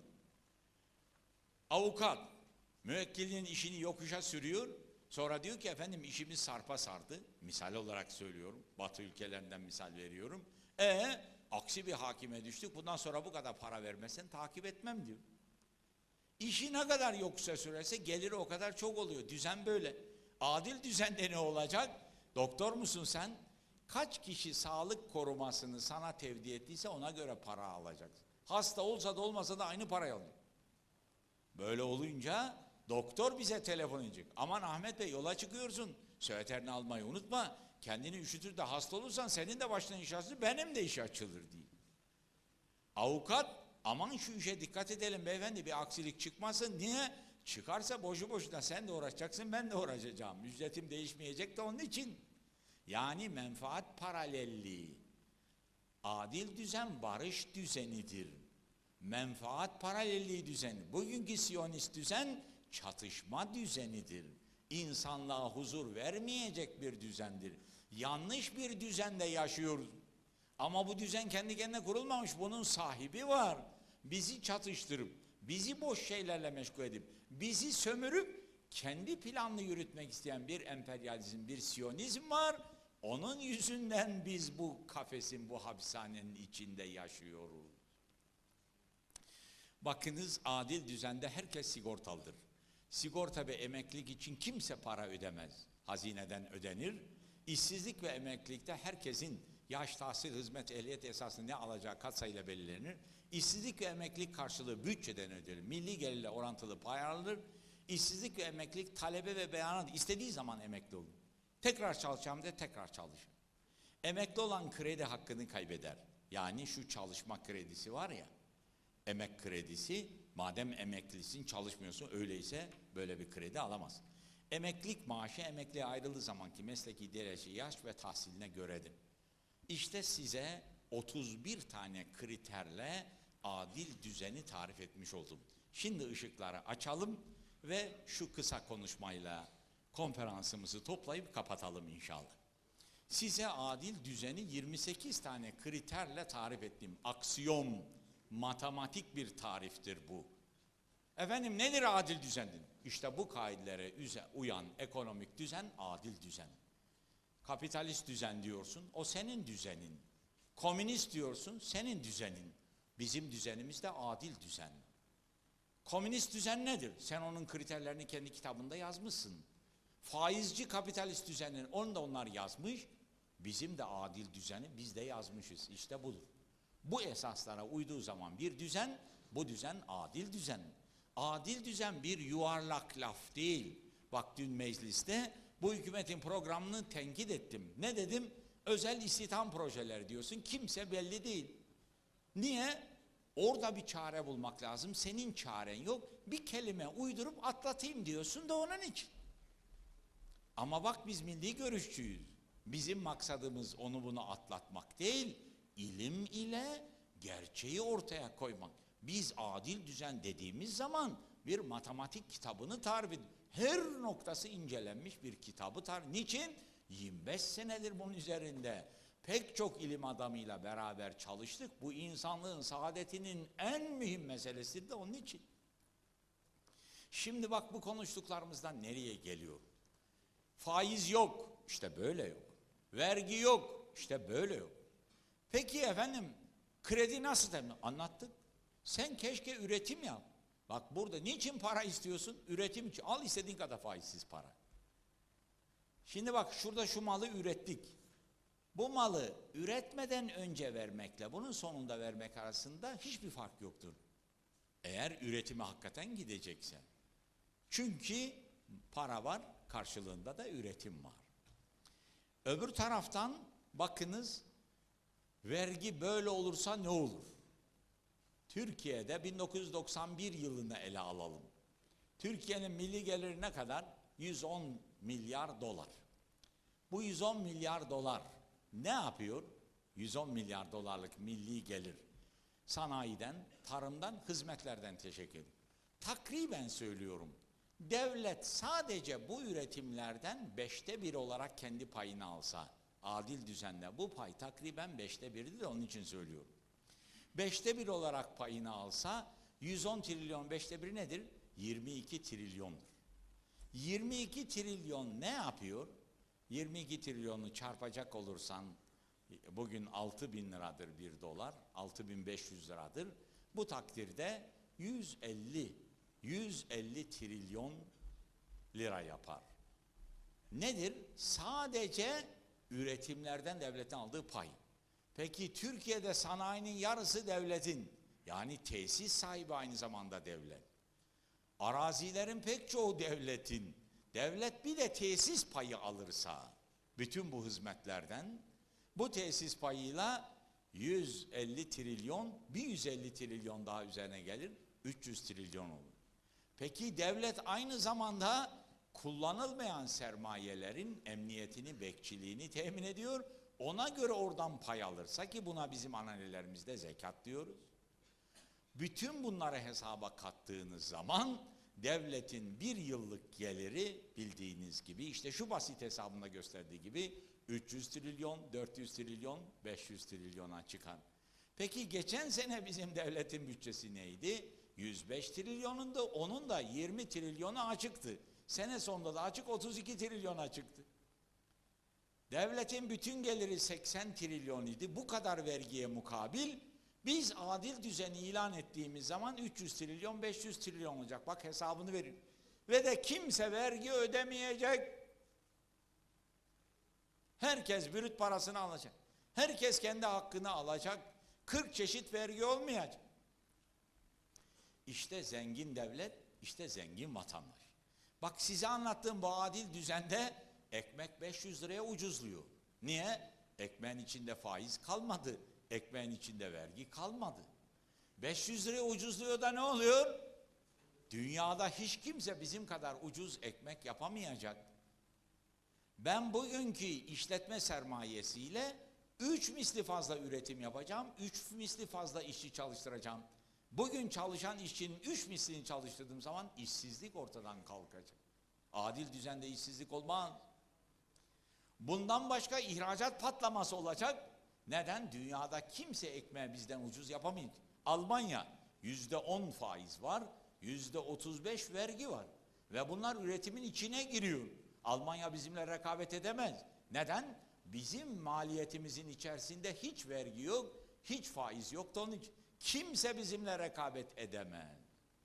Avukat müvekkilinin işini yokuşa sürüyor. Sonra diyor ki efendim işimiz sarpa sardı. Misal olarak söylüyorum. Batı ülkelerinden misal veriyorum. Aksi bir hakime düştük. Bundan sonra bu kadar para vermezsen takip etmem diyor. İşi ne kadar yokuşa sürerse geliri o kadar çok oluyor. Düzen böyle. Adil düzende ne olacak? Doktor musun sen? Kaç kişi sağlık korumasını sana tevdi ettiyse ona göre para alacaksın. Hasta olsa da olmasa da aynı parayı alıyor. Böyle olunca doktor bize telefon edecek. Aman Ahmet Bey yola çıkıyorsun. Süveterini almayı unutma. Kendini üşütür de hasta olursan senin de başına iş açılır, benim de iş açılır diye. Avukat aman şu işe dikkat edelim beyefendi bir aksilik çıkmasın. Niye? Çıkarsa boşu boşuna sen de uğraşacaksın ben de uğraşacağım. Ücretim değişmeyecek de onun için. Yani menfaat paralelliği. Adil düzen barış düzenidir. Menfaat paralelliği düzeni. Bugünkü Siyonist düzen çatışma düzenidir. İnsanlığa huzur vermeyecek bir düzendir. Yanlış bir düzende yaşıyoruz. Ama bu düzen kendi kendine kurulmamış. Bunun sahibi var. Bizi çatıştırıp, bizi boş şeylerle meşgul edip, bizi sömürüp kendi planını yürütmek isteyen bir emperyalizm, bir Siyonizm var. Onun yüzünden biz bu kafesin, bu hapishanenin içinde yaşıyoruz. Bakınız adil düzende herkes sigortalıdır. Sigorta ve emeklilik için kimse para ödemez. Hazineden ödenir. İşsizlik ve emeklilikte herkesin yaş, tahsil, hizmet, ehliyet esasında ne alacağı katsayıyla belirlenir. İşsizlik ve emeklilik karşılığı bütçeden ödenir. Milli gelirle orantılı pay alınır. İşsizlik ve emeklilik talebe ve beyana istediği zaman emekli olur. Tekrar çalışacağım de tekrar çalışır. Emekli olan kredi hakkını kaybeder. Yani şu çalışma kredisi var ya, emek kredisi, madem emeklisin çalışmıyorsun öyleyse böyle bir kredi alamaz. Emeklilik maaşı emekliye ayrıldığı zamanki mesleki derece, yaş ve tahsiline göredir. İşte size 31 tane kriterle adil düzeni tarif etmiş oldum. Şimdi ışıkları açalım ve şu kısa konuşmayla konferansımızı toplayıp kapatalım inşallah. Size adil düzeni 28 tane kriterle tarif ettim. Aksiyom, matematik bir tariftir bu. Efendim nedir adil düzen? İşte bu kaidelere uyan ekonomik düzen adil düzen. Kapitalist düzen diyorsun, o senin düzenin. Komünist diyorsun, senin düzenin. Bizim düzenimiz de adil düzen. Komünist düzen nedir? Sen onun kriterlerini kendi kitabında yazmışsın. Faizci kapitalist düzenin, onu da onlar yazmış. Bizim de adil düzeni biz de yazmışız. İşte budur. Bu esaslara uyduğu zaman bir düzen, bu düzen adil düzen. Adil düzen bir yuvarlak laf değil. Bak dün mecliste bu hükümetin programını tenkit ettim. Ne dedim? Özel istihdam projeleri diyorsun. Kimse belli değil. Niye? Orada bir çare bulmak lazım. Senin çaren yok. Bir kelime uydurup atlatayım diyorsun da onun için. Ama bak biz milli görüşçüyüz. Bizim maksadımız onu bunu atlatmak değil, ilim ile gerçeği ortaya koymak. Biz adil düzen dediğimiz zaman bir matematik kitabını tarif ediyoruz. Her noktası incelenmiş bir kitabı tarif. Niçin? 25 senedir bunun üzerinde pek çok ilim adamıyla beraber çalıştık. Bu insanlığın saadetinin en mühim meselesi de onun için. Şimdi bak bu konuştuklarımızdan nereye geliyor? Faiz yok, işte böyle yok. Vergi yok, işte böyle yok. Peki efendim kredi nasıl temin? Anlattık. Sen keşke üretim yap. Bak burada niçin para istiyorsun? Üretim için. Al istediğin kadar faizsiz para. Şimdi bak şurada şu malı ürettik. Bu malı üretmeden önce vermekle bunun sonunda vermek arasında hiçbir fark yoktur. Eğer üretime hakikaten gidecekse. Çünkü para var, karşılığında da üretim var. Öbür taraftan bakınız, vergi böyle olursa ne olur? Türkiye'de 1991 yılını ele alalım. Türkiye'nin milli geliri ne kadar? 110 milyar dolar. Bu 110 milyar dolar ne yapıyor? 110 milyar dolarlık milli gelir. Sanayiden, tarımdan, hizmetlerden teşekkür ederim. Takriben söylüyorum. Devlet sadece bu üretimlerden 1/5 olarak kendi payını alsa, adil düzende bu pay takriben 1/5'dir de onun için söylüyorum. 1/5 olarak payını alsa 110 trilyon 1/5 nedir? 22 trilyondur. 22 trilyon ne yapıyor? 22 trilyonu çarpacak olursan bugün 6.000 liradır bir dolar, 6.500 liradır. Bu takdirde 150 trilyon lira yapar. Nedir? Sadece üretimlerden devletin aldığı pay. Peki Türkiye'de sanayinin yarısı devletin, yani tesis sahibi aynı zamanda devlet. Arazilerin pek çoğu devletin. Devlet bir de tesis payı alırsa bütün bu hizmetlerden bu tesis payıyla 150 trilyon, bir 150 trilyon daha üzerine gelir, 300 trilyon olur. Peki devlet aynı zamanda kullanılmayan sermayelerin emniyetini, bekçiliğini temin ediyor. Ona göre oradan pay alırsa ki buna bizim analizlerimizde zekat diyoruz. Bütün bunları hesaba kattığınız zaman devletin bir yıllık geliri bildiğiniz gibi işte şu basit hesabında gösterdiği gibi 300 trilyon, 400 trilyon, 500 trilyona çıkar. Peki geçen sene bizim devletin bütçesi neydi? 105 trilyonunda, onun da 20 trilyonu açıktı. Sene sonunda da açık 32 trilyona çıktı. Devletin bütün geliri 80 trilyon idi. Bu kadar vergiye mukabil biz adil düzeni ilan ettiğimiz zaman 300 trilyon 500 trilyon olacak. Bak hesabını verin. Ve de kimse vergi ödemeyecek. Herkes brüt parasını alacak. Herkes kendi hakkını alacak. 40 çeşit vergi olmayacak. İşte zengin devlet, işte zengin vatandaş. Bak size anlattığım bu adil düzende ekmek 500 liraya ucuzluyor. Niye? Ekmeğin içinde faiz kalmadı. Ekmeğin içinde vergi kalmadı. 500 liraya ucuzluyor da ne oluyor? Dünyada hiç kimse bizim kadar ucuz ekmek yapamayacak. Ben bugünkü işletme sermayesiyle 3 misli fazla üretim yapacağım, 3 misli fazla işçi çalıştıracağım. Bugün çalışan işçinin 3 mislini çalıştırdığım zaman işsizlik ortadan kalkacak. Adil düzende işsizlik olmaz. Bundan başka ihracat patlaması olacak. Neden? Dünyada kimse ekmeği bizden ucuz yapamayacak. Almanya %10 faiz var, %35 vergi var. Ve bunlar üretimin içine giriyor. Almanya bizimle rekabet edemez. Neden? Bizim maliyetimizin içerisinde hiç vergi yok, hiç faiz yok. Onun için kimse bizimle rekabet edemez.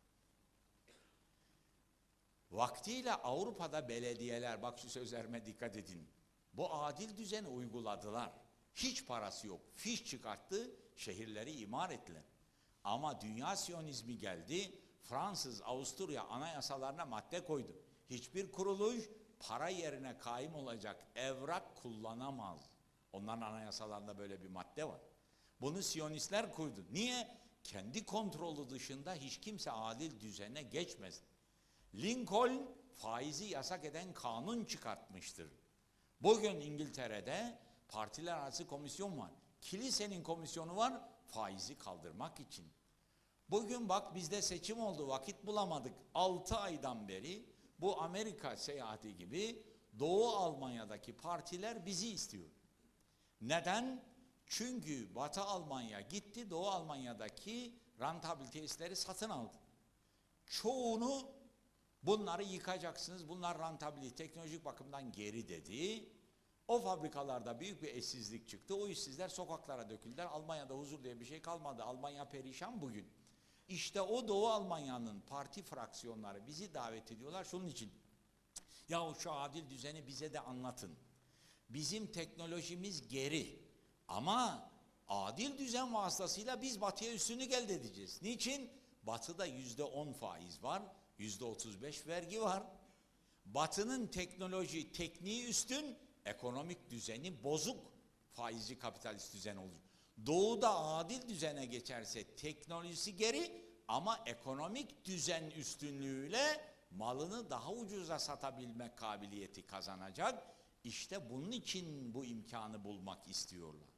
Vaktiyle Avrupa'da belediyeler, bak şu sözlerime dikkat edin, bu adil düzeni uyguladılar. Hiç parası yok, fiş çıkarttı, şehirleri imar ettiler. Ama dünya Siyonizmi geldi, Fransız, Avusturya anayasalarına madde koydu. Hiçbir kuruluş para yerine kaim olacak evrak kullanamaz. Onların anayasalarında böyle bir madde var. Bunu Siyonistler koydu. Niye? Kendi kontrolü dışında hiç kimse adil düzene geçmez. Lincoln faizi yasak eden kanun çıkartmıştır. Bugün İngiltere'de partiler arası komisyon var. Kilisenin komisyonu var faizi kaldırmak için. Bugün bak bizde seçim oldu, vakit bulamadık. 6 aydan beri bu Amerika seyahati gibi Doğu Almanya'daki partiler bizi istiyor. Neden? Çünkü Batı Almanya gitti, Doğu Almanya'daki rantabil tesisleri satın aldı. Çoğunu bunları yıkacaksınız, bunlar rantabil, teknolojik bakımdan geri dedi. O fabrikalarda büyük bir eşsizlik çıktı. O işsizler sokaklara döküldüler. Almanya'da huzur diye bir şey kalmadı. Almanya perişan bugün. İşte o Doğu Almanya'nın parti fraksiyonları bizi davet ediyorlar. Şunun için, ya şu adil düzeni bize de anlatın. Bizim teknolojimiz geri ama adil düzen vasıtasıyla biz batıya üstünlük elde edeceğiz. Niçin? Batıda %10 faiz var, %35 vergi var. Batının teknoloji, tekniği üstün, ekonomik düzeni bozuk, faizci kapitalist düzen olur. Doğuda adil düzene geçerse teknolojisi geri ama ekonomik düzen üstünlüğüyle malını daha ucuza satabilme kabiliyeti kazanacak. İşte bunun için bu imkanı bulmak istiyorlar.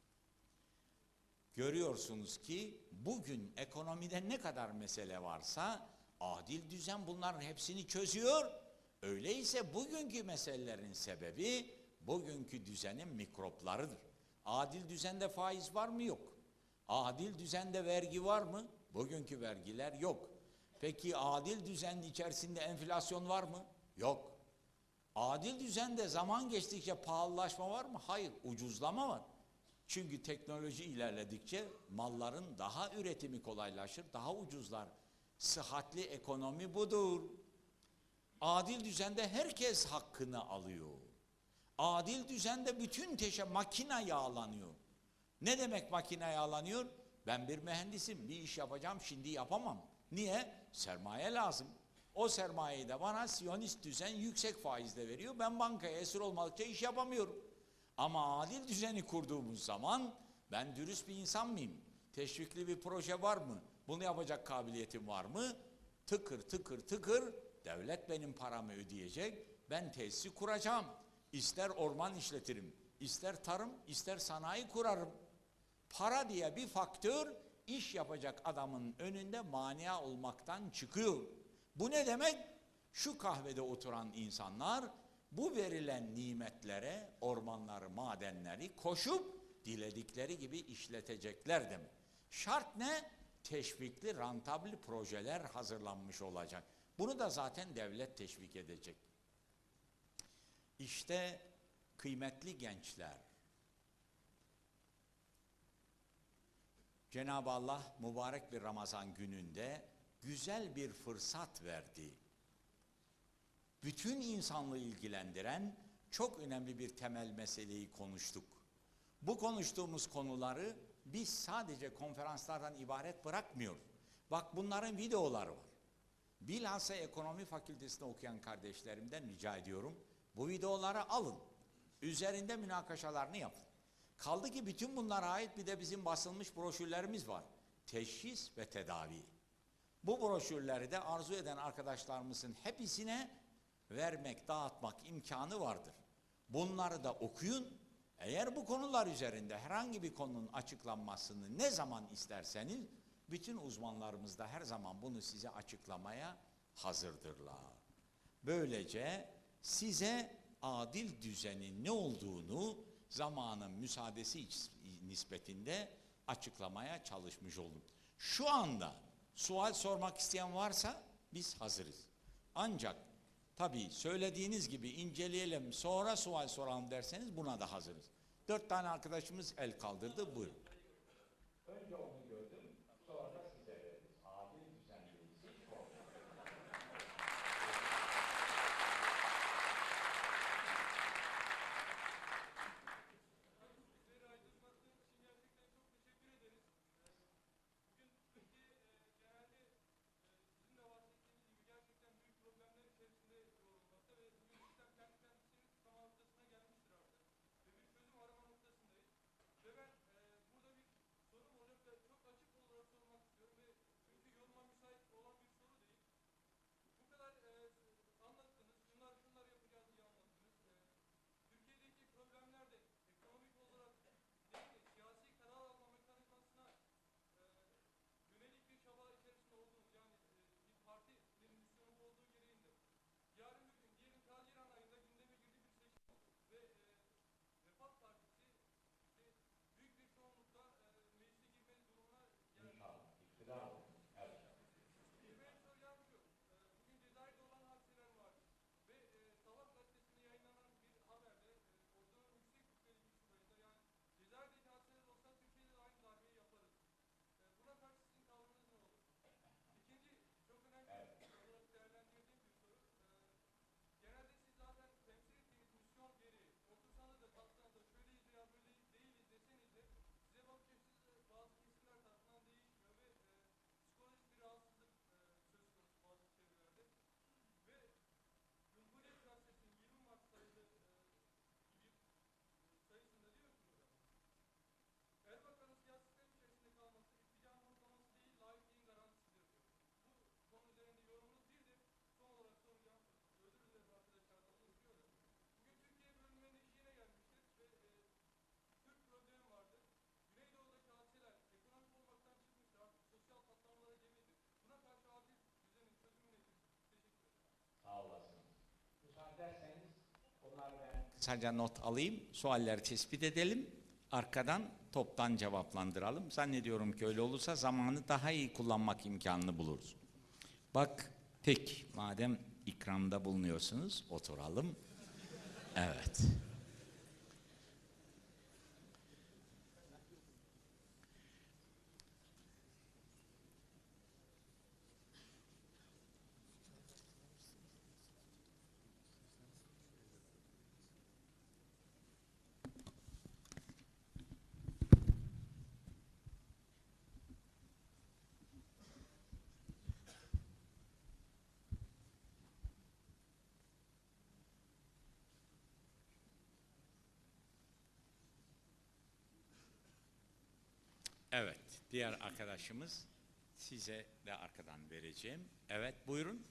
Görüyorsunuz ki bugün ekonomide ne kadar mesele varsa adil düzen bunların hepsini çözüyor. Öyleyse bugünkü meselelerin sebebi bugünkü düzenin mikroplarıdır. Adil düzende faiz var mı? Yok. Adil düzende vergi var mı? Bugünkü vergiler yok. Peki adil düzenin içerisinde enflasyon var mı? Yok. Adil düzende zaman geçtikçe pahalılaşma var mı? Hayır, ucuzlama var. Çünkü teknoloji ilerledikçe malların daha üretimi kolaylaşır, daha ucuzlar. Sıhhatli ekonomi budur. Adil düzende herkes hakkını alıyor. Adil düzende bütün makine yağlanıyor. Ne demek makine yağlanıyor? Ben bir mühendisim, bir iş yapacağım, şimdi yapamam. Niye? Sermaye lazım. O sermayeyi de bana Siyonist düzen yüksek faizle veriyor. Ben bankaya esir olmadıkça iş yapamıyorum. Ama adil düzeni kurduğumuz zaman ben dürüst bir insan mıyım? Teşvikli bir proje var mı? Bunu yapacak kabiliyetim var mı? Tıkır tıkır tıkır devlet benim paramı ödeyecek. Ben tesisi kuracağım. İster orman işletirim, ister tarım, ister sanayi kurarım. Para diye bir faktör iş yapacak adamın önünde mania olmaktan çıkıyor. Bu ne demek? Şu kahvede oturan insanlar bu verilen nimetlere, ormanları, madenleri koşup diledikleri gibi işletecekler demek. Şart ne? Teşvikli, rantabli projeler hazırlanmış olacak. Bunu da zaten devlet teşvik edecek. İşte kıymetli gençler, Cenab-ı Allah mübarek bir Ramazan gününde güzel bir fırsat verdi. Bütün insanlığı ilgilendiren çok önemli bir temel meseleyi konuştuk. Bu konuştuğumuz konuları biz sadece konferanslardan ibaret bırakmıyoruz. Bak bunların videoları var. Bilhassa ekonomi fakültesinde okuyan kardeşlerimden rica ediyorum. Bu videoları alın. Üzerinde münakaşalarını yapın. Kaldı ki bütün bunlara ait bir de bizim basılmış broşürlerimiz var. Teşhis ve tedavi. Bu broşürleri de arzu eden arkadaşlarımızın hepsine vermek, dağıtmak imkanı vardır. Bunları da okuyun. Eğer bu konular üzerinde herhangi bir konunun açıklanmasını ne zaman isterseniz, bütün uzmanlarımız da her zaman bunu size açıklamaya hazırdırlar. Böylece size adil düzenin ne olduğunu zamanın müsaadesi nispetinde açıklamaya çalışmış oldum. Şu anda sual sormak isteyen varsa biz hazırız. Ancak tabii söylediğiniz gibi inceleyelim sonra sual soralım derseniz buna da hazırız. 4 tane arkadaşımız el kaldırdı. Buyurun. Önce onu gördüm, sonra da size veririz. Adil düzenleyici form. Kısaca not alayım, sualleri tespit edelim, arkadan toptan cevaplandıralım. Zannediyorum ki öyle olursa zamanı daha iyi kullanmak imkanını buluruz. Bak, peki madem ikramda bulunuyorsunuz, oturalım. Evet. Evet, diğer arkadaşımız size de arkadan vereceğim. Evet, buyurun.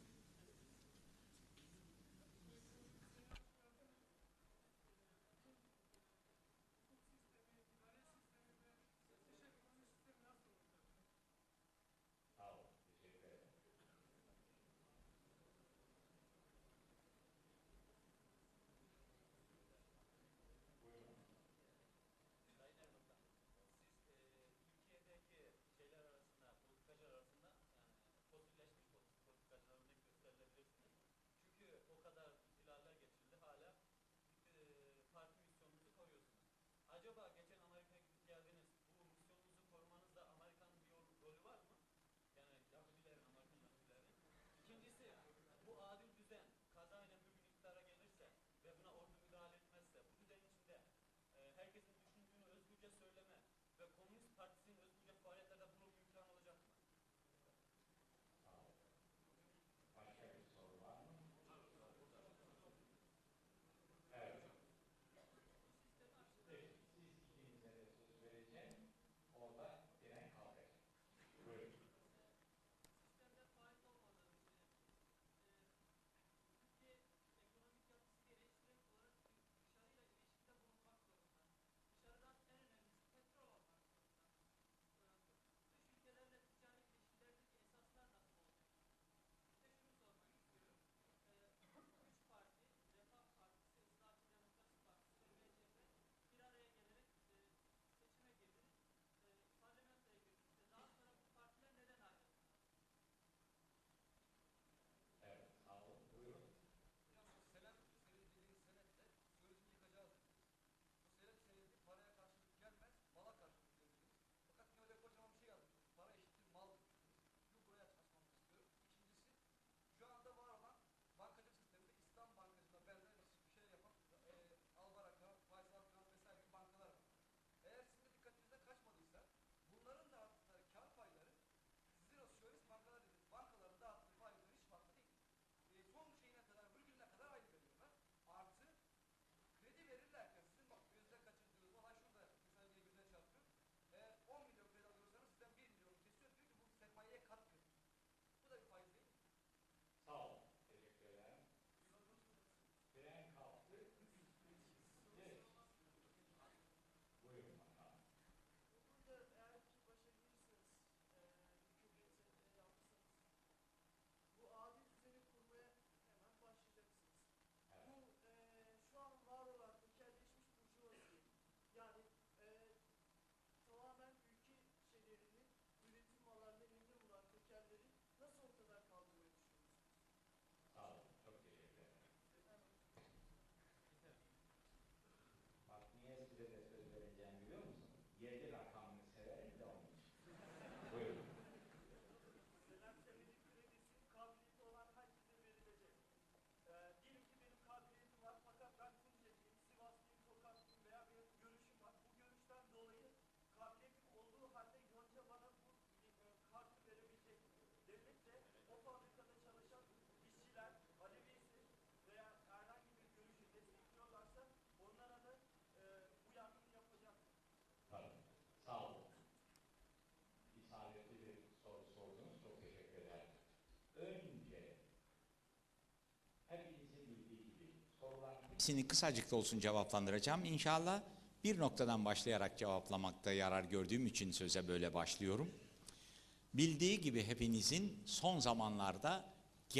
Hepsini kısacık da olsun cevaplandıracağım inşallah. Bir noktadan başlayarak cevaplamakta yarar gördüğüm için söze böyle başlıyorum. Bildiği gibi hepinizin son zamanlarda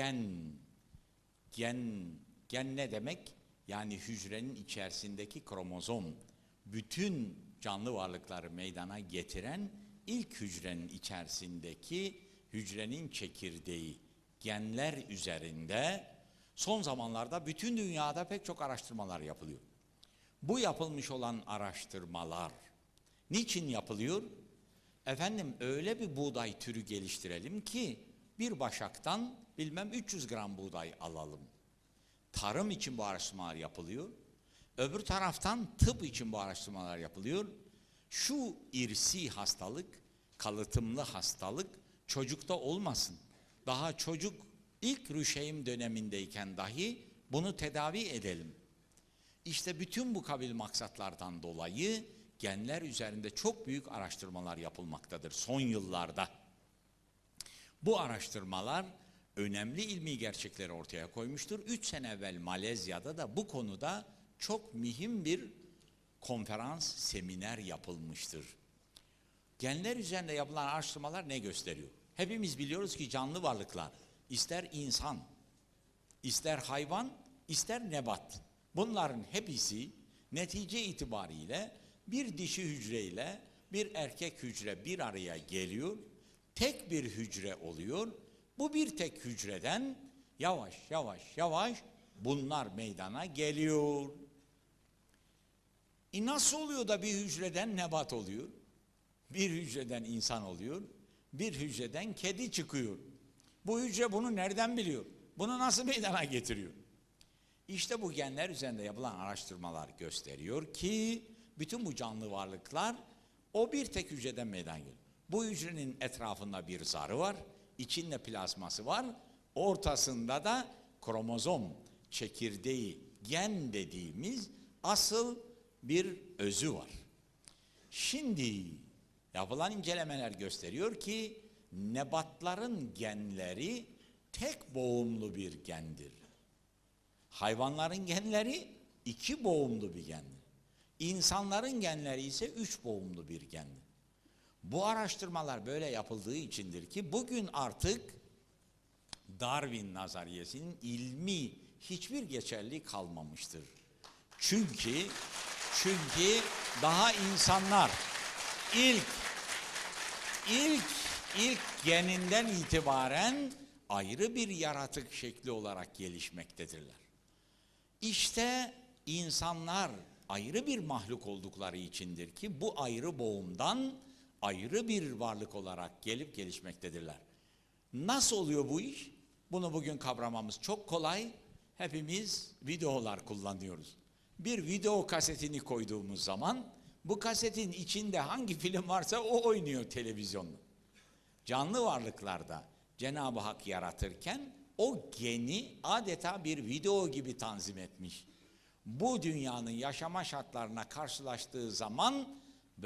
gen ne demek? Yani hücrenin içerisindeki kromozom, bütün canlı varlıkları meydana getiren ilk hücrenin içerisindeki hücrenin çekirdeği, genler üzerinde son zamanlarda bütün dünyada pek çok araştırmalar yapılıyor. Bu yapılmış olan araştırmalar niçin yapılıyor? Efendim öyle bir buğday türü geliştirelim ki bir başaktan bilmem 300 gram buğday alalım. Tarım için bu araştırmalar yapılıyor. Öbür taraftan tıp için bu araştırmalar yapılıyor. Şu irsi hastalık, kalıtımlı hastalık çocukta olmasın. Daha çocuk ilk rüşeym dönemindeyken dahi bunu tedavi edelim. İşte bütün bu kabil maksatlardan dolayı genler üzerinde çok büyük araştırmalar yapılmaktadır son yıllarda. Bu araştırmalar önemli ilmi gerçekleri ortaya koymuştur. 3 sene evvel Malezya'da da bu konuda çok mühim bir konferans, seminer yapılmıştır. Genler üzerinde yapılan araştırmalar ne gösteriyor? Hepimiz biliyoruz ki canlı varlıklar, ister insan, ister hayvan, ister nebat, bunların hepsi netice itibariyle bir dişi hücreyle bir erkek hücre bir araya geliyor, tek bir hücre oluyor. Bu bir tek hücreden yavaş bunlar meydana geliyor. Nasıl oluyor da bir hücreden nebat oluyor? Bir hücreden insan oluyor, bir hücreden kedi çıkıyor. Bu hücre bunu nereden biliyor? Bunu nasıl meydana getiriyor? İşte bu genler üzerinde yapılan araştırmalar gösteriyor ki bütün bu canlı varlıklar o bir tek hücreden meydana geliyor. Bu hücrenin etrafında bir zarı var, içinde plazması var, ortasında da kromozom, çekirdeği, gen dediğimiz asıl bir özü var. Şimdi yapılan incelemeler gösteriyor ki nebatların genleri tek boğumlu bir gendir. Hayvanların genleri 2 boğumlu bir gendir. İnsanların genleri ise 3 boğumlu bir gendir. Bu araştırmalar böyle yapıldığı içindir ki bugün artık Darwin nazariyesinin ilmi hiçbir geçerliği kalmamıştır. Çünkü daha insanlar ilk geninden itibaren ayrı bir yaratık şekli olarak gelişmektedirler. İşte insanlar ayrı bir mahluk oldukları içindir ki bu ayrı boğumdan ayrı bir varlık olarak gelip gelişmektedirler. Nasıl oluyor bu iş? Bunu bugün kavramamız çok kolay. Hepimiz videolar kullanıyoruz. Bir video kasetini koyduğumuz zaman bu kasetin içinde hangi film varsa o oynuyor televizyonda. Canlı varlıklarda Cenab-ı Hak yaratırken o geni adeta bir video gibi tanzim etmiş. Bu dünyanın yaşama şartlarına karşılaştığı zaman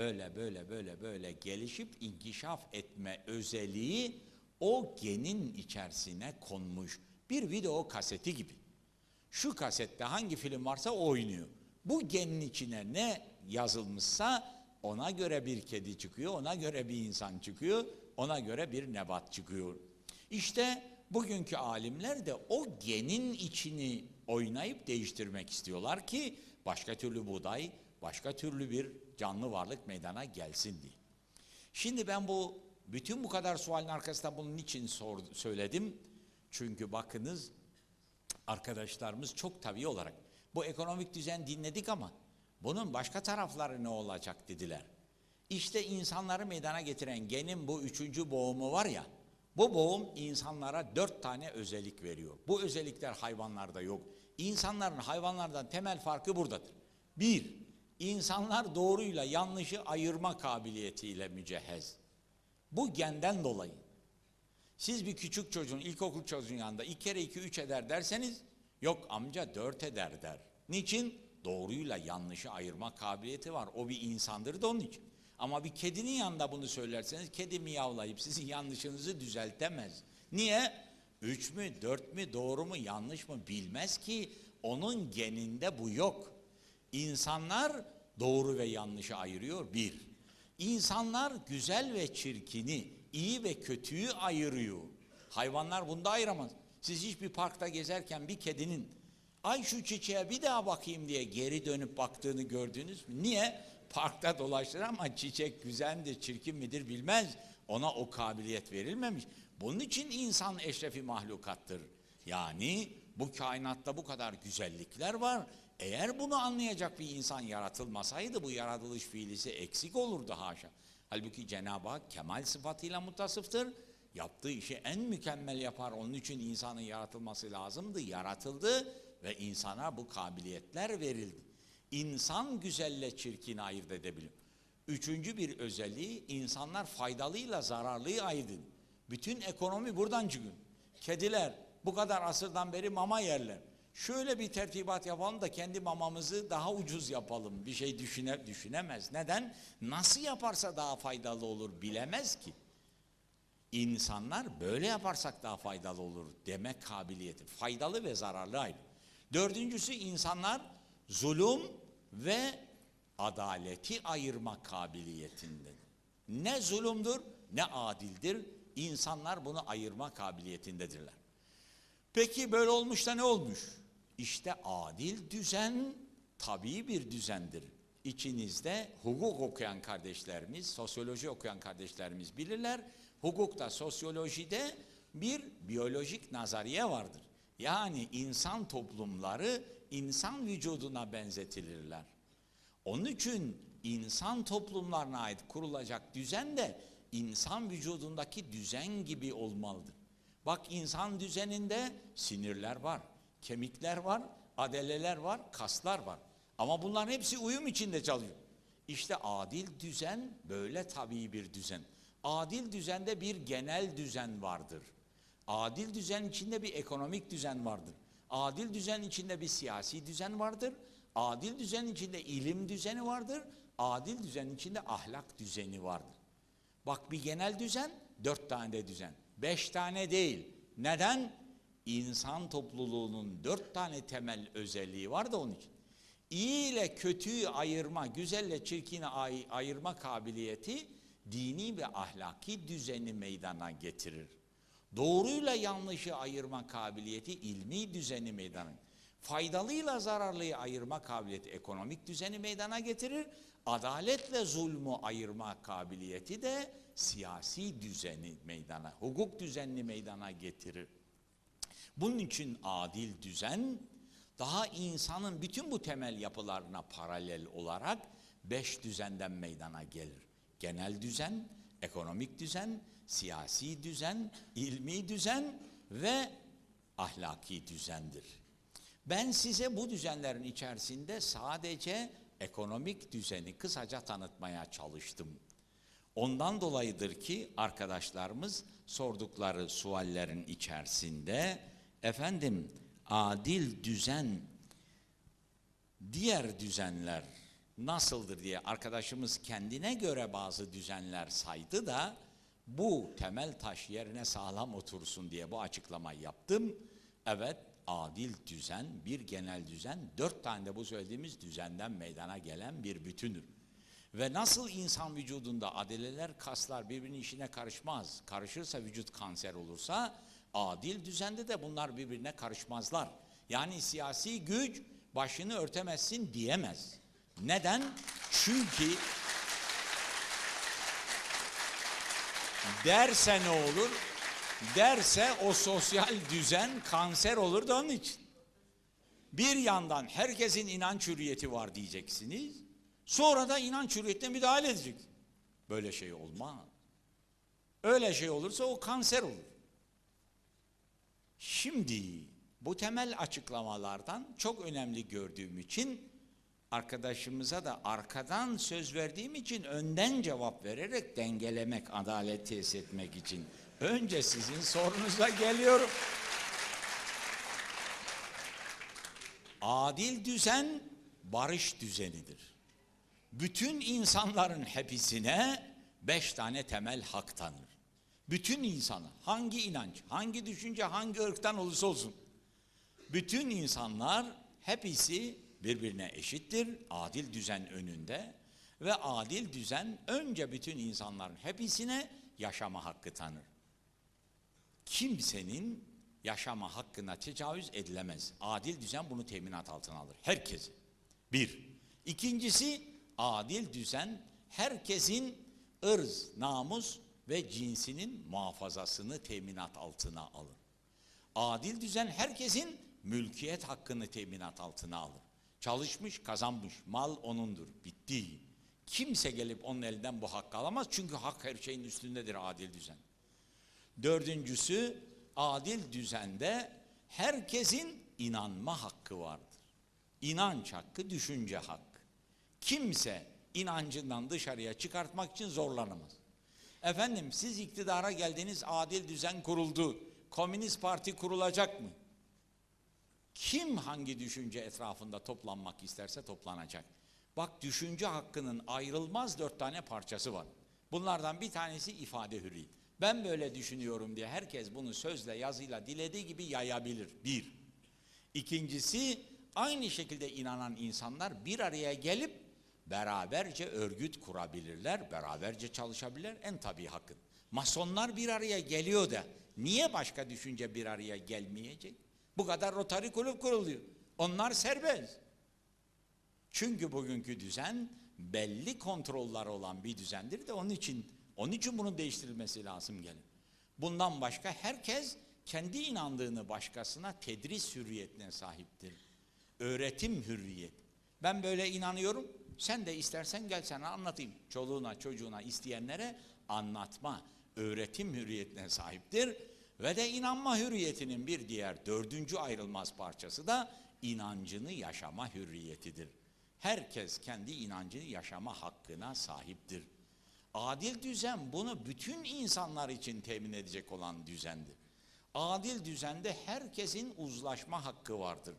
böyle gelişip inkişaf etme özelliği o genin içerisine konmuş. Bir video kaseti gibi. Şu kasette hangi film varsa o oynuyor. Bu genin içine ne yazılmışsa ona göre bir kedi çıkıyor, ona göre bir insan çıkıyor, ona göre bir nebat çıkıyor. İşte bugünkü alimler de o genin içini oynayıp değiştirmek istiyorlar ki başka türlü buğday, başka türlü bir canlı varlık meydana gelsin diye. Şimdi ben bütün bu kadar sualin arkasında bunun için söyledim. Çünkü bakınız arkadaşlarımız çok tabii olarak bu ekonomik düzen dinledik ama bunun başka tarafları ne olacak dediler. İşte insanları meydana getiren genin bu 3. boğumu var ya, bu boğum insanlara 4 tane özellik veriyor. Bu özellikler hayvanlarda yok. İnsanların hayvanlardan temel farkı buradadır. 1. İnsanlar doğruyla yanlışı ayırma kabiliyetiyle mücehhez. Bu genden dolayı. Siz bir küçük çocuğun, ilkokul çocuğun yanında 2 kere 2 3 eder derseniz, yok amca 4 eder der. Niçin? Doğruyla yanlışı ayırma kabiliyeti var. O bir insandır da onun için. Ama bir kedinin yanında bunu söylerseniz, kedi miyavlayıp sizin yanlışınızı düzeltemez. Niye? 3 mü, 4 mü, doğru mu, yanlış mı bilmez ki Onun geninde bu yok. İnsanlar doğru ve yanlışı ayırıyor, bir. İnsanlar güzel ve çirkini, iyi ve kötüyü ayırıyor. Hayvanlar bunda ayıramaz. Siz hiçbir parkta gezerken bir kedinin ay şu çiçeğe bir daha bakayım diye geri dönüp baktığını gördünüz mü? Niye? Parkta dolaşır ama çiçek güzel midir, çirkin midir bilmez. Ona o kabiliyet verilmemiş. Bunun için insan eşrefi mahlukattır. Yani bu kainatta bu kadar güzellikler var. Eğer bunu anlayacak bir insan yaratılmasaydı bu yaratılış fiilisi eksik olurdu haşa. Halbuki Cenab-ı Hak kemal sıfatıyla muttasıftır. Yaptığı işi en mükemmel yapar. Onun için insanın yaratılması lazımdı. Yaratıldı ve insana bu kabiliyetler verildi. İnsan güzelle çirkini ayırt edebilir. Üçüncü bir özelliği, insanlar faydalıyla zararlıyı ayırt ediyor. Bütün ekonomi buradan çıkıyor. Kediler bu kadar asırdan beri mama yerler. Şöyle bir tertibat yapalım da kendi mamamızı daha ucuz yapalım. Bir şey düşünemez. Neden? Nasıl yaparsa daha faydalı olur bilemez ki. İnsanlar böyle yaparsak daha faydalı olur demek kabiliyeti. Faydalı ve zararlı ayrı. Dördüncüsü, insanlar zulüm ve adaleti ayırma kabiliyetindedir. Ne zulümdür ne adildir. İnsanlar bunu ayırma kabiliyetindedirler. Peki böyle olmuş da ne olmuş? İşte adil düzen tabii bir düzendir. İçinizde hukuk okuyan kardeşlerimiz, sosyoloji okuyan kardeşlerimiz bilirler. Hukukta, sosyolojide bir biyolojik nazariye vardır. Yani insan toplumları insan vücuduna benzetilirler. Onun için insan toplumlarına ait kurulacak düzen de insan vücudundaki düzen gibi olmalıdır. Bak, insan düzeninde sinirler var, kemikler var, adeleler var, kaslar var. Ama bunların hepsi uyum içinde çalışıyor. İşte adil düzen böyle tabii bir düzen. Adil düzende bir genel düzen vardır. Adil düzen içinde bir ekonomik düzen vardır. Adil düzen içinde bir siyasi düzen vardır. Adil düzen içinde ilim düzeni vardır. Adil düzen içinde ahlak düzeni vardır. Bak, bir genel düzen, 4 tane de düzen. 5 tane değil. Neden? İnsan topluluğunun 4 tane temel özelliği var da onun için. İyi ile kötüyü ayırma, güzelle çirkini ayırma kabiliyeti dini ve ahlaki düzeni meydana getirir. Doğruyla yanlışı ayırma kabiliyeti ilmi düzeni meydana getirir. Faydalıyla zararlıyı ayırma kabiliyeti ekonomik düzeni meydana getirir. Adaletle zulmü ayırma kabiliyeti de siyasi düzeni meydana, hukuk düzenini meydana getirir. Bunun için adil düzen daha insanın bütün bu temel yapılarına paralel olarak 5 düzenden meydana gelir. Genel düzen, ekonomik düzen, siyasi düzen, ilmi düzen ve ahlaki düzendir. Ben size bu düzenlerin içerisinde sadece ekonomik düzeni kısaca tanıtmaya çalıştım. Ondan dolayıdır ki arkadaşlarımız sordukları suallerin içerisinde efendim adil düzen, diğer düzenler nasıldır diye arkadaşımız kendine göre bazı düzenler saydı da bu temel taş yerine sağlam otursun diye bu açıklamayı yaptım. Evet, adil düzen bir genel düzen, 4 tane de bu söylediğimiz düzenden meydana gelen bir bütündür. Ve nasıl insan vücudunda adeleler, kaslar birbirinin işine karışmaz, karışırsa vücut kanser olursa, adil düzende de bunlar birbirine karışmazlar. Yani siyasi güç başını örtemezsin diyemez. Neden? Çünkü derse ne olur? Derse o sosyal düzen kanser olur da onun için. Bir yandan herkesin inanç hürriyeti var diyeceksiniz. Sonra da inanç hürriyetine müdahale edecek. Böyle şey olmaz. Öyle şey olursa o kanser olur. Şimdi bu temel açıklamalardan çok önemli gördüğüm için arkadaşımıza da arkadan söz verdiğim için önden cevap vererek dengelemek, adalet tesis etmek için önce sizin sorunuza geliyorum. Adil düzen barış düzenidir. Bütün insanların hepsine 5 tane temel hak tanır. Bütün insana, hangi inanç, hangi düşünce, hangi ırktan olursa olsun, bütün insanlar hepsi birbirine eşittir, adil düzen önünde ve adil düzen önce bütün insanların hepsine yaşama hakkı tanır. Kimsenin yaşama hakkına tecavüz edilemez. Adil düzen bunu teminat altına alır. Herkesi. Bir. İkincisi, adil düzen herkesin ırz, namus ve cinsinin muhafazasını teminat altına alır. Adil düzen herkesin mülkiyet hakkını teminat altına alır. Çalışmış, kazanmış, mal onundur. Bitti. Kimse gelip onun elinden bu hakkı alamaz. Çünkü hak her şeyin üstündedir adil düzen. Dördüncüsü, adil düzende herkesin inanma hakkı vardır. İnanç hakkı, düşünce hakkı. Kimse inancından dışarıya çıkartmak için zorlanamaz. Efendim siz iktidara geldiniz, adil düzen kuruldu. Komünist Parti kurulacak mı? Kim hangi düşünce etrafında toplanmak isterse toplanacak. Bak, düşünce hakkının ayrılmaz 4 tane parçası var. Bunlardan bir tanesi ifade hürriyeti. Ben böyle düşünüyorum diye herkes bunu sözle, yazıyla, dilediği gibi yayabilir. Bir. İkincisi, aynı şekilde inanan insanlar bir araya gelip beraberce örgüt kurabilirler, beraberce çalışabilirler. En tabii hakkın. Masonlar bir araya geliyor da niye başka düşünce bir araya gelmeyecek? Bu kadar Rotary kulüp kuruluyor. Onlar serbest. Çünkü bugünkü düzen belli kontroller olan bir düzendir de onun için bunun değiştirilmesi lazım gelir. Bundan başka herkes kendi inandığını başkasına tedris hürriyetine sahiptir. Öğretim hürriyet. Ben böyle inanıyorum, sen de istersen gel sana anlatayım. Çoluğuna, çocuğuna, isteyenlere anlatma, öğretim hürriyetine sahiptir. Ve de inanma hürriyetinin bir diğer 4. ayrılmaz parçası da inancını yaşama hürriyetidir. Herkes kendi inancını yaşama hakkına sahiptir. Adil düzen bunu bütün insanlar için temin edecek olan düzendir. Adil düzende herkesin uzlaşma hakkı vardır.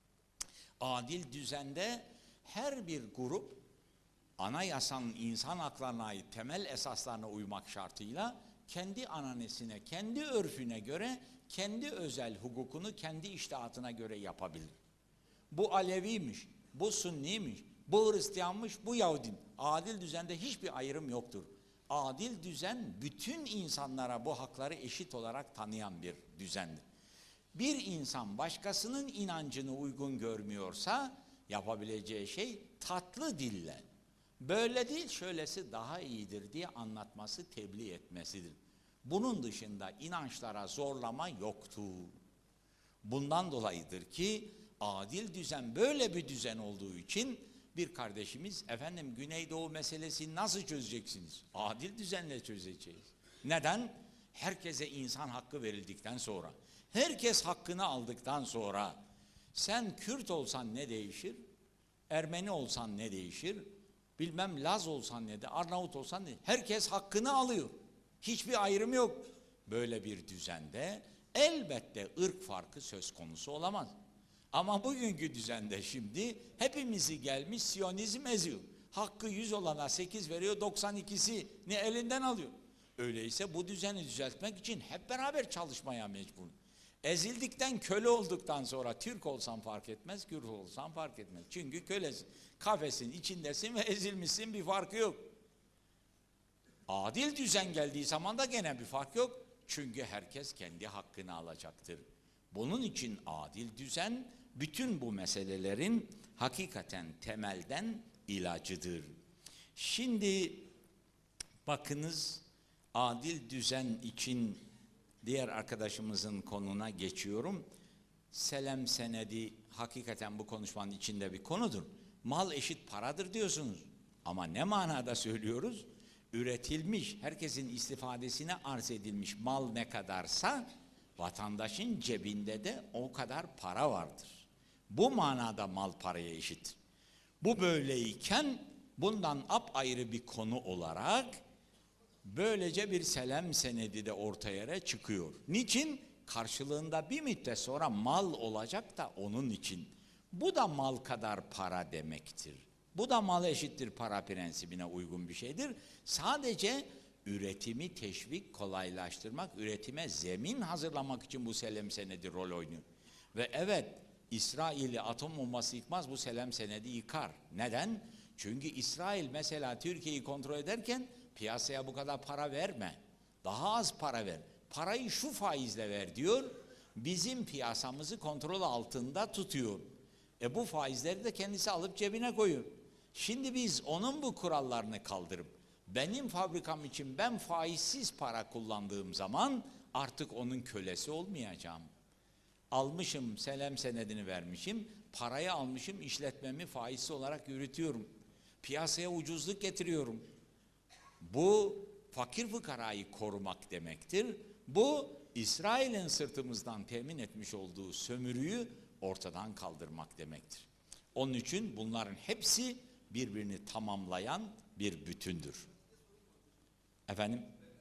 Adil düzende her bir grup anayasanın insan haklarına ait temel esaslarına uymak şartıyla kendi ananesine, kendi örfüne göre, kendi özel hukukunu kendi içtihatına göre yapabilir. Bu Aleviymiş, bu Sünniymiş, bu Hristiyanmış, bu Yahudi. Adil düzende hiçbir ayrım yoktur. Adil düzen bütün insanlara bu hakları eşit olarak tanıyan bir düzendir. Bir insan başkasının inancını uygun görmüyorsa yapabileceği şey tatlı dille, böyle değil şöylesi daha iyidir diye anlatması, tebliğ etmesidir. Bunun dışında inançlara zorlama yoktur. Bundan dolayıdır ki adil düzen böyle bir düzen olduğu için bir kardeşimiz, efendim Güneydoğu meselesini nasıl çözeceksiniz? Adil düzenle çözeceğiz. Neden? Herkese insan hakkı verildikten sonra, herkes hakkını aldıktan sonra, sen Kürt olsan ne değişir? Ermeni olsan ne değişir? Bilmem Laz olsan ne de, Arnavut olsan ne? Herkes hakkını alıyor. Hiçbir ayrım yok. Böyle bir düzende elbette ırk farkı söz konusu olamaz. Ama bugünkü düzende şimdi hepimizi gelmiş Siyonizm eziyor. Hakkı 100 olana 8 veriyor, 92'sini elinden alıyor. Öyleyse bu düzeni düzeltmek için hep beraber çalışmaya mecbur. Ezildikten, köle olduktan sonra Türk olsan fark etmez, Kürt olsan fark etmez. Çünkü kölesin, kafesin içindesin ve ezilmişsin, bir farkı yok. Adil düzen geldiği zaman da gene bir fark yok. Çünkü herkes kendi hakkını alacaktır. Bunun için adil düzen bütün bu meselelerin hakikaten temelden ilacıdır. Şimdi bakınız, adil düzen için diğer arkadaşımızın konuna geçiyorum. Selam senedi hakikaten bu konuşmanın içinde bir konudur. Mal eşit paradır diyorsunuz. Ama ne manada söylüyoruz? Üretilmiş, herkesin istifadesine arz edilmiş mal ne kadarsa vatandaşın cebinde de o kadar para vardır. Bu manada mal paraya eşit. Bu böyleyken bundan apayrı bir konu olarak böylece bir selam senedi de ortaya çıkıyor. Niçin? Karşılığında bir müddet sonra mal olacak da onun için. Bu da mal kadar para demektir. Bu da mal eşittir para prensibine uygun bir şeydir. Sadece üretimi teşvik, kolaylaştırmak, üretime zemin hazırlamak için bu selam senedi rol oynuyor. Ve evet, İsrail'i atom bombası yıkmaz, bu selam senedi yıkar. Neden? Çünkü İsrail mesela Türkiye'yi kontrol ederken piyasaya bu kadar para verme. Daha az para ver. Parayı şu faizle ver diyor. Bizim piyasamızı kontrol altında tutuyor. Bu faizleri de kendisi alıp cebine koyuyor. Şimdi biz onun bu kurallarını kaldırıp benim fabrikam için ben faizsiz para kullandığım zaman artık onun kölesi olmayacağım. Almışım, selam senedini vermişim, parayı almışım, işletmemi faizsiz olarak yürütüyorum. Piyasaya ucuzluk getiriyorum. Bu fakir fıkarayı korumak demektir. Bu İsrail'in sırtımızdan temin etmiş olduğu sömürüyü ortadan kaldırmak demektir. Onun için bunların hepsi birbirini tamamlayan bir bütündür. Efendim?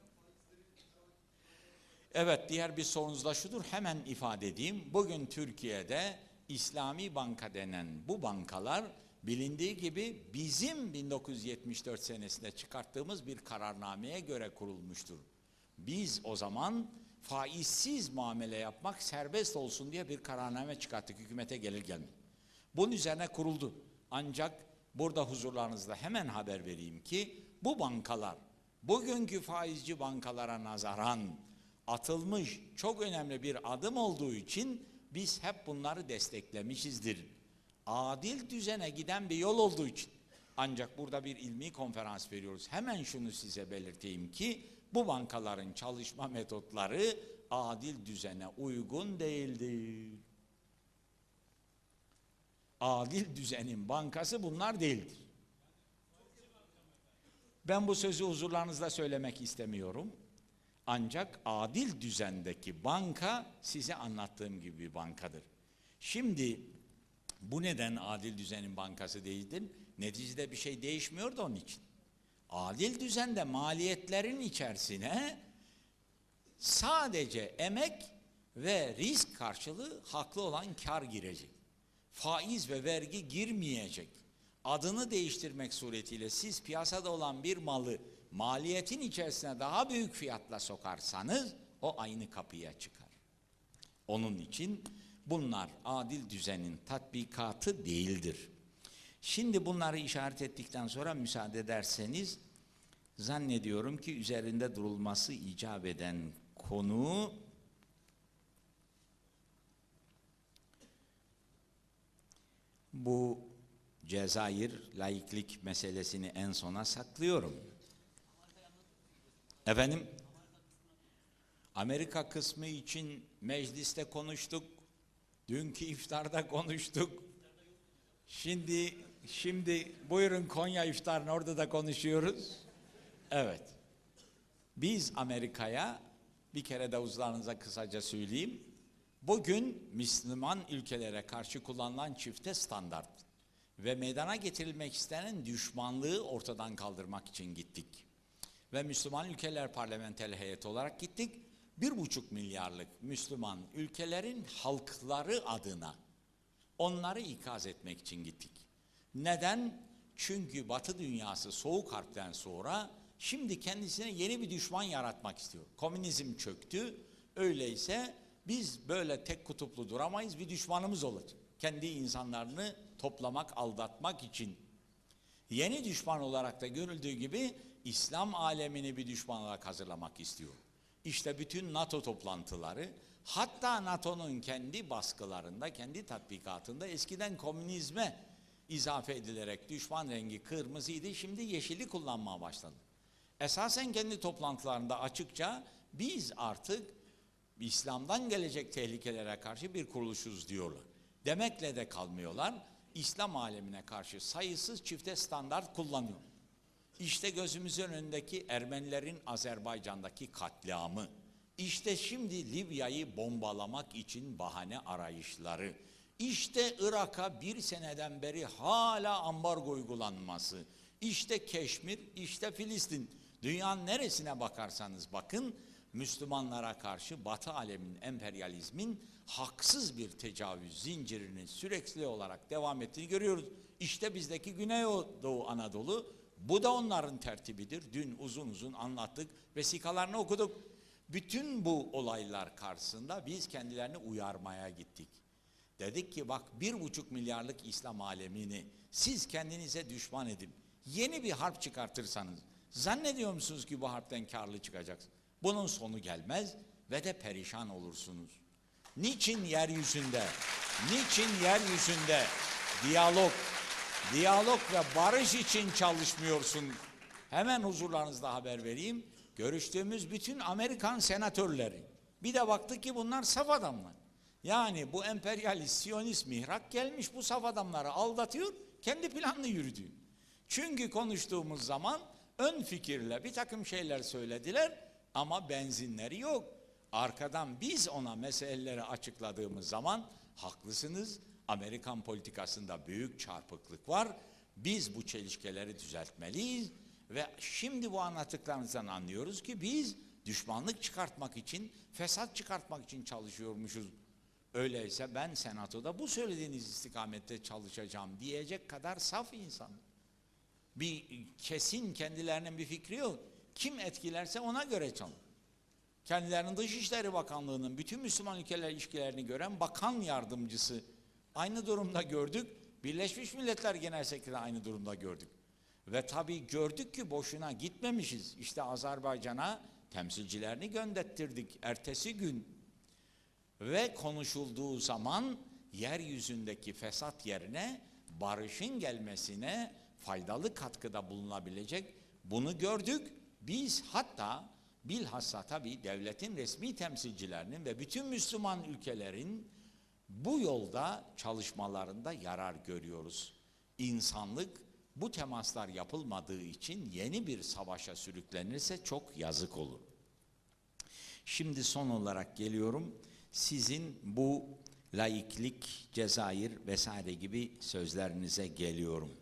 Evet, diğer bir sorunuz da şudur, hemen ifade edeyim. Bugün Türkiye'de İslami Banka denen bu bankalar bilindiği gibi bizim 1974 senesinde çıkarttığımız bir kararnameye göre kurulmuştur. Biz o zaman faizsiz muamele yapmak serbest olsun diye bir kararname çıkarttık hükümete gelir gelmez. Bunun üzerine kuruldu. Ancak burada huzurlarınızda hemen haber vereyim ki bu bankalar bugünkü faizci bankalara nazaran atılmış çok önemli bir adım olduğu için biz hep bunları desteklemişizdir. Adil düzene giden bir yol olduğu için. Ancak burada bir ilmi konferans veriyoruz. Hemen şunu size belirteyim ki bu bankaların çalışma metotları adil düzene uygun değildir. Adil düzenin bankası bunlar değildir. Ben bu sözü huzurlarınızda söylemek istemiyorum. Ancak adil düzendeki banka size anlattığım gibi bir bankadır. Şimdi bu neden adil düzenin bankası değildir? Neticede bir şey değişmiyor da onun için. Adil düzende maliyetlerin içerisine sadece emek ve risk karşılığı haklı olan kar girecek. Faiz ve vergi girmeyecek. Adını değiştirmek suretiyle siz piyasada olan bir malı maliyetin içerisine daha büyük fiyatla sokarsanız o aynı kapıya çıkar. Onun için bunlar adil düzenin tatbikatı değildir. Şimdi bunları işaret ettikten sonra müsaade ederseniz zannediyorum ki üzerinde durulması icap eden konu bu Cezayir laiklik meselesini en sona saklıyorum. Efendim? Amerika kısmı için mecliste konuştuk. Dünkü iftarda konuştuk. Şimdi buyurun Konya iftarını orada da konuşuyoruz. Evet. Biz Amerika'ya bir kere de huzurlarınıza kısaca söyleyeyim. Bugün Müslüman ülkelere karşı kullanılan çifte standart ve meydana getirilmek istenen düşmanlığı ortadan kaldırmak için gittik. Ve Müslüman ülkeler parlamenter heyeti olarak gittik. 1,5 milyarlık Müslüman ülkelerin halkları adına onları ikaz etmek için gittik. Neden? Çünkü Batı dünyası Soğuk Harp'ten sonra şimdi kendisine yeni bir düşman yaratmak istiyor. Komünizm çöktü. Öyleyse biz böyle tek kutuplu duramayız, bir düşmanımız olacak. Kendi insanlarını toplamak, aldatmak için. Yeni düşman olarak da görüldüğü gibi İslam alemini bir düşman olarak hazırlamak istiyor. İşte bütün NATO toplantıları, hatta NATO'nun kendi baskılarında, kendi tatbikatında eskiden komünizme izafe edilerek düşman rengi kırmızıydı, şimdi yeşili kullanmaya başladı. Esasen kendi toplantılarında açıkça biz artık İslam'dan gelecek tehlikelere karşı bir kuruluşuz diyorlar. Demekle de kalmıyorlar. İslam alemine karşı sayısız çifte standart kullanıyor. İşte gözümüzün önündeki Ermenilerin Azerbaycan'daki katliamı, işte şimdi Libya'yı bombalamak için bahane arayışları, işte Irak'a 1 seneden beri hala ambargo uygulanması, işte Keşmir, işte Filistin. Dünyanın neresine bakarsanız bakın, Müslümanlara karşı Batı aleminin, emperyalizmin haksız bir tecavüz zincirinin sürekli olarak devam ettiğini görüyoruz. İşte bizdeki Güneydoğu Anadolu, bu da onların tertibidir. Dün uzun uzun anlattık, vesikalarını okuduk. Bütün bu olaylar karşısında biz kendilerini uyarmaya gittik. Dedik ki bak 1,5 milyarlık İslam alemini siz kendinize düşman edip yeni bir harp çıkartırsanız zannediyor musunuz ki bu harpten karlı çıkacaksınız? Bunun sonu gelmez ve de perişan olursunuz. Niçin yeryüzünde diyalog ve barış için çalışmıyorsun? Hemen huzurlarınızda haber vereyim. Görüştüğümüz bütün Amerikan senatörleri. Bir de baktık ki bunlar saf adamlar. Yani bu emperyalist, siyonist mihrak gelmiş bu saf adamları aldatıyor, kendi planını yürütüyor. Çünkü konuştuğumuz zaman ön fikirle bir takım şeyler söylediler ama benzinleri yok. Arkadan biz ona meseleleri açıkladığımız zaman haklısınız, Amerikan politikasında büyük çarpıklık var. Biz bu çelişkileri düzeltmeliyiz ve şimdi bu anlattıklarınızdan anlıyoruz ki biz düşmanlık çıkartmak için, fesat çıkartmak için çalışıyormuşuz. Öyleyse ben senatoda bu söylediğiniz istikamette çalışacağım diyecek kadar saf insan. Bir kesin kendilerinin bir fikri yok. Kim etkilerse ona göre çalış. Kendilerinin Dışişleri Bakanlığı'nın bütün Müslüman ülkeler ilişkilerini gören bakan yardımcısı aynı durumda gördük. Birleşmiş Milletler Genel Sekreteri aynı durumda gördük. Ve tabii gördük ki boşuna gitmemişiz. İşte Azerbaycan'a temsilcilerini gönderttirdik ertesi gün. Ve konuşulduğu zaman yeryüzündeki fesat yerine barışın gelmesine faydalı katkıda bulunabilecek bunu gördük. Biz hatta bilhassa tabii devletin resmi temsilcilerinin ve bütün Müslüman ülkelerin bu yolda çalışmalarında yarar görüyoruz. İnsanlık bu temaslar yapılmadığı için yeni bir savaşa sürüklenirse çok yazık olur. Şimdi son olarak geliyorum. Sizin bu laiklik, Cezayir vesaire gibi sözlerinize geliyorum.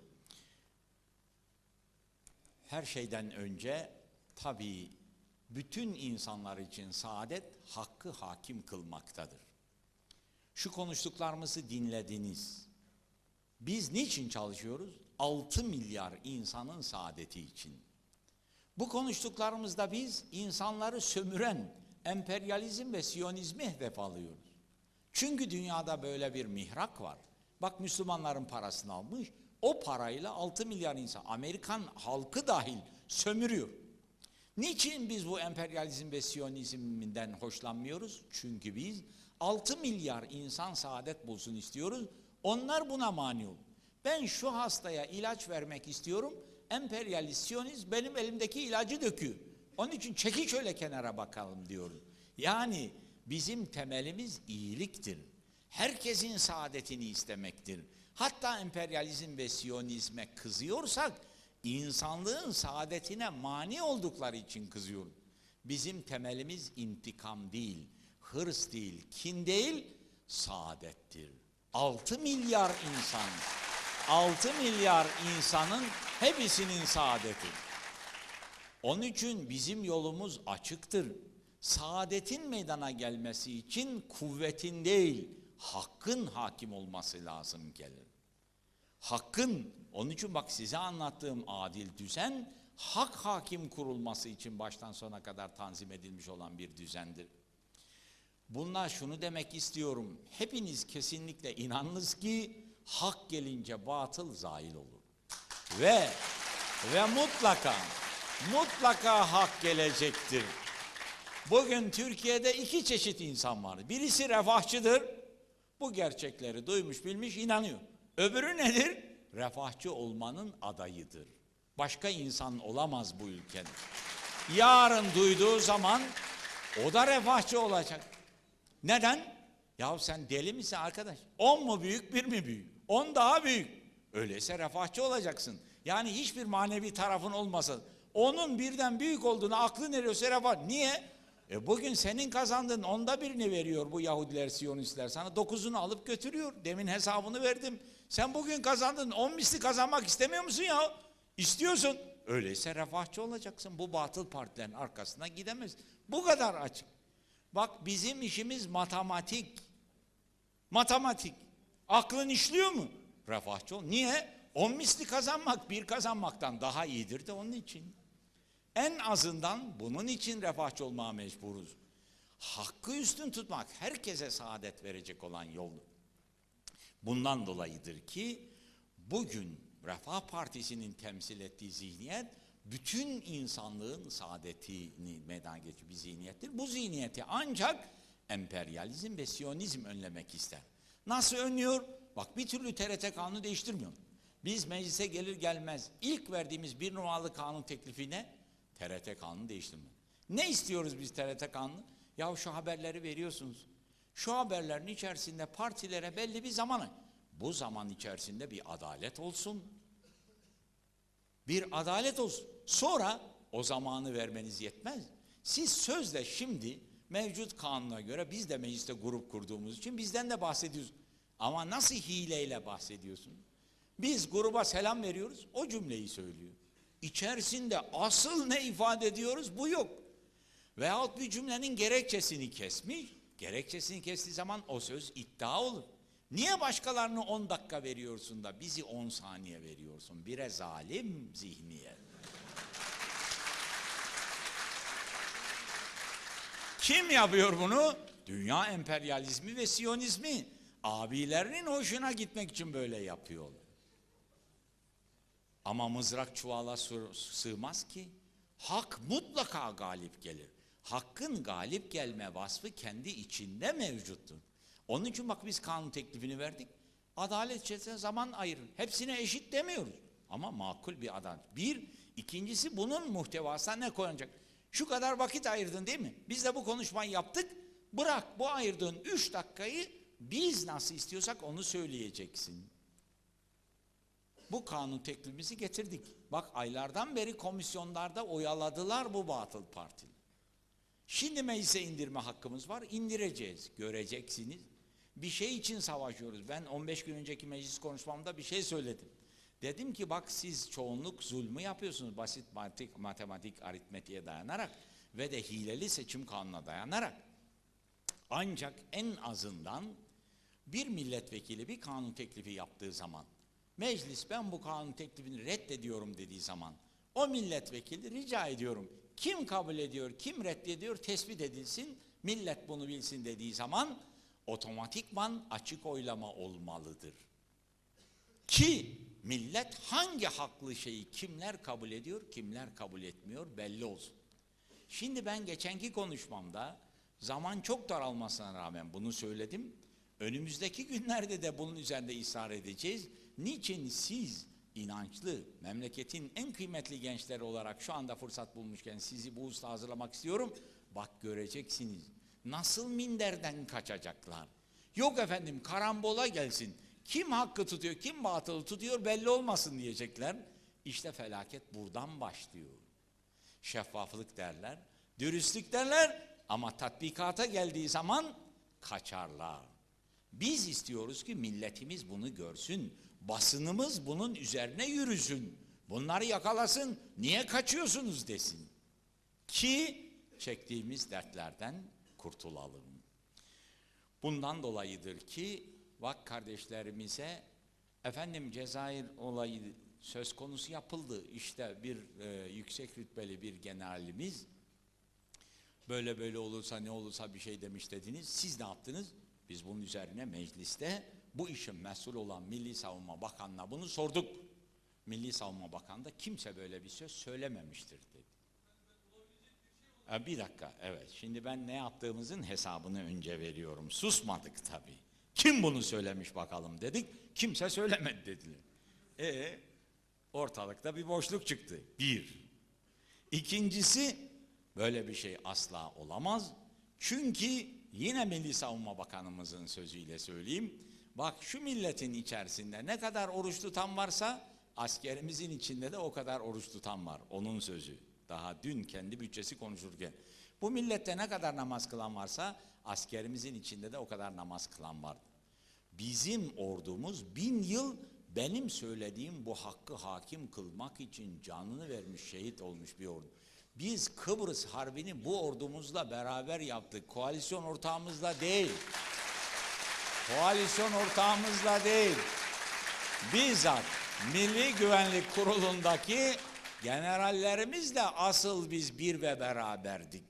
Her şeyden önce tabii bütün insanlar için saadet hakkı hakim kılmaktadır. Şu konuştuklarımızı dinlediniz. Biz niçin çalışıyoruz? 6 milyar insanın saadeti için. Bu konuştuklarımızda biz insanları sömüren emperyalizm ve siyonizmi hedef alıyoruz. Çünkü dünyada böyle bir mihrak var. Bak Müslümanların parasını almış, o parayla 6 milyar insan, Amerikan halkı dahil sömürüyor. Niçin biz bu emperyalizm ve siyonizmden hoşlanmıyoruz? Çünkü biz 6 milyar insan saadet bulsun istiyoruz. Onlar buna mani olur. Ben şu hastaya ilaç vermek istiyorum. Emperyalist, siyonist benim elimdeki ilacı döküyor. Onun için çekil şöyle kenara bakalım diyorum. Yani bizim temelimiz iyiliktir. Herkesin saadetini istemektir. Hatta emperyalizm ve siyonizme kızıyorsak insanlığın saadetine mani oldukları için kızıyoruz. Bizim temelimiz intikam değil, hırs değil, kin değil, saadettir. 6 milyar insan, 6 milyar insanın hepsinin saadeti. Onun için bizim yolumuz açıktır. Saadetin meydana gelmesi için kuvvetin değil, hakkın hakim olması lazım gelir. Hakkın, onun için bak size anlattığım adil düzen, hak hakim kurulması için baştan sona kadar tanzim edilmiş olan bir düzendir. Bunlar şunu demek istiyorum, hepiniz kesinlikle inanınız ki hak gelince batıl zail olur. Ve mutlaka hak gelecektir. Bugün Türkiye'de 2 çeşit insan var. Birisi refahçıdır. Bu gerçekleri duymuş, bilmiş, inanıyor. Öbürü nedir? Refahçı olmanın adayıdır. Başka insan olamaz bu ülkede. Yarın duyduğu zaman o da refahçı olacak. Neden? Ya sen deli misin arkadaş? 10 mu büyük, 1 mi büyük? 10 daha büyük. Öyleyse refahçı olacaksın. Yani hiçbir manevi tarafın olmasa, onun birden büyük olduğunu aklın eriyorsa refah. Niye? Bugün senin kazandığın 10'da 1'ini veriyor bu Yahudiler, Siyonistler. Sana 9'unu alıp götürüyor. Demin hesabını verdim. Sen bugün kazandın 10 misli kazanmak istemiyor musun ya? İstiyorsun. Öyleyse refahçı olacaksın. Bu batıl partilerin arkasına gidemez. Bu kadar açık. Bak bizim işimiz matematik. Matematik. Aklın işliyor mu? Refahçı ol. Niye? 10 misli kazanmak 1 kazanmaktan daha iyidir de onun için. En azından bunun için refahçı olmaya mecburuz. Hakkı üstün tutmak herkese saadet verecek olan yoldur. Bundan dolayıdır ki bugün Refah Partisi'nin temsil ettiği zihniyet bütün insanlığın saadetini meydana getiren bir zihniyettir. Bu zihniyeti ancak emperyalizm ve siyonizm önlemek ister. Nasıl önlüyor? Bak, bir türlü TRT kanunu değiştirmiyor. Biz meclise gelir gelmez ilk verdiğimiz bir numaralı kanun teklifine TRT kanunu değiştirme. Ne istiyoruz biz TRT kanunu? Ya şu haberleri veriyorsunuz. Şu haberlerin içerisinde partilere belli bir zamanı. Bu zaman içerisinde bir adalet olsun. Bir adalet olsun. Sonra o zamanı vermeniz yetmez. Siz sözle şimdi mevcut kanuna göre biz de mecliste grup kurduğumuz için bizden de bahsediyoruz. Ama nasıl hileyle bahsediyorsun? Biz gruba selam veriyoruz, o cümleyi söylüyor. İçerisinde asıl ne ifade ediyoruz, bu yok. Veyahut bir cümlenin gerekçesini kesmiş, gerekçesini kestiği zaman o söz iddia olur. Niye başkalarını 10 dakika veriyorsun da bizi 10 saniye veriyorsun? Bire zalim zihniyet. Kim yapıyor bunu? Dünya emperyalizmi ve siyonizmi. Abilerinin hoşuna gitmek için böyle yapıyorlar. Ama mızrak çuvala sığmaz ki. Hak mutlaka galip gelir. Hakkın galip gelme vasfı kendi içinde mevcuttur. Onun için bak, biz kanun teklifini verdik. Adalet içerisinde zaman ayırın. Hepsine eşit demiyoruz. Ama makul bir adalet. Bir, ikincisi bunun muhtevasına ne koyacak? Şu kadar vakit ayırdın değil mi? Biz de bu konuşmayı yaptık. Bırak bu ayırdığın 3 dakikayı biz nasıl istiyorsak onu söyleyeceksin. Bu kanun teklifimizi getirdik. Bak, aylardan beri komisyonlarda oyaladılar bu batıl partili. Şimdi meclise indirme hakkımız var, indireceğiz, göreceksiniz. Bir şey için savaşıyoruz. Ben 15 gün önceki meclis konuşmamda bir şey söyledim. Dedim ki bak, siz çoğunluk zulmü yapıyorsunuz basit matematik, aritmetiğe dayanarak ve de hileli seçim kanununa dayanarak. Ancak en azından bir milletvekili bir kanun teklifi yaptığı zaman, meclis ben bu kanun teklifini reddediyorum dediği zaman, o milletvekili rica ediyorum, kim kabul ediyor, kim reddediyor tespit edilsin, millet bunu bilsin dediği zaman otomatikman açık oylama olmalıdır. Ki millet hangi haklı şeyi kimler kabul ediyor, kimler kabul etmiyor belli olsun. Şimdi ben geçenki konuşmamda zaman çok daralmasına rağmen bunu söyledim. Önümüzdeki günlerde de bunun üzerinde ısrar edeceğiz. Niçin siz inançlı, memleketin en kıymetli gençleri olarak şu anda fırsat bulmuşken sizi bu hususta hazırlamak istiyorum. Bak, göreceksiniz nasıl minderden kaçacaklar. Yok efendim, karambola gelsin. Kim hakkı tutuyor, kim batılı tutuyor belli olmasın diyecekler. İşte felaket buradan başlıyor. Şeffaflık derler, dürüstlük derler ama tatbikata geldiği zaman kaçarlar. Biz istiyoruz ki milletimiz bunu görsün. Basınımız bunun üzerine yürüsün. Bunları yakalasın. Niye kaçıyorsunuz desin. Ki çektiğimiz dertlerden kurtulalım. Bundan dolayıdır ki bak, kardeşlerimize efendim Cezayir olayı söz konusu yapıldı. İşte bir yüksek rütbeli bir generalimiz böyle böyle olursa ne olursa bir şey demiş dediniz. Siz ne yaptınız? Biz bunun üzerine mecliste bu işin mesul olan Milli Savunma Bakanı'na bunu sorduk. Milli Savunma Bakanı da kimse böyle bir söz söylememiştir dedi. Bir dakika, evet. Şimdi ben ne yaptığımızın hesabını önce veriyorum. Susmadık tabii. Kim bunu söylemiş bakalım dedik. Kimse söylemedi dediler. Ortalıkta bir boşluk çıktı. Bir. İkincisi, böyle bir şey asla olamaz. Çünkü yine Milli Savunma Bakanımızın sözüyle söyleyeyim. Bak, şu milletin içerisinde ne kadar oruç tutan varsa askerimizin içinde de o kadar oruç tutan var. Onun sözü. Daha dün kendi bütçesi konuşurken. Bu millette ne kadar namaz kılan varsa askerimizin içinde de o kadar namaz kılan var. Bizim ordumuz 1000 yıl benim söylediğim bu hakkı hakim kılmak için canını vermiş, şehit olmuş bir ordu. Biz Kıbrıs Harbi'ni bu ordumuzla beraber yaptık. Koalisyon ortağımızla değil. Koalisyon ortağımızla değil. Bizzat Milli Güvenlik Kurulu'ndaki generallerimizle asıl biz bir ve beraberdik.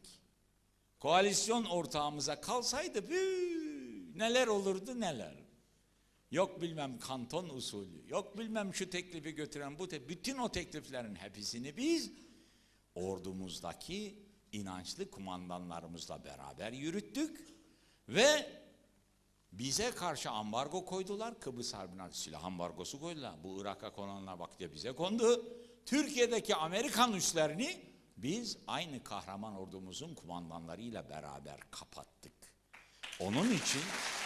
Koalisyon ortağımıza kalsaydı neler olurdu neler. yok bilmem kanton usulü, yok bilmem şu teklifi götüren bu bütün o tekliflerin hepsini biz ordumuzdaki inançlı kumandanlarımızla beraber yürüttük ve bize karşı ambargo koydular. Kıbrıs Harbi'ne silah ambargosu koydular. Bu Irak'a konanlar vakti bize kondu. Türkiye'deki Amerikan üslerini biz aynı kahraman ordumuzun kumandanlarıyla beraber kapattık. Onun için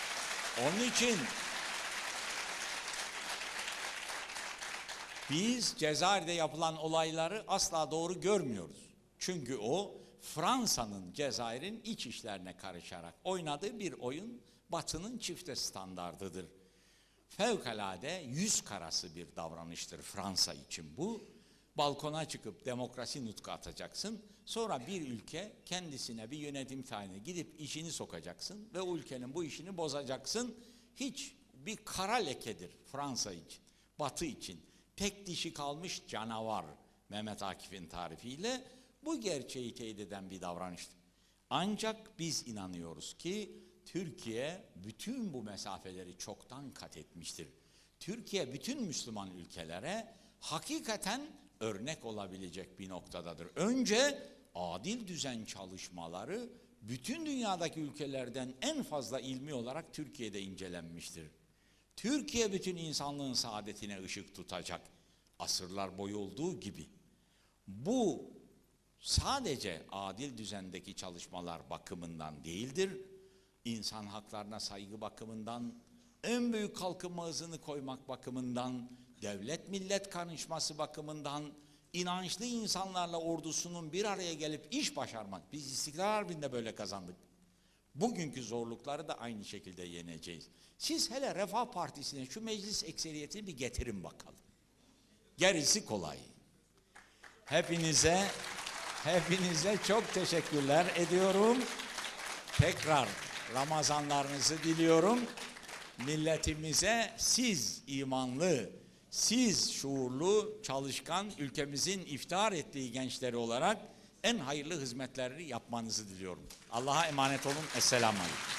biz Cezayir'de yapılan olayları asla doğru görmüyoruz. Çünkü o Fransa'nın Cezayir'in iç işlerine karışarak oynadığı bir oyun, Batı'nın çifte standardıdır. Fevkalade yüz karası bir davranıştır Fransa için bu. Balkona çıkıp demokrasi nutku atacaksın. Sonra bir ülke kendisine bir yönetim tayini gidip işini sokacaksın ve o ülkenin bu işini bozacaksın. Hiç bir kara lekedir Fransa için, Batı için. Tek dişi kalmış canavar Mehmet Akif'in tarifiyle bu gerçeği teyit eden bir davranıştır. Ancak biz inanıyoruz ki Türkiye bütün bu mesafeleri çoktan kat etmiştir. Türkiye bütün Müslüman ülkelere hakikaten örnek olabilecek bir noktadadır. Önce adil düzen çalışmaları bütün dünyadaki ülkelerden en fazla ilmi olarak Türkiye'de incelenmiştir. Türkiye bütün insanlığın saadetine ışık tutacak, asırlar boyu olduğu gibi. Bu sadece adil düzendeki çalışmalar bakımından değildir. İnsan haklarına saygı bakımından, en büyük kalkınma hızını koymak bakımından, devlet millet karışması bakımından, inançlı insanlarla ordusunun bir araya gelip iş başarmak. Biz İstiklal Harbi'nde böyle kazandık. Bugünkü zorlukları da aynı şekilde yeneceğiz. Siz hele Refah Partisi'ne şu meclis ekseriyetini bir getirin bakalım. Gerisi kolay. Hepinize çok teşekkürler ediyorum. Tekrar Ramazanlarınızı diliyorum. Milletimize siz imanlı, siz şuurlu, çalışkan, ülkemizin iftihar ettiği gençleri olarak en hayırlı hizmetleri yapmanızı diliyorum. Allah'a emanet olun. Esselamu Aleyküm.